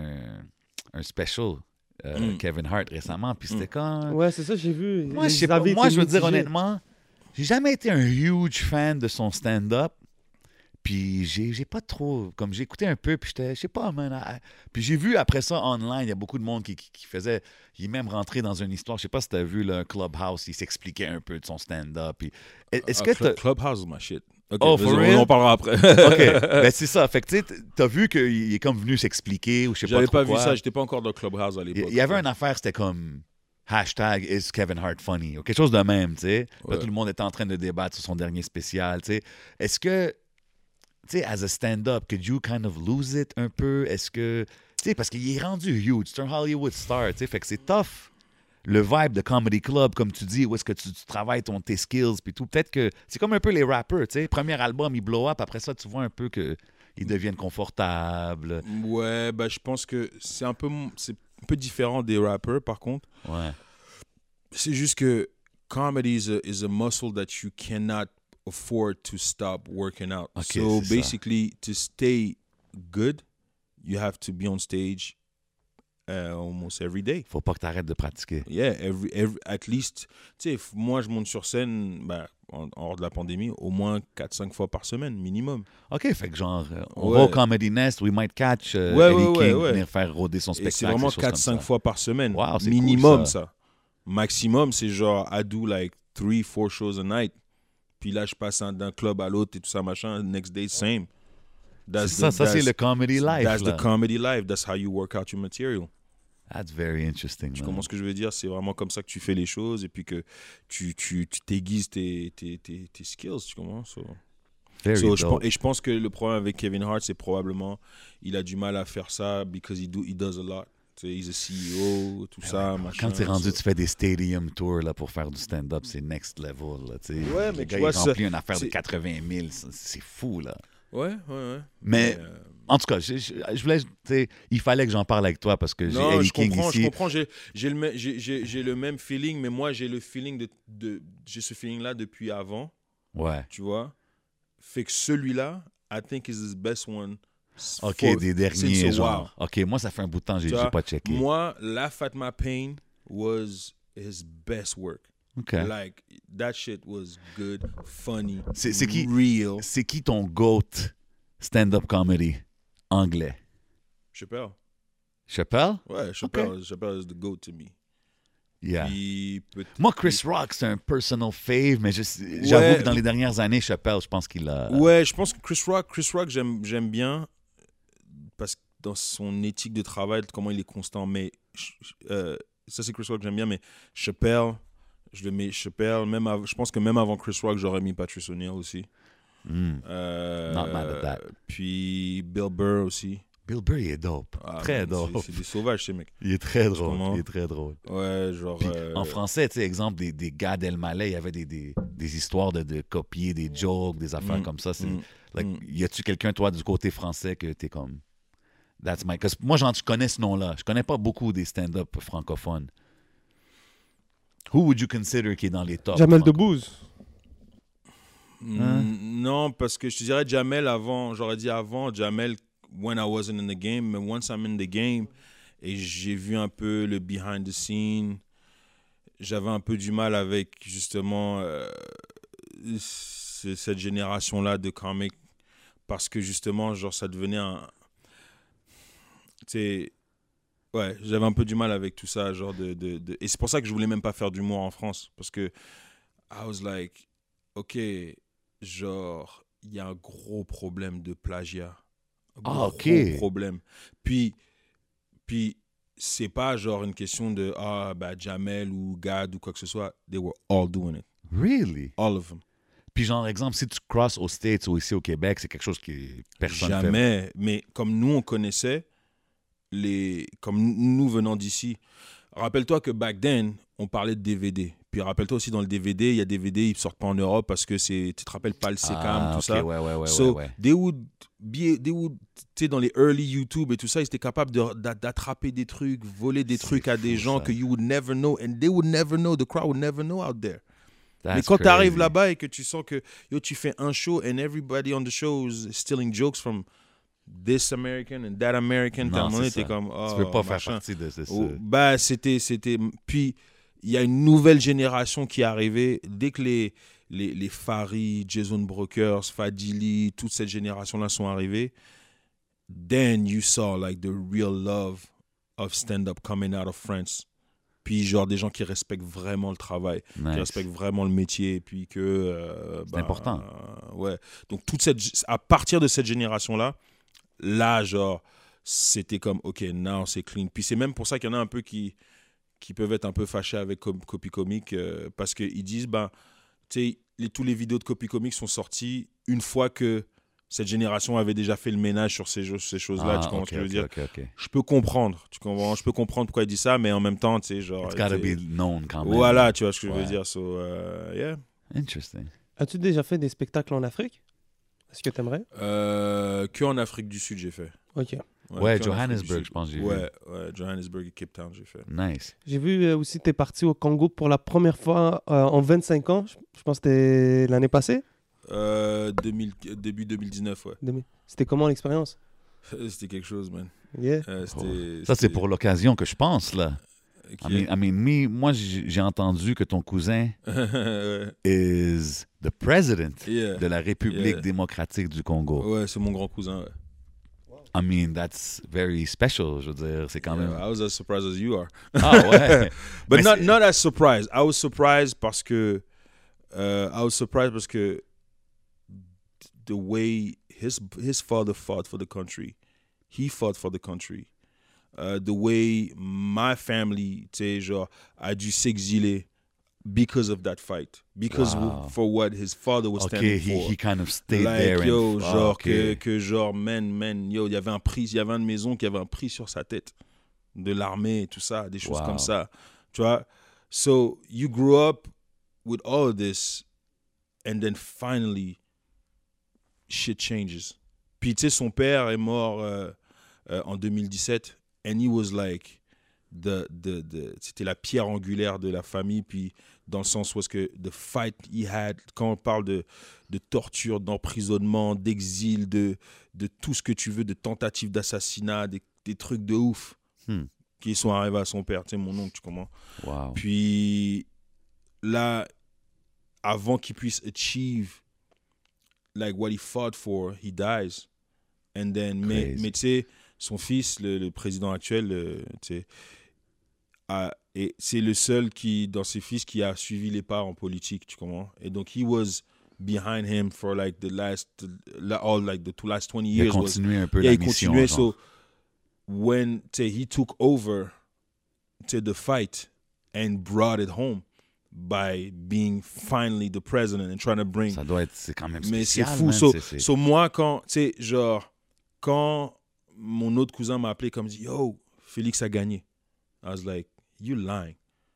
special. Kevin Hart récemment, puis c'était quand. Ouais, c'est ça, j'ai vu. Moi, je veux dire honnêtement, j'ai jamais été un huge fan de son stand-up. Puis j'ai pas trop... Comme j'ai écouté un peu, puis j'étais... Je sais pas, man. Puis j'ai vu après ça, online, il y a beaucoup de monde qui faisait... Il est même rentré dans une histoire. Je sais pas si t'as vu le Clubhouse, il s'expliquait un peu de son stand-up. Est-ce que Clubhouse is my shit. Okay, oh, for real? On en parlera après. OK. Ben, c'est ça. Fait que tu sais, t'as vu qu'il est comme venu s'expliquer ou je sais pas trop quoi. J'avais pas vu ça. J'étais pas encore dans Clubhouse à l'époque. Il y avait une affaire, c'était comme... Hashtag is Kevin Hart funny. Ou quelque chose de même, tu sais. Là, tout le monde était en train de débattre sur son dernier spécial, tu sais. Est-ce que... Tu sais, as a stand-up, could you kind of lose it un peu? Est-ce que... Tu sais, parce qu'il est rendu huge. C'est un Hollywood star, tu sais. Fait que c'est tough. Le vibe de Comedy Club, comme tu dis, où est-ce que tu travailles tes skills puis tout. Peut-être que... C'est comme un peu les rappers, tu sais. Premier album, ils blow up. Après ça, tu vois un peu qu'ils deviennent confortables. Ouais, ben je pense que c'est un peu différent des rappers, par contre. Ouais. C'est juste que comedy is a muscle that you cannot afford to stop working out. Okay, so basically, to stay good, you have to be on stage almost every day. Faut pas que tu arrêtes de pratiquer. Yeah, at least, tu sais, moi je monte sur scène, hors de la pandémie, au moins 4-5 fois par semaine, minimum. OK, fait que genre, on va au Comedy Nest, we might catch Eddie King venir faire rôder son spectacle. Et c'est vraiment 4-5 fois par semaine. Wow, c'est minimum, cool, ça. Maximum, c'est genre, I do like 3-4 shows a night. Puis là, je passe d'un club à l'autre et tout ça, machin. Next day, same. Ça, c'est le comedy life. That's the comedy life. That's how you work out your material. That's very interesting. Tu comprends ce que je veux dire? C'est vraiment comme ça que tu fais les choses et puis que tu t'aiguises tes skills, tu comprends? Je pense que le problème avec Kevin Hart, c'est probablement il a du mal à faire ça because he does a lot. He's a CEO, tout ça, machin. Quand tu es rendu, tu fais des stadium tours là, pour faire du stand-up, c'est next level. Là, ouais, mais tu vois, il remplit une affaire de 80 000, c'est fou, là. Ouais. Mais en tout cas, je voulais, il fallait que j'en parle avec toi parce que j'ai Eddie King ici. Je comprends, j'ai le même feeling, mais moi, j'ai le feeling j'ai ce feeling-là depuis avant. Ouais. Tu vois? Fait que celui-là, I think is the best one. OK, des derniers, genre. OK, moi, ça fait un bout de temps, j'ai pas checké. Moi, Laugh at My Pain was his best work. OK. Like, that shit was good, funny, real. C'est qui ton GOAT stand-up comedy anglais? Chappelle. Chappelle? Ouais, Chappelle is the GOAT to me. Yeah. Moi, Chris Rock, c'est un personal fave, mais j'avoue que dans les dernières années, Chappelle, je pense qu'il a... Ouais, je pense que Chris Rock, j'aime bien parce que dans son éthique de travail, comment il est constant. Mais ça, c'est Chris Rock que j'aime bien. Mais Chappelle, je le mets Chappelle. Je pense que même avant Chris Rock, j'aurais mis Patrice O'Neal aussi. Not mad at that. Puis Bill Burr aussi. Bill Burr, il est dope. Très dope. C'est des sauvages, ces mecs. Il est très drôle. Ouais, genre... Puis, en français, tu sais, exemple, des Gad Elmaleh, il y avait des histoires de copier des jokes, des affaires comme ça. Y a-tu quelqu'un, toi, du côté français, que t'es comme... That's my... Parce que moi, je connais ce nom-là. Je connais pas beaucoup des stand-up francophones. Who would you consider qui est dans les tops? Jamel Debbouze. Non, parce que je te dirais Jamel avant. J'aurais dit avant, Jamel... when I wasn't in the game, but once I'm in the game, et j'ai vu un peu le behind the scene, j'avais un peu du mal avec justement cette génération-là de comics, parce que justement, genre, ça devenait un... Tu sais... Ouais, j'avais un peu du mal avec tout ça, genre et c'est pour ça que je voulais même pas faire d'humour en France, parce que I was like, ok, genre, il y a un gros problème de plagiat. Gros problème. Puis c'est pas genre une question de Jamel ou Gad ou quoi que ce soit. They were all doing it. Really? All of them. Puis genre, exemple, si tu crosses aux States ou ici au Québec, c'est quelque chose que personne ne fait. Jamais. Mais comme nous, on connaissait, comme nous venant d'ici, rappelle-toi que back then, on parlait de DVD. Puis rappelle-toi aussi, dans le DVD, il y a des DVD, ils ne sortent pas en Europe parce que tu te rappelles pas le SECAM, tout ça. Ouais. They would, tu sais, dans les early YouTube et tout ça, ils étaient capables d'attraper des trucs, voler des trucs à des gens que you would never know. And they would never know, the crowd would never know out there. Mais quand tu arrives là-bas et que tu sens que tu fais un show and everybody on the show is stealing jokes from this American and that American, non, t'es comme, tu peux pas faire partie de ça. Bah, c'était. Puis, il y a une nouvelle génération qui est arrivée. Dès que les Farid, Jason Brokers, Fadili, toute cette génération-là sont arrivés, then you saw like the real love of stand-up coming out of France. Puis genre des gens qui respectent vraiment le travail, qui respectent vraiment le métier, puis que... c'est important. Ouais. Donc à partir de cette génération-là, genre, c'était comme, OK, now c'est clean. Puis c'est même pour ça qu'il y en a un peu qui peuvent être un peu fâchés avec Copy Comic, parce qu'ils disent, tu sais, tous les vidéos de Copy Comic sont sorties une fois que cette génération avait déjà fait le ménage sur ces choses-là. Tu comprends ce que je veux dire? Je peux comprendre. Tu comprends? Je peux comprendre pourquoi il dit ça, mais en même temps, tu sais, genre... It's gotta be known quand même. Voilà, tu vois ce que je veux dire. So, yeah. Interesting. As-tu déjà fait des spectacles en Afrique? Est-ce que t'aimerais? Que en Afrique du Sud, j'ai fait. OK. Ouais, Johannesburg, je pense, j'ai vu. Ouais, Johannesburg et Cape Town, j'ai fait. Nice. J'ai vu aussi que t'es parti au Congo pour la première fois en 25 ans. Je pense que c'était l'année passée. Début 2019, ouais. C'était comment l'expérience? C'était quelque chose, man. Yeah. Ça, c'est pour l'occasion que je pense, là. Okay. Moi, j'ai entendu que ton cousin is the president de la République démocratique du Congo. Ouais, c'est mon grand cousin, ouais. I mean, that's very special, je veux dire, c'est quand même... I was as surprised as you are. Ah ouais. But not as surprised. I was surprised parce que the way his father fought for the country, he fought for the country. The way my family, tu sais, genre, a dû s'exiler because of that fight. Because for what his father was standing for. He kind of stayed like, there. Yo, genre, que genre, yo, il y avait une maison qui avait un prix sur sa tête. De l'armée et tout ça, des choses comme ça. Tu vois? So, you grew up with all of this, and then finally, shit changes. Puis, tu sais, son père est mort en 2017, and he was like, c'était la pierre angulaire de la famille, puis dans le sens où est-ce que the fight he had, quand on parle de torture, d'emprisonnement, d'exil, de tout ce que tu veux, de tentatives d'assassinat, des trucs de ouf qui sont arrivés à son père, tu sais, mon oncle, tu comprends? Wow. Puis là, avant qu'il puisse achieve like what he fought for, he dies. And then, mais tu sais, son fils, le président actuel, tu sais, et c'est le seul dans ses fils qui a suivi les pas en politique, tu comprends? Et donc, he was behind him for like the last 20 years. Il a continué un peu la mission. Il continuait, so when he took over the fight and brought it home by being finally the president and trying to bring... Ça doit être, c'est quand même spécial. Mais c'est fou. So moi, quand mon autre cousin m'a appelé comme dit, yo, Félix a gagné. I was like, you lying.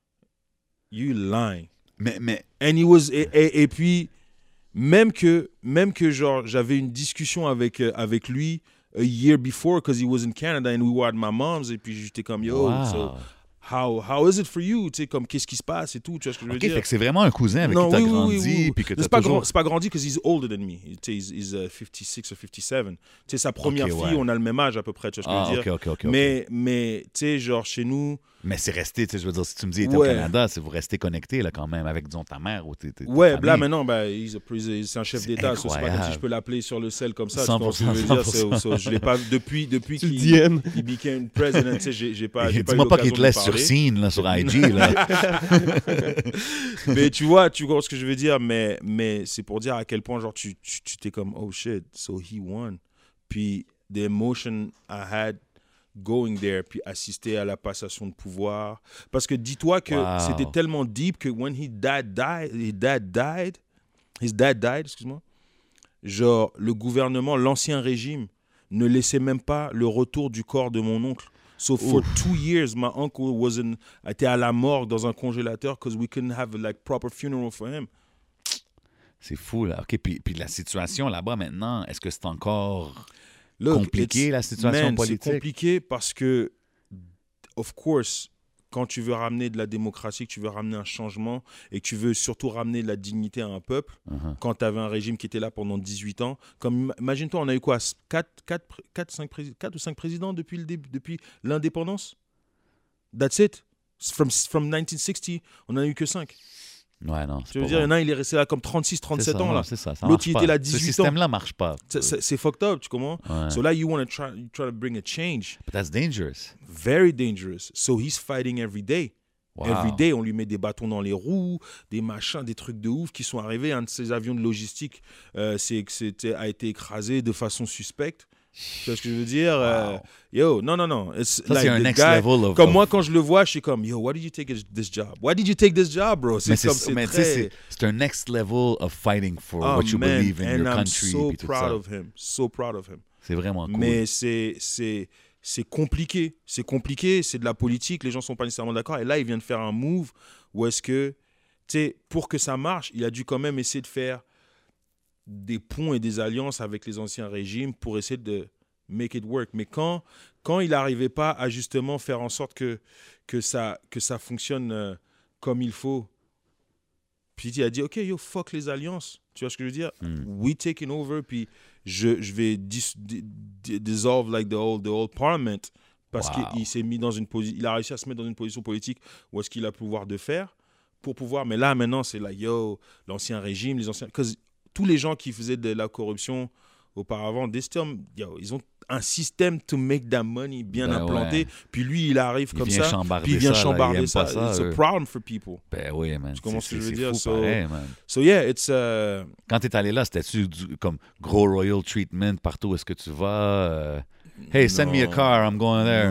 Mais... And he was, et puis, même que genre, j'avais une discussion avec lui a year before because he was in Canada and we were at my mom's, et puis j'étais comme, yo, so how is it for you? Tu sais, comme, qu'est-ce qui se passe et tout, tu vois ce que je veux dire? Fait que c'est vraiment un cousin avec qui t'as grandi, puis que t'as toujours... C'est pas grandi because he's older than me. He's 56 or 57. Tu sais, sa première fille, on a le même âge à peu près, tu vois ce que je veux dire? OK. Mais tu sais, genre, chez nous, Mais c'est resté, tu sais, je veux dire, si tu me dis qu'il était au Canada, c'est vous restez connecté là, quand même avec, disons, ta mère ou tes ouais, là, maintenant, c'est un chef d'État. C'est pas comme si je peux l'appeler sur le sel comme ça. 100%, tu vois ce que je veux dire? Je l'ai pas, depuis qu'il became president, tu sais, j'ai pas eu l'occasion de parler. Dis-moi pas qu'il te laisse sur scene, là, sur IG, là. Mais tu vois ce que je veux dire, mais c'est pour dire à quel point, genre, tu t'es comme, oh shit, so he won. Puis, the emotion I had going there, puis assister à la passation de pouvoir. Parce que dis-toi que c'était tellement deep que when his dad died, excuse-moi, genre, le gouvernement, l'ancien régime, ne laissait même pas le retour du corps de mon oncle. So for 2 years, my uncle était à la morgue dans un congélateur because we couldn't have like proper funeral for him. C'est fou, là. OK, puis la situation là-bas maintenant, est-ce que c'est encore compliqué, la situation politique? C'est compliqué parce que, of course, quand tu veux ramener de la démocratie, que tu veux ramener un changement et que tu veux surtout ramener de la dignité à un peuple, quand tu avais un régime qui était là pendant 18 ans, comme imagine-toi, on a eu quoi, 4 ou 5 présidents depuis l'indépendance? That's it. From 1960, on n'en a eu que 5. Ouais, non, je veux dire, il y en a un, il est resté là comme 36, 37 ans. Là. C'est ça, l'autre, il était là 18 ans. Ce système-là ne marche pas. C'est fucked up, tu comprends? Ouais. So là, you try to bring a change. But that's dangerous. Very dangerous. So he's fighting every day. Wow. Every day, on lui met des bâtons dans les roues, des machins, des trucs de ouf qui sont arrivés. Un de ces avions de logistique a été écrasé de façon suspecte. Tu vois ce que je veux dire? Yo, non. Ça, like, c'est un next level of... Comme moi, quand je le vois, je suis comme, yo, why did you take this job? Why did you take this job, bro? C'est un next level of fighting for what you believe in your country. I'm so proud of him. So proud of him. C'est vraiment cool. Mais c'est compliqué. C'est compliqué. C'est de la politique. Les gens ne sont pas nécessairement d'accord. Et là, il vient de faire un move où est-ce que, tu sais, pour que ça marche, il a dû quand même essayer de faire des ponts et des alliances avec les anciens régimes pour essayer de make it work. Mais quand il n'arrivait pas à justement faire en sorte que ça fonctionne comme il faut, puis il a dit, OK, yo, fuck les alliances. Tu vois ce que je veux dire? We taking over, puis je vais dissolve like the old parliament parce qu'il s'est mis dans il a réussi à se mettre dans une position politique où est-ce qu'il a le pouvoir de faire pour pouvoir. Mais là, maintenant, c'est like, yo, l'ancien régime, tous les gens qui faisaient de la corruption auparavant, ils ont un système to make that money bien implanté. Ouais. Puis lui, il arrive comme ça, puis il vient chambarder ça. It's a problem for people. Ben oui, man. Tu comprends ce que je veux dire? Pareil, man. So yeah, it's... Quand t'es allé là, c'était-tu comme gros royal treatment partout où est-ce que tu vas? Hey, send me a car, I'm going there.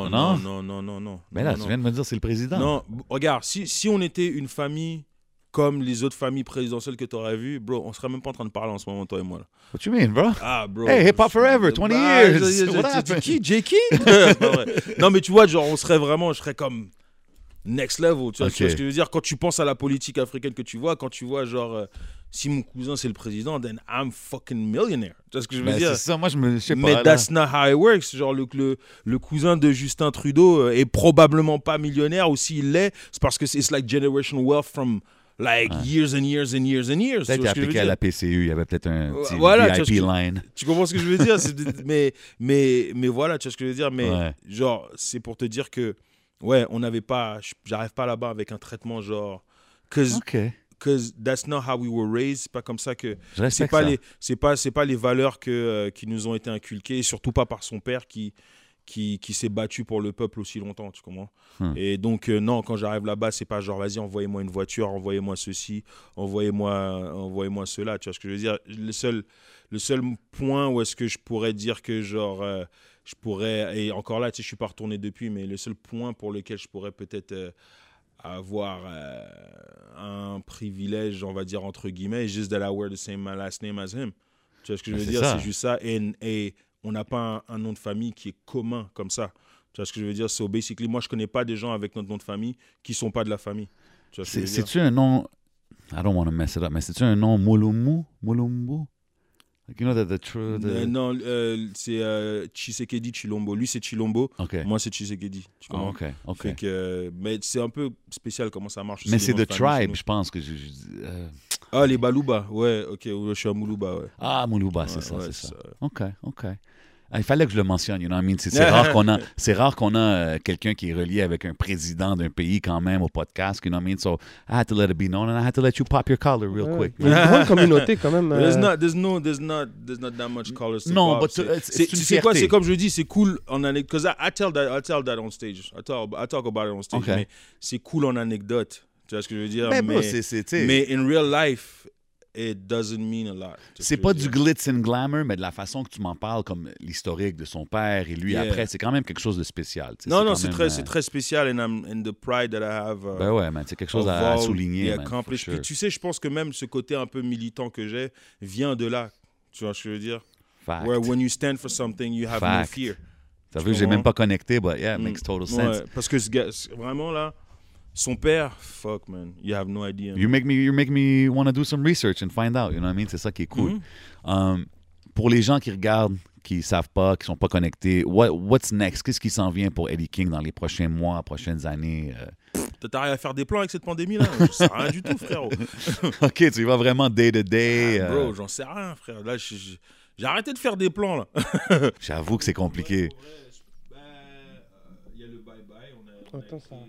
Non. Mais là, tu viens de me dire c'est le président. Non, regarde, si on était une famille comme les autres familles présidentielles que tu aurais vues, bro, on serait même pas en train de parler en ce moment, toi et moi. Là. What you mean, bro? Ah, bro. Hey, hip hop forever, 20 years. What happened? Qui? J.K.? Non, mais tu vois, genre, je serais comme next level. Tu vois ce que je veux dire? Quand tu penses à la politique africaine que tu vois, quand tu vois, genre, si mon cousin c'est le président, then I'm fucking millionaire. Tu vois ce que je veux dire? C'est ça, moi, je sais pas. Mais that's not how it works. Genre, le cousin de Justin Trudeau est probablement pas millionnaire, ou s'il l'est, c'est parce que c'est like generational wealth from... Like years and years and years and years. Peut-être appliqué à la PCU, il y avait peut-être un petit VIP line. Tu comprends ce que je veux dire? mais voilà, tu vois ce que je veux dire? Mais genre, c'est pour te dire que, on n'avait pas... J'arrive pas là-bas avec un traitement genre... Because that's not how we were raised. C'est pas comme ça que... C'est pas les valeurs qui nous ont été inculquées, et surtout pas par son père qui s'est battu pour le peuple aussi longtemps, tu comprends? Et donc, non, quand j'arrive là-bas, c'est pas genre, vas-y, envoyez-moi une voiture, envoyez-moi ceci, envoyez-moi cela, tu vois ce que je veux dire? Le seul point où est-ce que je pourrais dire que, genre, je pourrais, et encore là, tu sais, je suis pas retourné depuis, mais le seul point pour lequel je pourrais peut-être avoir un privilège, on va dire, entre guillemets, is just that I wear the same last name as him. Tu vois ce que je veux dire? C'est juste ça, et on n'a pas un nom de famille qui est commun comme ça. Tu vois ce que je veux dire? So basically, moi, je connais pas des gens avec notre nom de famille qui sont pas de la famille. Tu vois ce que je veux dire? C'est-tu un nom... I don't want to mess it up, mais c'est-tu un nom Mulumbu? You know non, c'est Tshisekedi Chilombo. Lui, c'est Chilombo. Okay. Moi, c'est Tshisekedi. OK. Mais c'est un peu spécial comment ça marche. Mais c'est The Tribe, je pense que Ah, les Baluba. Ouais, OK. Je suis à Moulouba, ouais. Ah, Moulouba, c'est ça. Ouais, c'est ça. OK. Il fallait que je le mentionne, you know what I mean? C'est rare qu'on a quelqu'un qui est relié avec un président d'un pays quand même au podcast, you know what I mean? So I had to let it be known and I had to let you pop your collar real quick. Il y a une grande communauté quand même. There's not that much collars to Non, pop. but Tu sais quoi, c'est comme je dis, c'est cool en anecdote. Because I tell that on stage. I talk about it on stage. Okay. Mais c'est cool en anecdote. Tu vois ce que je veux dire? Mais bro, c'est mais in real life, it doesn't mean a lot. C'est pas du glitz and glamour, mais de la façon que tu m'en parles, comme l'historique de son père et lui après, c'est quand même quelque chose de spécial. Non, c'est très spécial and the pride that I have. Ben ouais, man, c'est quelque chose à souligner. Man, sure. Puis tu sais, je pense que même ce côté un peu militant que j'ai vient de là. Tu vois ce que je veux dire? Fact. Where when you stand for something, you have no fear. T'as vu, j'ai même pas connecté, but yeah, it makes total sense. Ouais, parce que ce gars, vraiment là, son père, fuck man, you have no idea. You make me want to do some research and find out, you know what I mean? C'est ça qui est cool. Pour les gens qui regardent, qui savent pas, qui sont pas connectés, what's next? Qu'est-ce qui s'en vient pour Eddie King dans les prochains mois, prochaines années? T'as rien à faire des plans avec cette pandémie-là? J'en sais rien du tout, frérot. OK, tu y vas vraiment day to day. Bro, j'en sais rien, frère. Là, j'ai arrêté de faire des plans, là. J'avoue que c'est compliqué. Il y a le bye-bye. Attends, ça...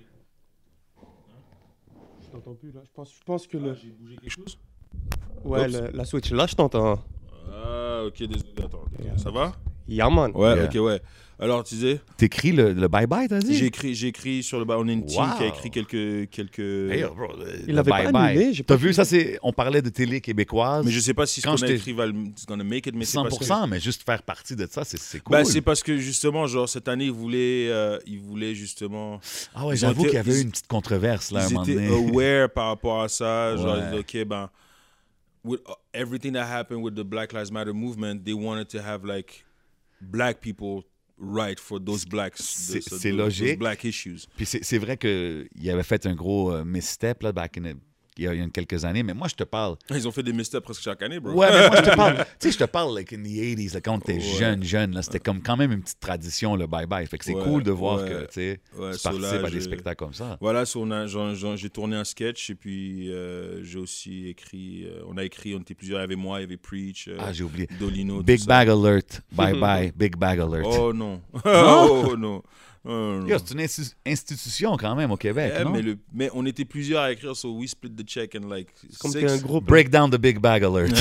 Je t'entends plus, là. Je pense que le... J'ai bougé quelque chose? Ouais, la Switch. Là, je t'entends. Ah, ok, désolé. Attends. Ça va? Yeah, man. Ouais, Yeah. ok, ouais. Alors, tu disais? T'écris le bye-bye, t'as dit? J'ai écrit sur le bye. On est une team qui a écrit quelques... Hey, bro, Il l'avait pas annulé. T'as vu, ça, on parlait de télé québécoise. Mais je sais pas si ce qu'on a écrit va gonna make it, mais c'est 100%, mais juste faire partie de ça, c'est cool. Bah, c'est parce que justement, genre, cette année, ils voulaient justement... Ah ouais, j'avoue qu'il y avait eu une petite controverse, là, à un moment donné. Ils étaient aware par rapport à ça. Genre, ils disaient, OK, ben, with everything that happened with the Black Lives Matter movement, they wanted to have, like, black people right for those blacks. C'est logique. Those black issues. Puis c'est vrai qu'il avait fait un gros misstep, là, il y a quelques années, mais moi, je te parle... Ils ont fait des missteps presque chaque année, bro. Ouais, mais moi, je te parle, like, in the 80s, là, quand on était jeune, là, c'était comme quand même une petite tradition, le bye-bye. Fait que c'est cool de voir que, tu sais, tu participes à des spectacles comme ça. Voilà, j'ai tourné un sketch et puis j'ai aussi écrit, on était plusieurs, il y avait moi, il y avait Preach, j'ai oublié. Dolino. Big Bag Alert, bye-bye, Big Bag Alert. Oh non. Oh non. Yo, c'est une institution quand même au Québec, non? Mais on était plusieurs à écrire, so we split the check and like... Comme un groupe. Break down the Big Bag Alert.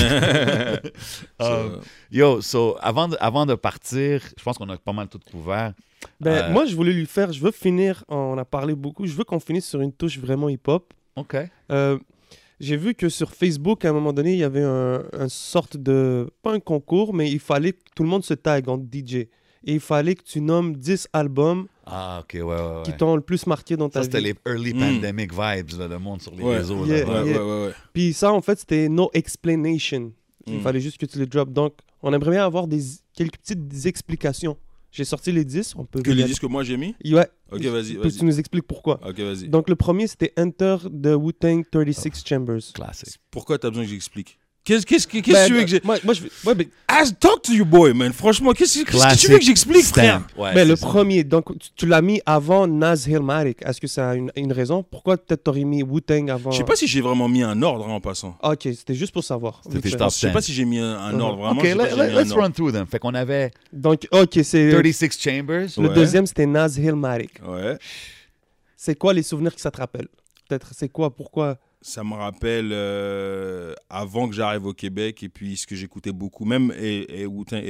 So avant de partir, je pense qu'on a pas mal tout couvert. Moi, je voulais je veux finir, on a parlé beaucoup, je veux qu'on finisse sur une touche vraiment hip-hop. OK. J'ai vu que sur Facebook, à un moment donné, il y avait un sorte de... Pas un concours, mais il fallait que tout le monde se tag en DJ. Et il fallait que tu nommes 10 albums qui t'ont le plus marqué dans ta vie. Ça, c'était les early pandemic vibes, là, le monde sur les réseaux. Ouais. Puis ça, en fait, c'était no explanation. Il fallait juste que tu les drops. Donc, on aimerait bien avoir quelques petites explications. J'ai sorti les 10. On peut les 10 que moi j'ai mis? Ouais. Ok, vas-y. Tu nous expliques pourquoi? Ok, vas-y. Donc, le premier, c'était Enter the Wu-Tang 36 Chambers. Classique. Pourquoi t'as besoin que j'explique? Qu'est-ce que tu veux que j'ai... Moi, je... Ouais, mais... Talk to your boy, man. Franchement, qu'est-ce que tu veux que j'explique, frère? Ouais, mais le premier, donc tu l'as mis avant Nas Hillmatic. Est-ce que ça a une raison? Pourquoi peut-être t'aurais mis Wu-Tang avant? Je sais pas si j'ai vraiment mis un ordre en passant. Ok, c'était juste pour savoir. Je sais pas si j'ai mis un ordre vraiment. Ok, let's run through them. Fait qu'on avait... Donc, ok, c'est... 36 Chambers. Le deuxième, c'était Nas Hillmatic. Ouais. C'est quoi les souvenirs que ça te rappelle? Peut-être, c'est quoi? Pourquoi? Ça me rappelle avant que j'arrive au Québec et puis ce que j'écoutais beaucoup, même et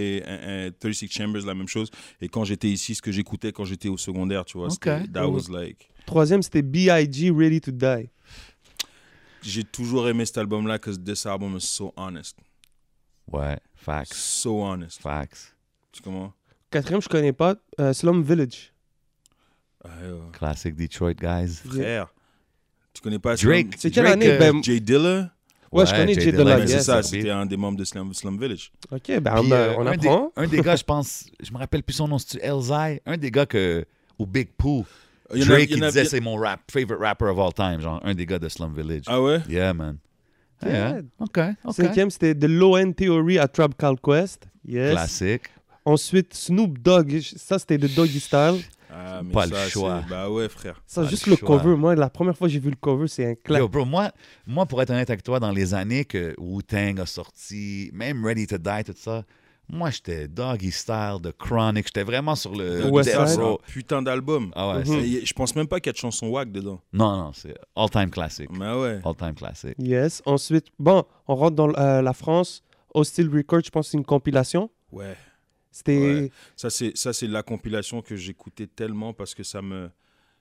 36 Chambers, la même chose. Et quand j'étais ici, ce que j'écoutais quand j'étais au secondaire, tu vois. That was like... Troisième, c'était B.I.G. Ready to Die. J'ai toujours aimé cet album-là parce que this album is so honest. Ouais, facts. So honest. Facts. Tu comprends? Quatrième, je connais pas. Slum Village. Classic Detroit guys. Frère. Tu connais pas Drake? C'est quelle année? Jay Dilla? Ouais, je connais Jay Dilla. C'est ça, c'était un des membres de Slum Village. Ok, on apprend. Un des gars, je pense, je me rappelle plus son nom, c'est Elzai. Un des gars au Big Pooh, Drake, il disait c'est mon favorite rapper of all time, genre un des gars de Slum Village. Ah ouais? Yeah, man. Yeah. OK. Cinquième, c'était The Low End Theory à Tribe Called Quest. Yes. Classique. Ensuite, Snoop Dogg. Ça, c'était The Doggy Style. Ah, mais pas ça, le choix. Bah ouais, frère. Ça, juste le cover. Moi, la première fois que j'ai vu le cover, c'est un clap. Yo, bro, moi, pour être honnête avec toi, dans les années que Wu-Tang a sorti, même Ready to Die, tout ça, Moi, j'étais Doggy Style, The Chronic. J'étais vraiment sur le West Death Side. Row. Putain d'album. Ah ouais, Je pense même pas qu'il y a de chansons wack dedans. non, c'est all-time classic. Mais ouais. All-time classic. Yes. Ensuite, bon, on rentre dans la France. Hostile Records, je pense que c'est une compilation. Ouais. C'était... Ouais. Ça, c'est la compilation que j'écoutais tellement parce que ça me...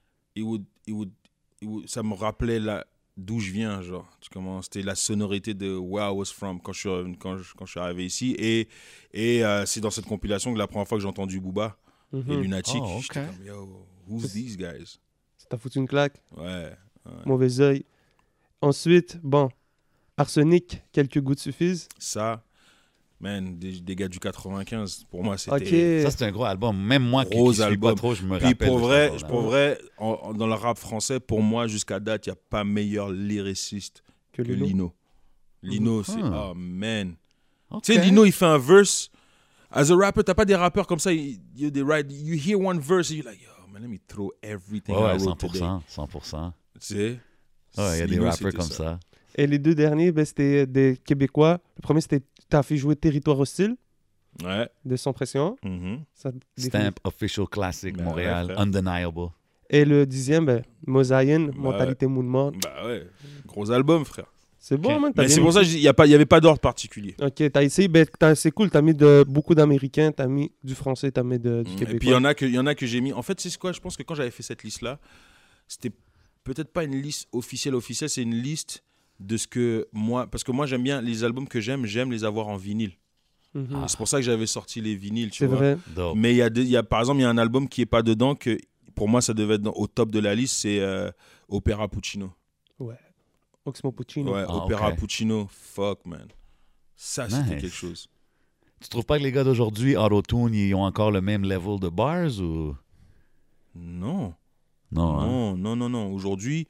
ça me rappelait d'où je viens, genre. C'était la sonorité de Where I Was From quand je suis arrivé ici. Et c'est dans cette compilation que la première fois que j'ai entendu Booba et Lunatic, Oh, j'étais ok. comme, yo, who's these guys? Ça t'a foutu une claque. Ouais. Mauvais œil. Ensuite, bon, Arsenic, quelques gouttes suffisent. Ça, man, des gars du 95, pour moi, c'était... Ok. Ça, c'est un gros album. Même moi qui Gros suis album. pas trop, je me Puis rappelle. pour de vrai, cet album-là. dans le rap français, pour moi, jusqu'à date, il n'y a pas meilleur lyriciste Que que Lino. Lino. Lino, c'est... Ah. Oh, man. Ok. Tu sais, Lino, il fait un verse. As a rapper, t'as pas des rappeurs comme ça, you hear one verse, and you're like, yo, man, let me throw everything Ouais, I wrote today. 100%. Tu sais? Ouais, il y a des Lino, rappers c'était comme ça. Et les deux derniers, ben, c'était des Québécois. Le premier, c'était t'as fait jouer Territoire Hostile Ouais. de Sans Pression. Mhm. Ça, Stamp Official Classic Ben Montréal, ouais, frère. Undeniable. Et le dixième, ben, Mosaïen, Mentalité Mouvement. Bah ouais, gros album, frère. C'est bon, Ok. man. t'as Mais bien c'est pour ça mixé. qu'il n'y avait pas d'ordre particulier. Ok, t'as essayé, ben, c'est cool, t'as mis beaucoup d'Américains, t'as mis du français, t'as mis du Et Québécois. puis il y en a que j'ai mis. En fait, c'est quoi? Je pense que quand j'avais fait cette liste-là, c'était peut-être pas une liste officielle, c'est une liste de ce que moi. Parce que moi, j'aime bien les albums que j'aime les avoir en vinyle. Mhm. Et c'est pour ça que j'avais sorti les vinyles, tu C'est vois. vrai. Dope. Mais par exemple, il y a un album qui est pas dedans que pour moi, ça devait être au top de la liste, c'est Opera Puccino. Ouais. Oxmo Puccino. Ouais, Ah, Opera ok. Puccino, fuck, man. Ça, c'était Nice. quelque chose. Tu trouves pas que les gars d'aujourd'hui, Auto-Tune, ils ont encore le même level de bars ou... Non. Non, hein? Non. Aujourd'hui,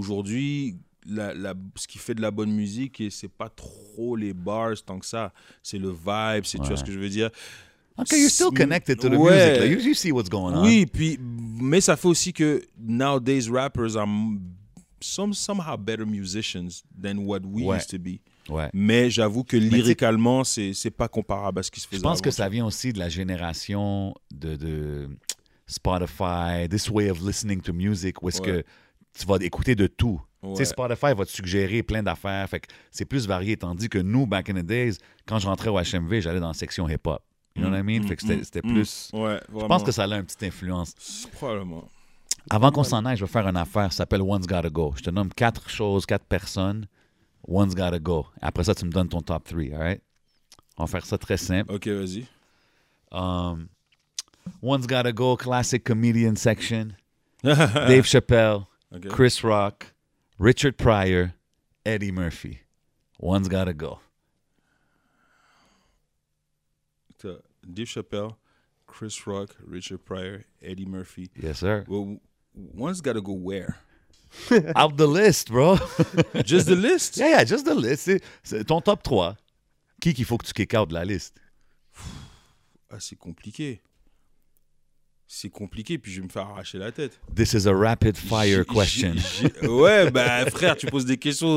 ce qui fait de la bonne musique, et c'est pas trop les bars tant que ça. C'est le vibe, tu vois ce que je veux dire. Ok, you're still connected to the Ouais. music. Like, you see what's going on. Oui, mais ça fait aussi que nowadays rappers are somehow better musicians than what we Ouais. used to be. Ouais. Mais j'avoue que tu sais- lyricalement, c'est pas comparable à ce qui se faisait Je pense que avant. ça vient aussi de la génération de Spotify, this way of listening to music, où est-ce Ouais. que tu vas écouter de tout. Tu Ouais. sais, Spotify va te suggérer plein d'affaires, fait que c'est plus varié. Tandis que nous, back in the days, quand je rentrais au HMV, j'allais dans la section hip-hop. You know what I mean? Fait que c'était plus... Ouais, Je pense que ça a une petite influence. Probablement. Avant qu'on s'en aille, je vais faire une affaire, ça s'appelle One's Gotta Go. Je te nomme 4 choses, 4 personnes. One's Gotta Go. Après ça, tu me donnes ton top 3, all right? On va faire ça très simple. Ok, vas-y. One's Gotta Go, classic comedian section. Dave Chappelle, Ok. Chris Rock, Richard Pryor, Eddie Murphy. One's Gotta Go. T'as Dave Chappelle, Chris Rock, Richard Pryor, Eddie Murphy. Yes, sir. Well, one's got to go where? Out the list, bro. Just the list? yeah, just the list. C'est ton top 3. Qui qu'il faut que tu kick out de la liste? Ah, c'est compliqué. C'est compliqué, puis je vais me faire arracher la tête. This is a rapid fire question. Ouais, bah frère, tu poses des questions.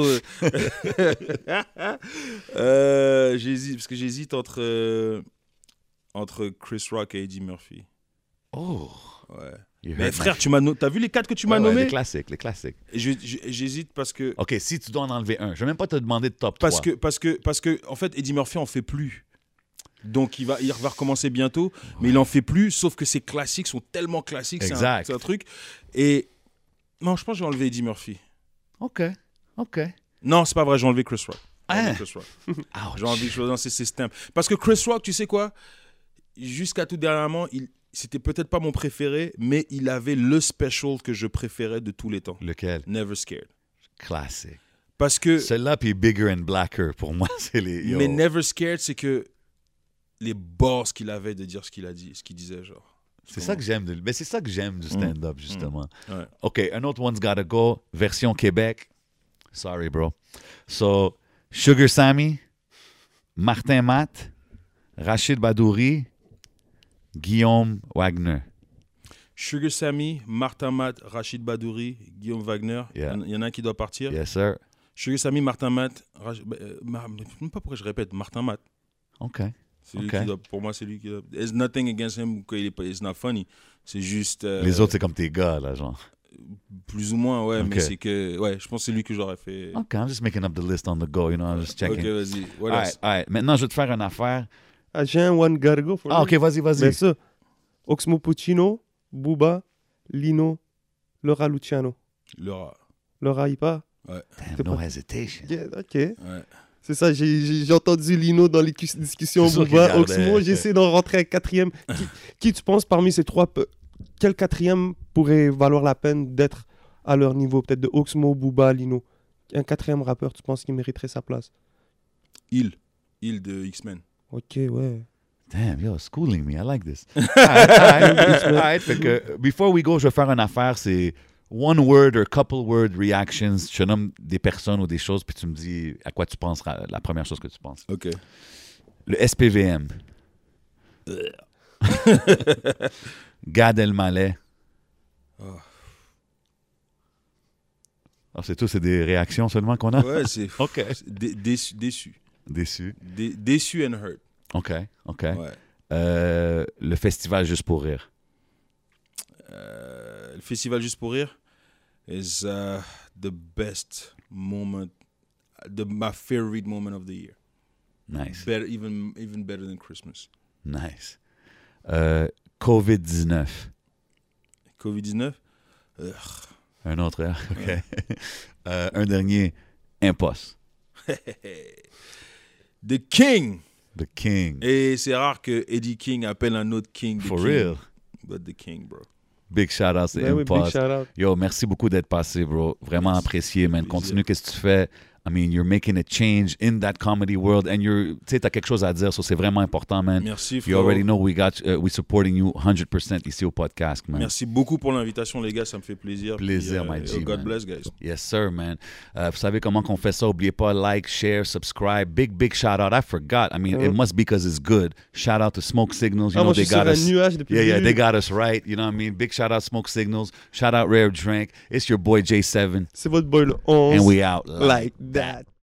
J'hésite, parce que j'hésite entre Chris Rock et Eddie Murphy. Oh. Ouais. You Mais heard frère, my- t'as vu les 4 que tu m'as Ouais, nommés? les classiques, les classiques. Et j'hésite parce que, OK, si tu dois en enlever un, je vais même pas te demander de top 3. parce que, en fait, Eddie Murphy en fait plus. Donc il va recommencer bientôt, mais il en fait plus, sauf que ses classiques sont tellement classiques, Exact. c'est un truc. Et non, je pense que je vais enlever Eddie Murphy. OK. Non, c'est pas vrai, j'ai enlevé Chris Rock. J'ai enlevé Hein? Chris Rock. Ouch. J'ai envie de choisir ces stamps. Parce que Chris Rock, tu sais quoi? Jusqu'à tout dernièrement, c'était peut-être pas mon préféré, mais il avait le special que je préférais de tous les temps. Lequel? Never Scared. Classique. Parce que, Celui-là, puis Bigger and Blacker, pour moi, c'est les... yo. mais Never Scared, c'est que les boss qu'il avait de dire ce qu'il a dit, ce qu'il disait, genre. C'est ça que j'aime mais c'est ça que j'aime du stand-up, justement. Ouais. OK, un autre One's Gotta Go, version Québec. Sorry, bro. So, Sugar Sammy, Martin Matt, Rachid Badouri, Guillaume Wagner. Sugar Sammy, Martin Matt, Rachid Badouri, Guillaume Wagner. Yeah. Il y en a un qui doit partir. Yes, sir. Sugar Sammy, Martin Matt, je ne sais pas pourquoi je répète, Martin Matt. OK. Pour moi, c'est lui qui doit. There's nothing against him. It's not funny. C'est juste. Les autres, c'est comme tes gars, là, genre. Plus ou moins, ouais. Mais c'est que. Ouais, je pense que c'est lui que j'aurais fait. OK, I'm just making up the list on the go, you know, I'm just checking. OK, vas-y. All right. Maintenant, je vais te faire une affaire. J'ai un one gotta go. OK, vas-y. Mais ça, Oxmo Puccino, Booba, Lino, Laura Luciano. Laura Ipa. Ouais. Damn, no hesitation. Yeah, OK. Ouais. C'est ça, j'ai entendu Lino dans les discussions Booba, Oxmo. J'essaie d'en rentrer un quatrième. Qui tu penses parmi ces trois, quel quatrième pourrait valoir la peine d'être à leur niveau? Peut-être de Oxmo, Booba, Lino. Un quatrième rappeur, tu penses qu'il mériterait sa place? Il de X-Men. OK, ouais. Damn, you're schooling me. I like this. All right. Fait que, before we go, je vais faire une affaire, c'est one word or couple word reactions. Je te nomme des personnes ou des choses, puis tu me dis à quoi tu penses, la première chose que tu penses. OK. Le SPVM. Gad Elmaleh. C'est tout, c'est des réactions seulement qu'on a? Ouais, c'est OK. Déçu. Déçu and hurt. OK. Ouais. Le festival Juste pour rire. Le festival Juste pour rire is the best moment, my favorite moment of the year. Nice. Better, even better than Christmas. Nice. COVID-19. COVID-19? Un autre, hein? OK. Ouais. Un dernier, Impost. The King. The King. Et c'est rare que Eddie King appelle un autre King. For real? But the King, bro. Big shout-out, c'est Impost. Oui, big shout-out. Yo, merci beaucoup d'être passé, bro. Vraiment apprécié, man. Continue, qu'est-ce que tu fais? I mean, you're making a change in that comedy world, and tu sais, t'as quelque chose à dire, so c'est vraiment important, man. Merci, frère. You already know we supporting you 100% ici au podcast, man. Merci beaucoup pour l'invitation, les gars, ça me fait plaisir. Plaisir, puis, my G, God man. bless, guys. Yes, sir, man. Vous savez comment qu'on fait ça? Oubliez pas, like, share, subscribe. Big shout out. I forgot. I mean, it must be because it's good. Shout out to Smoke Signals. You know, they got us. Yeah, they got us right. You know what I mean? Big shout out Smoke Signals. Shout out Rare Drink. It's your boy J7. C'est votre boy le 11. And we out like that.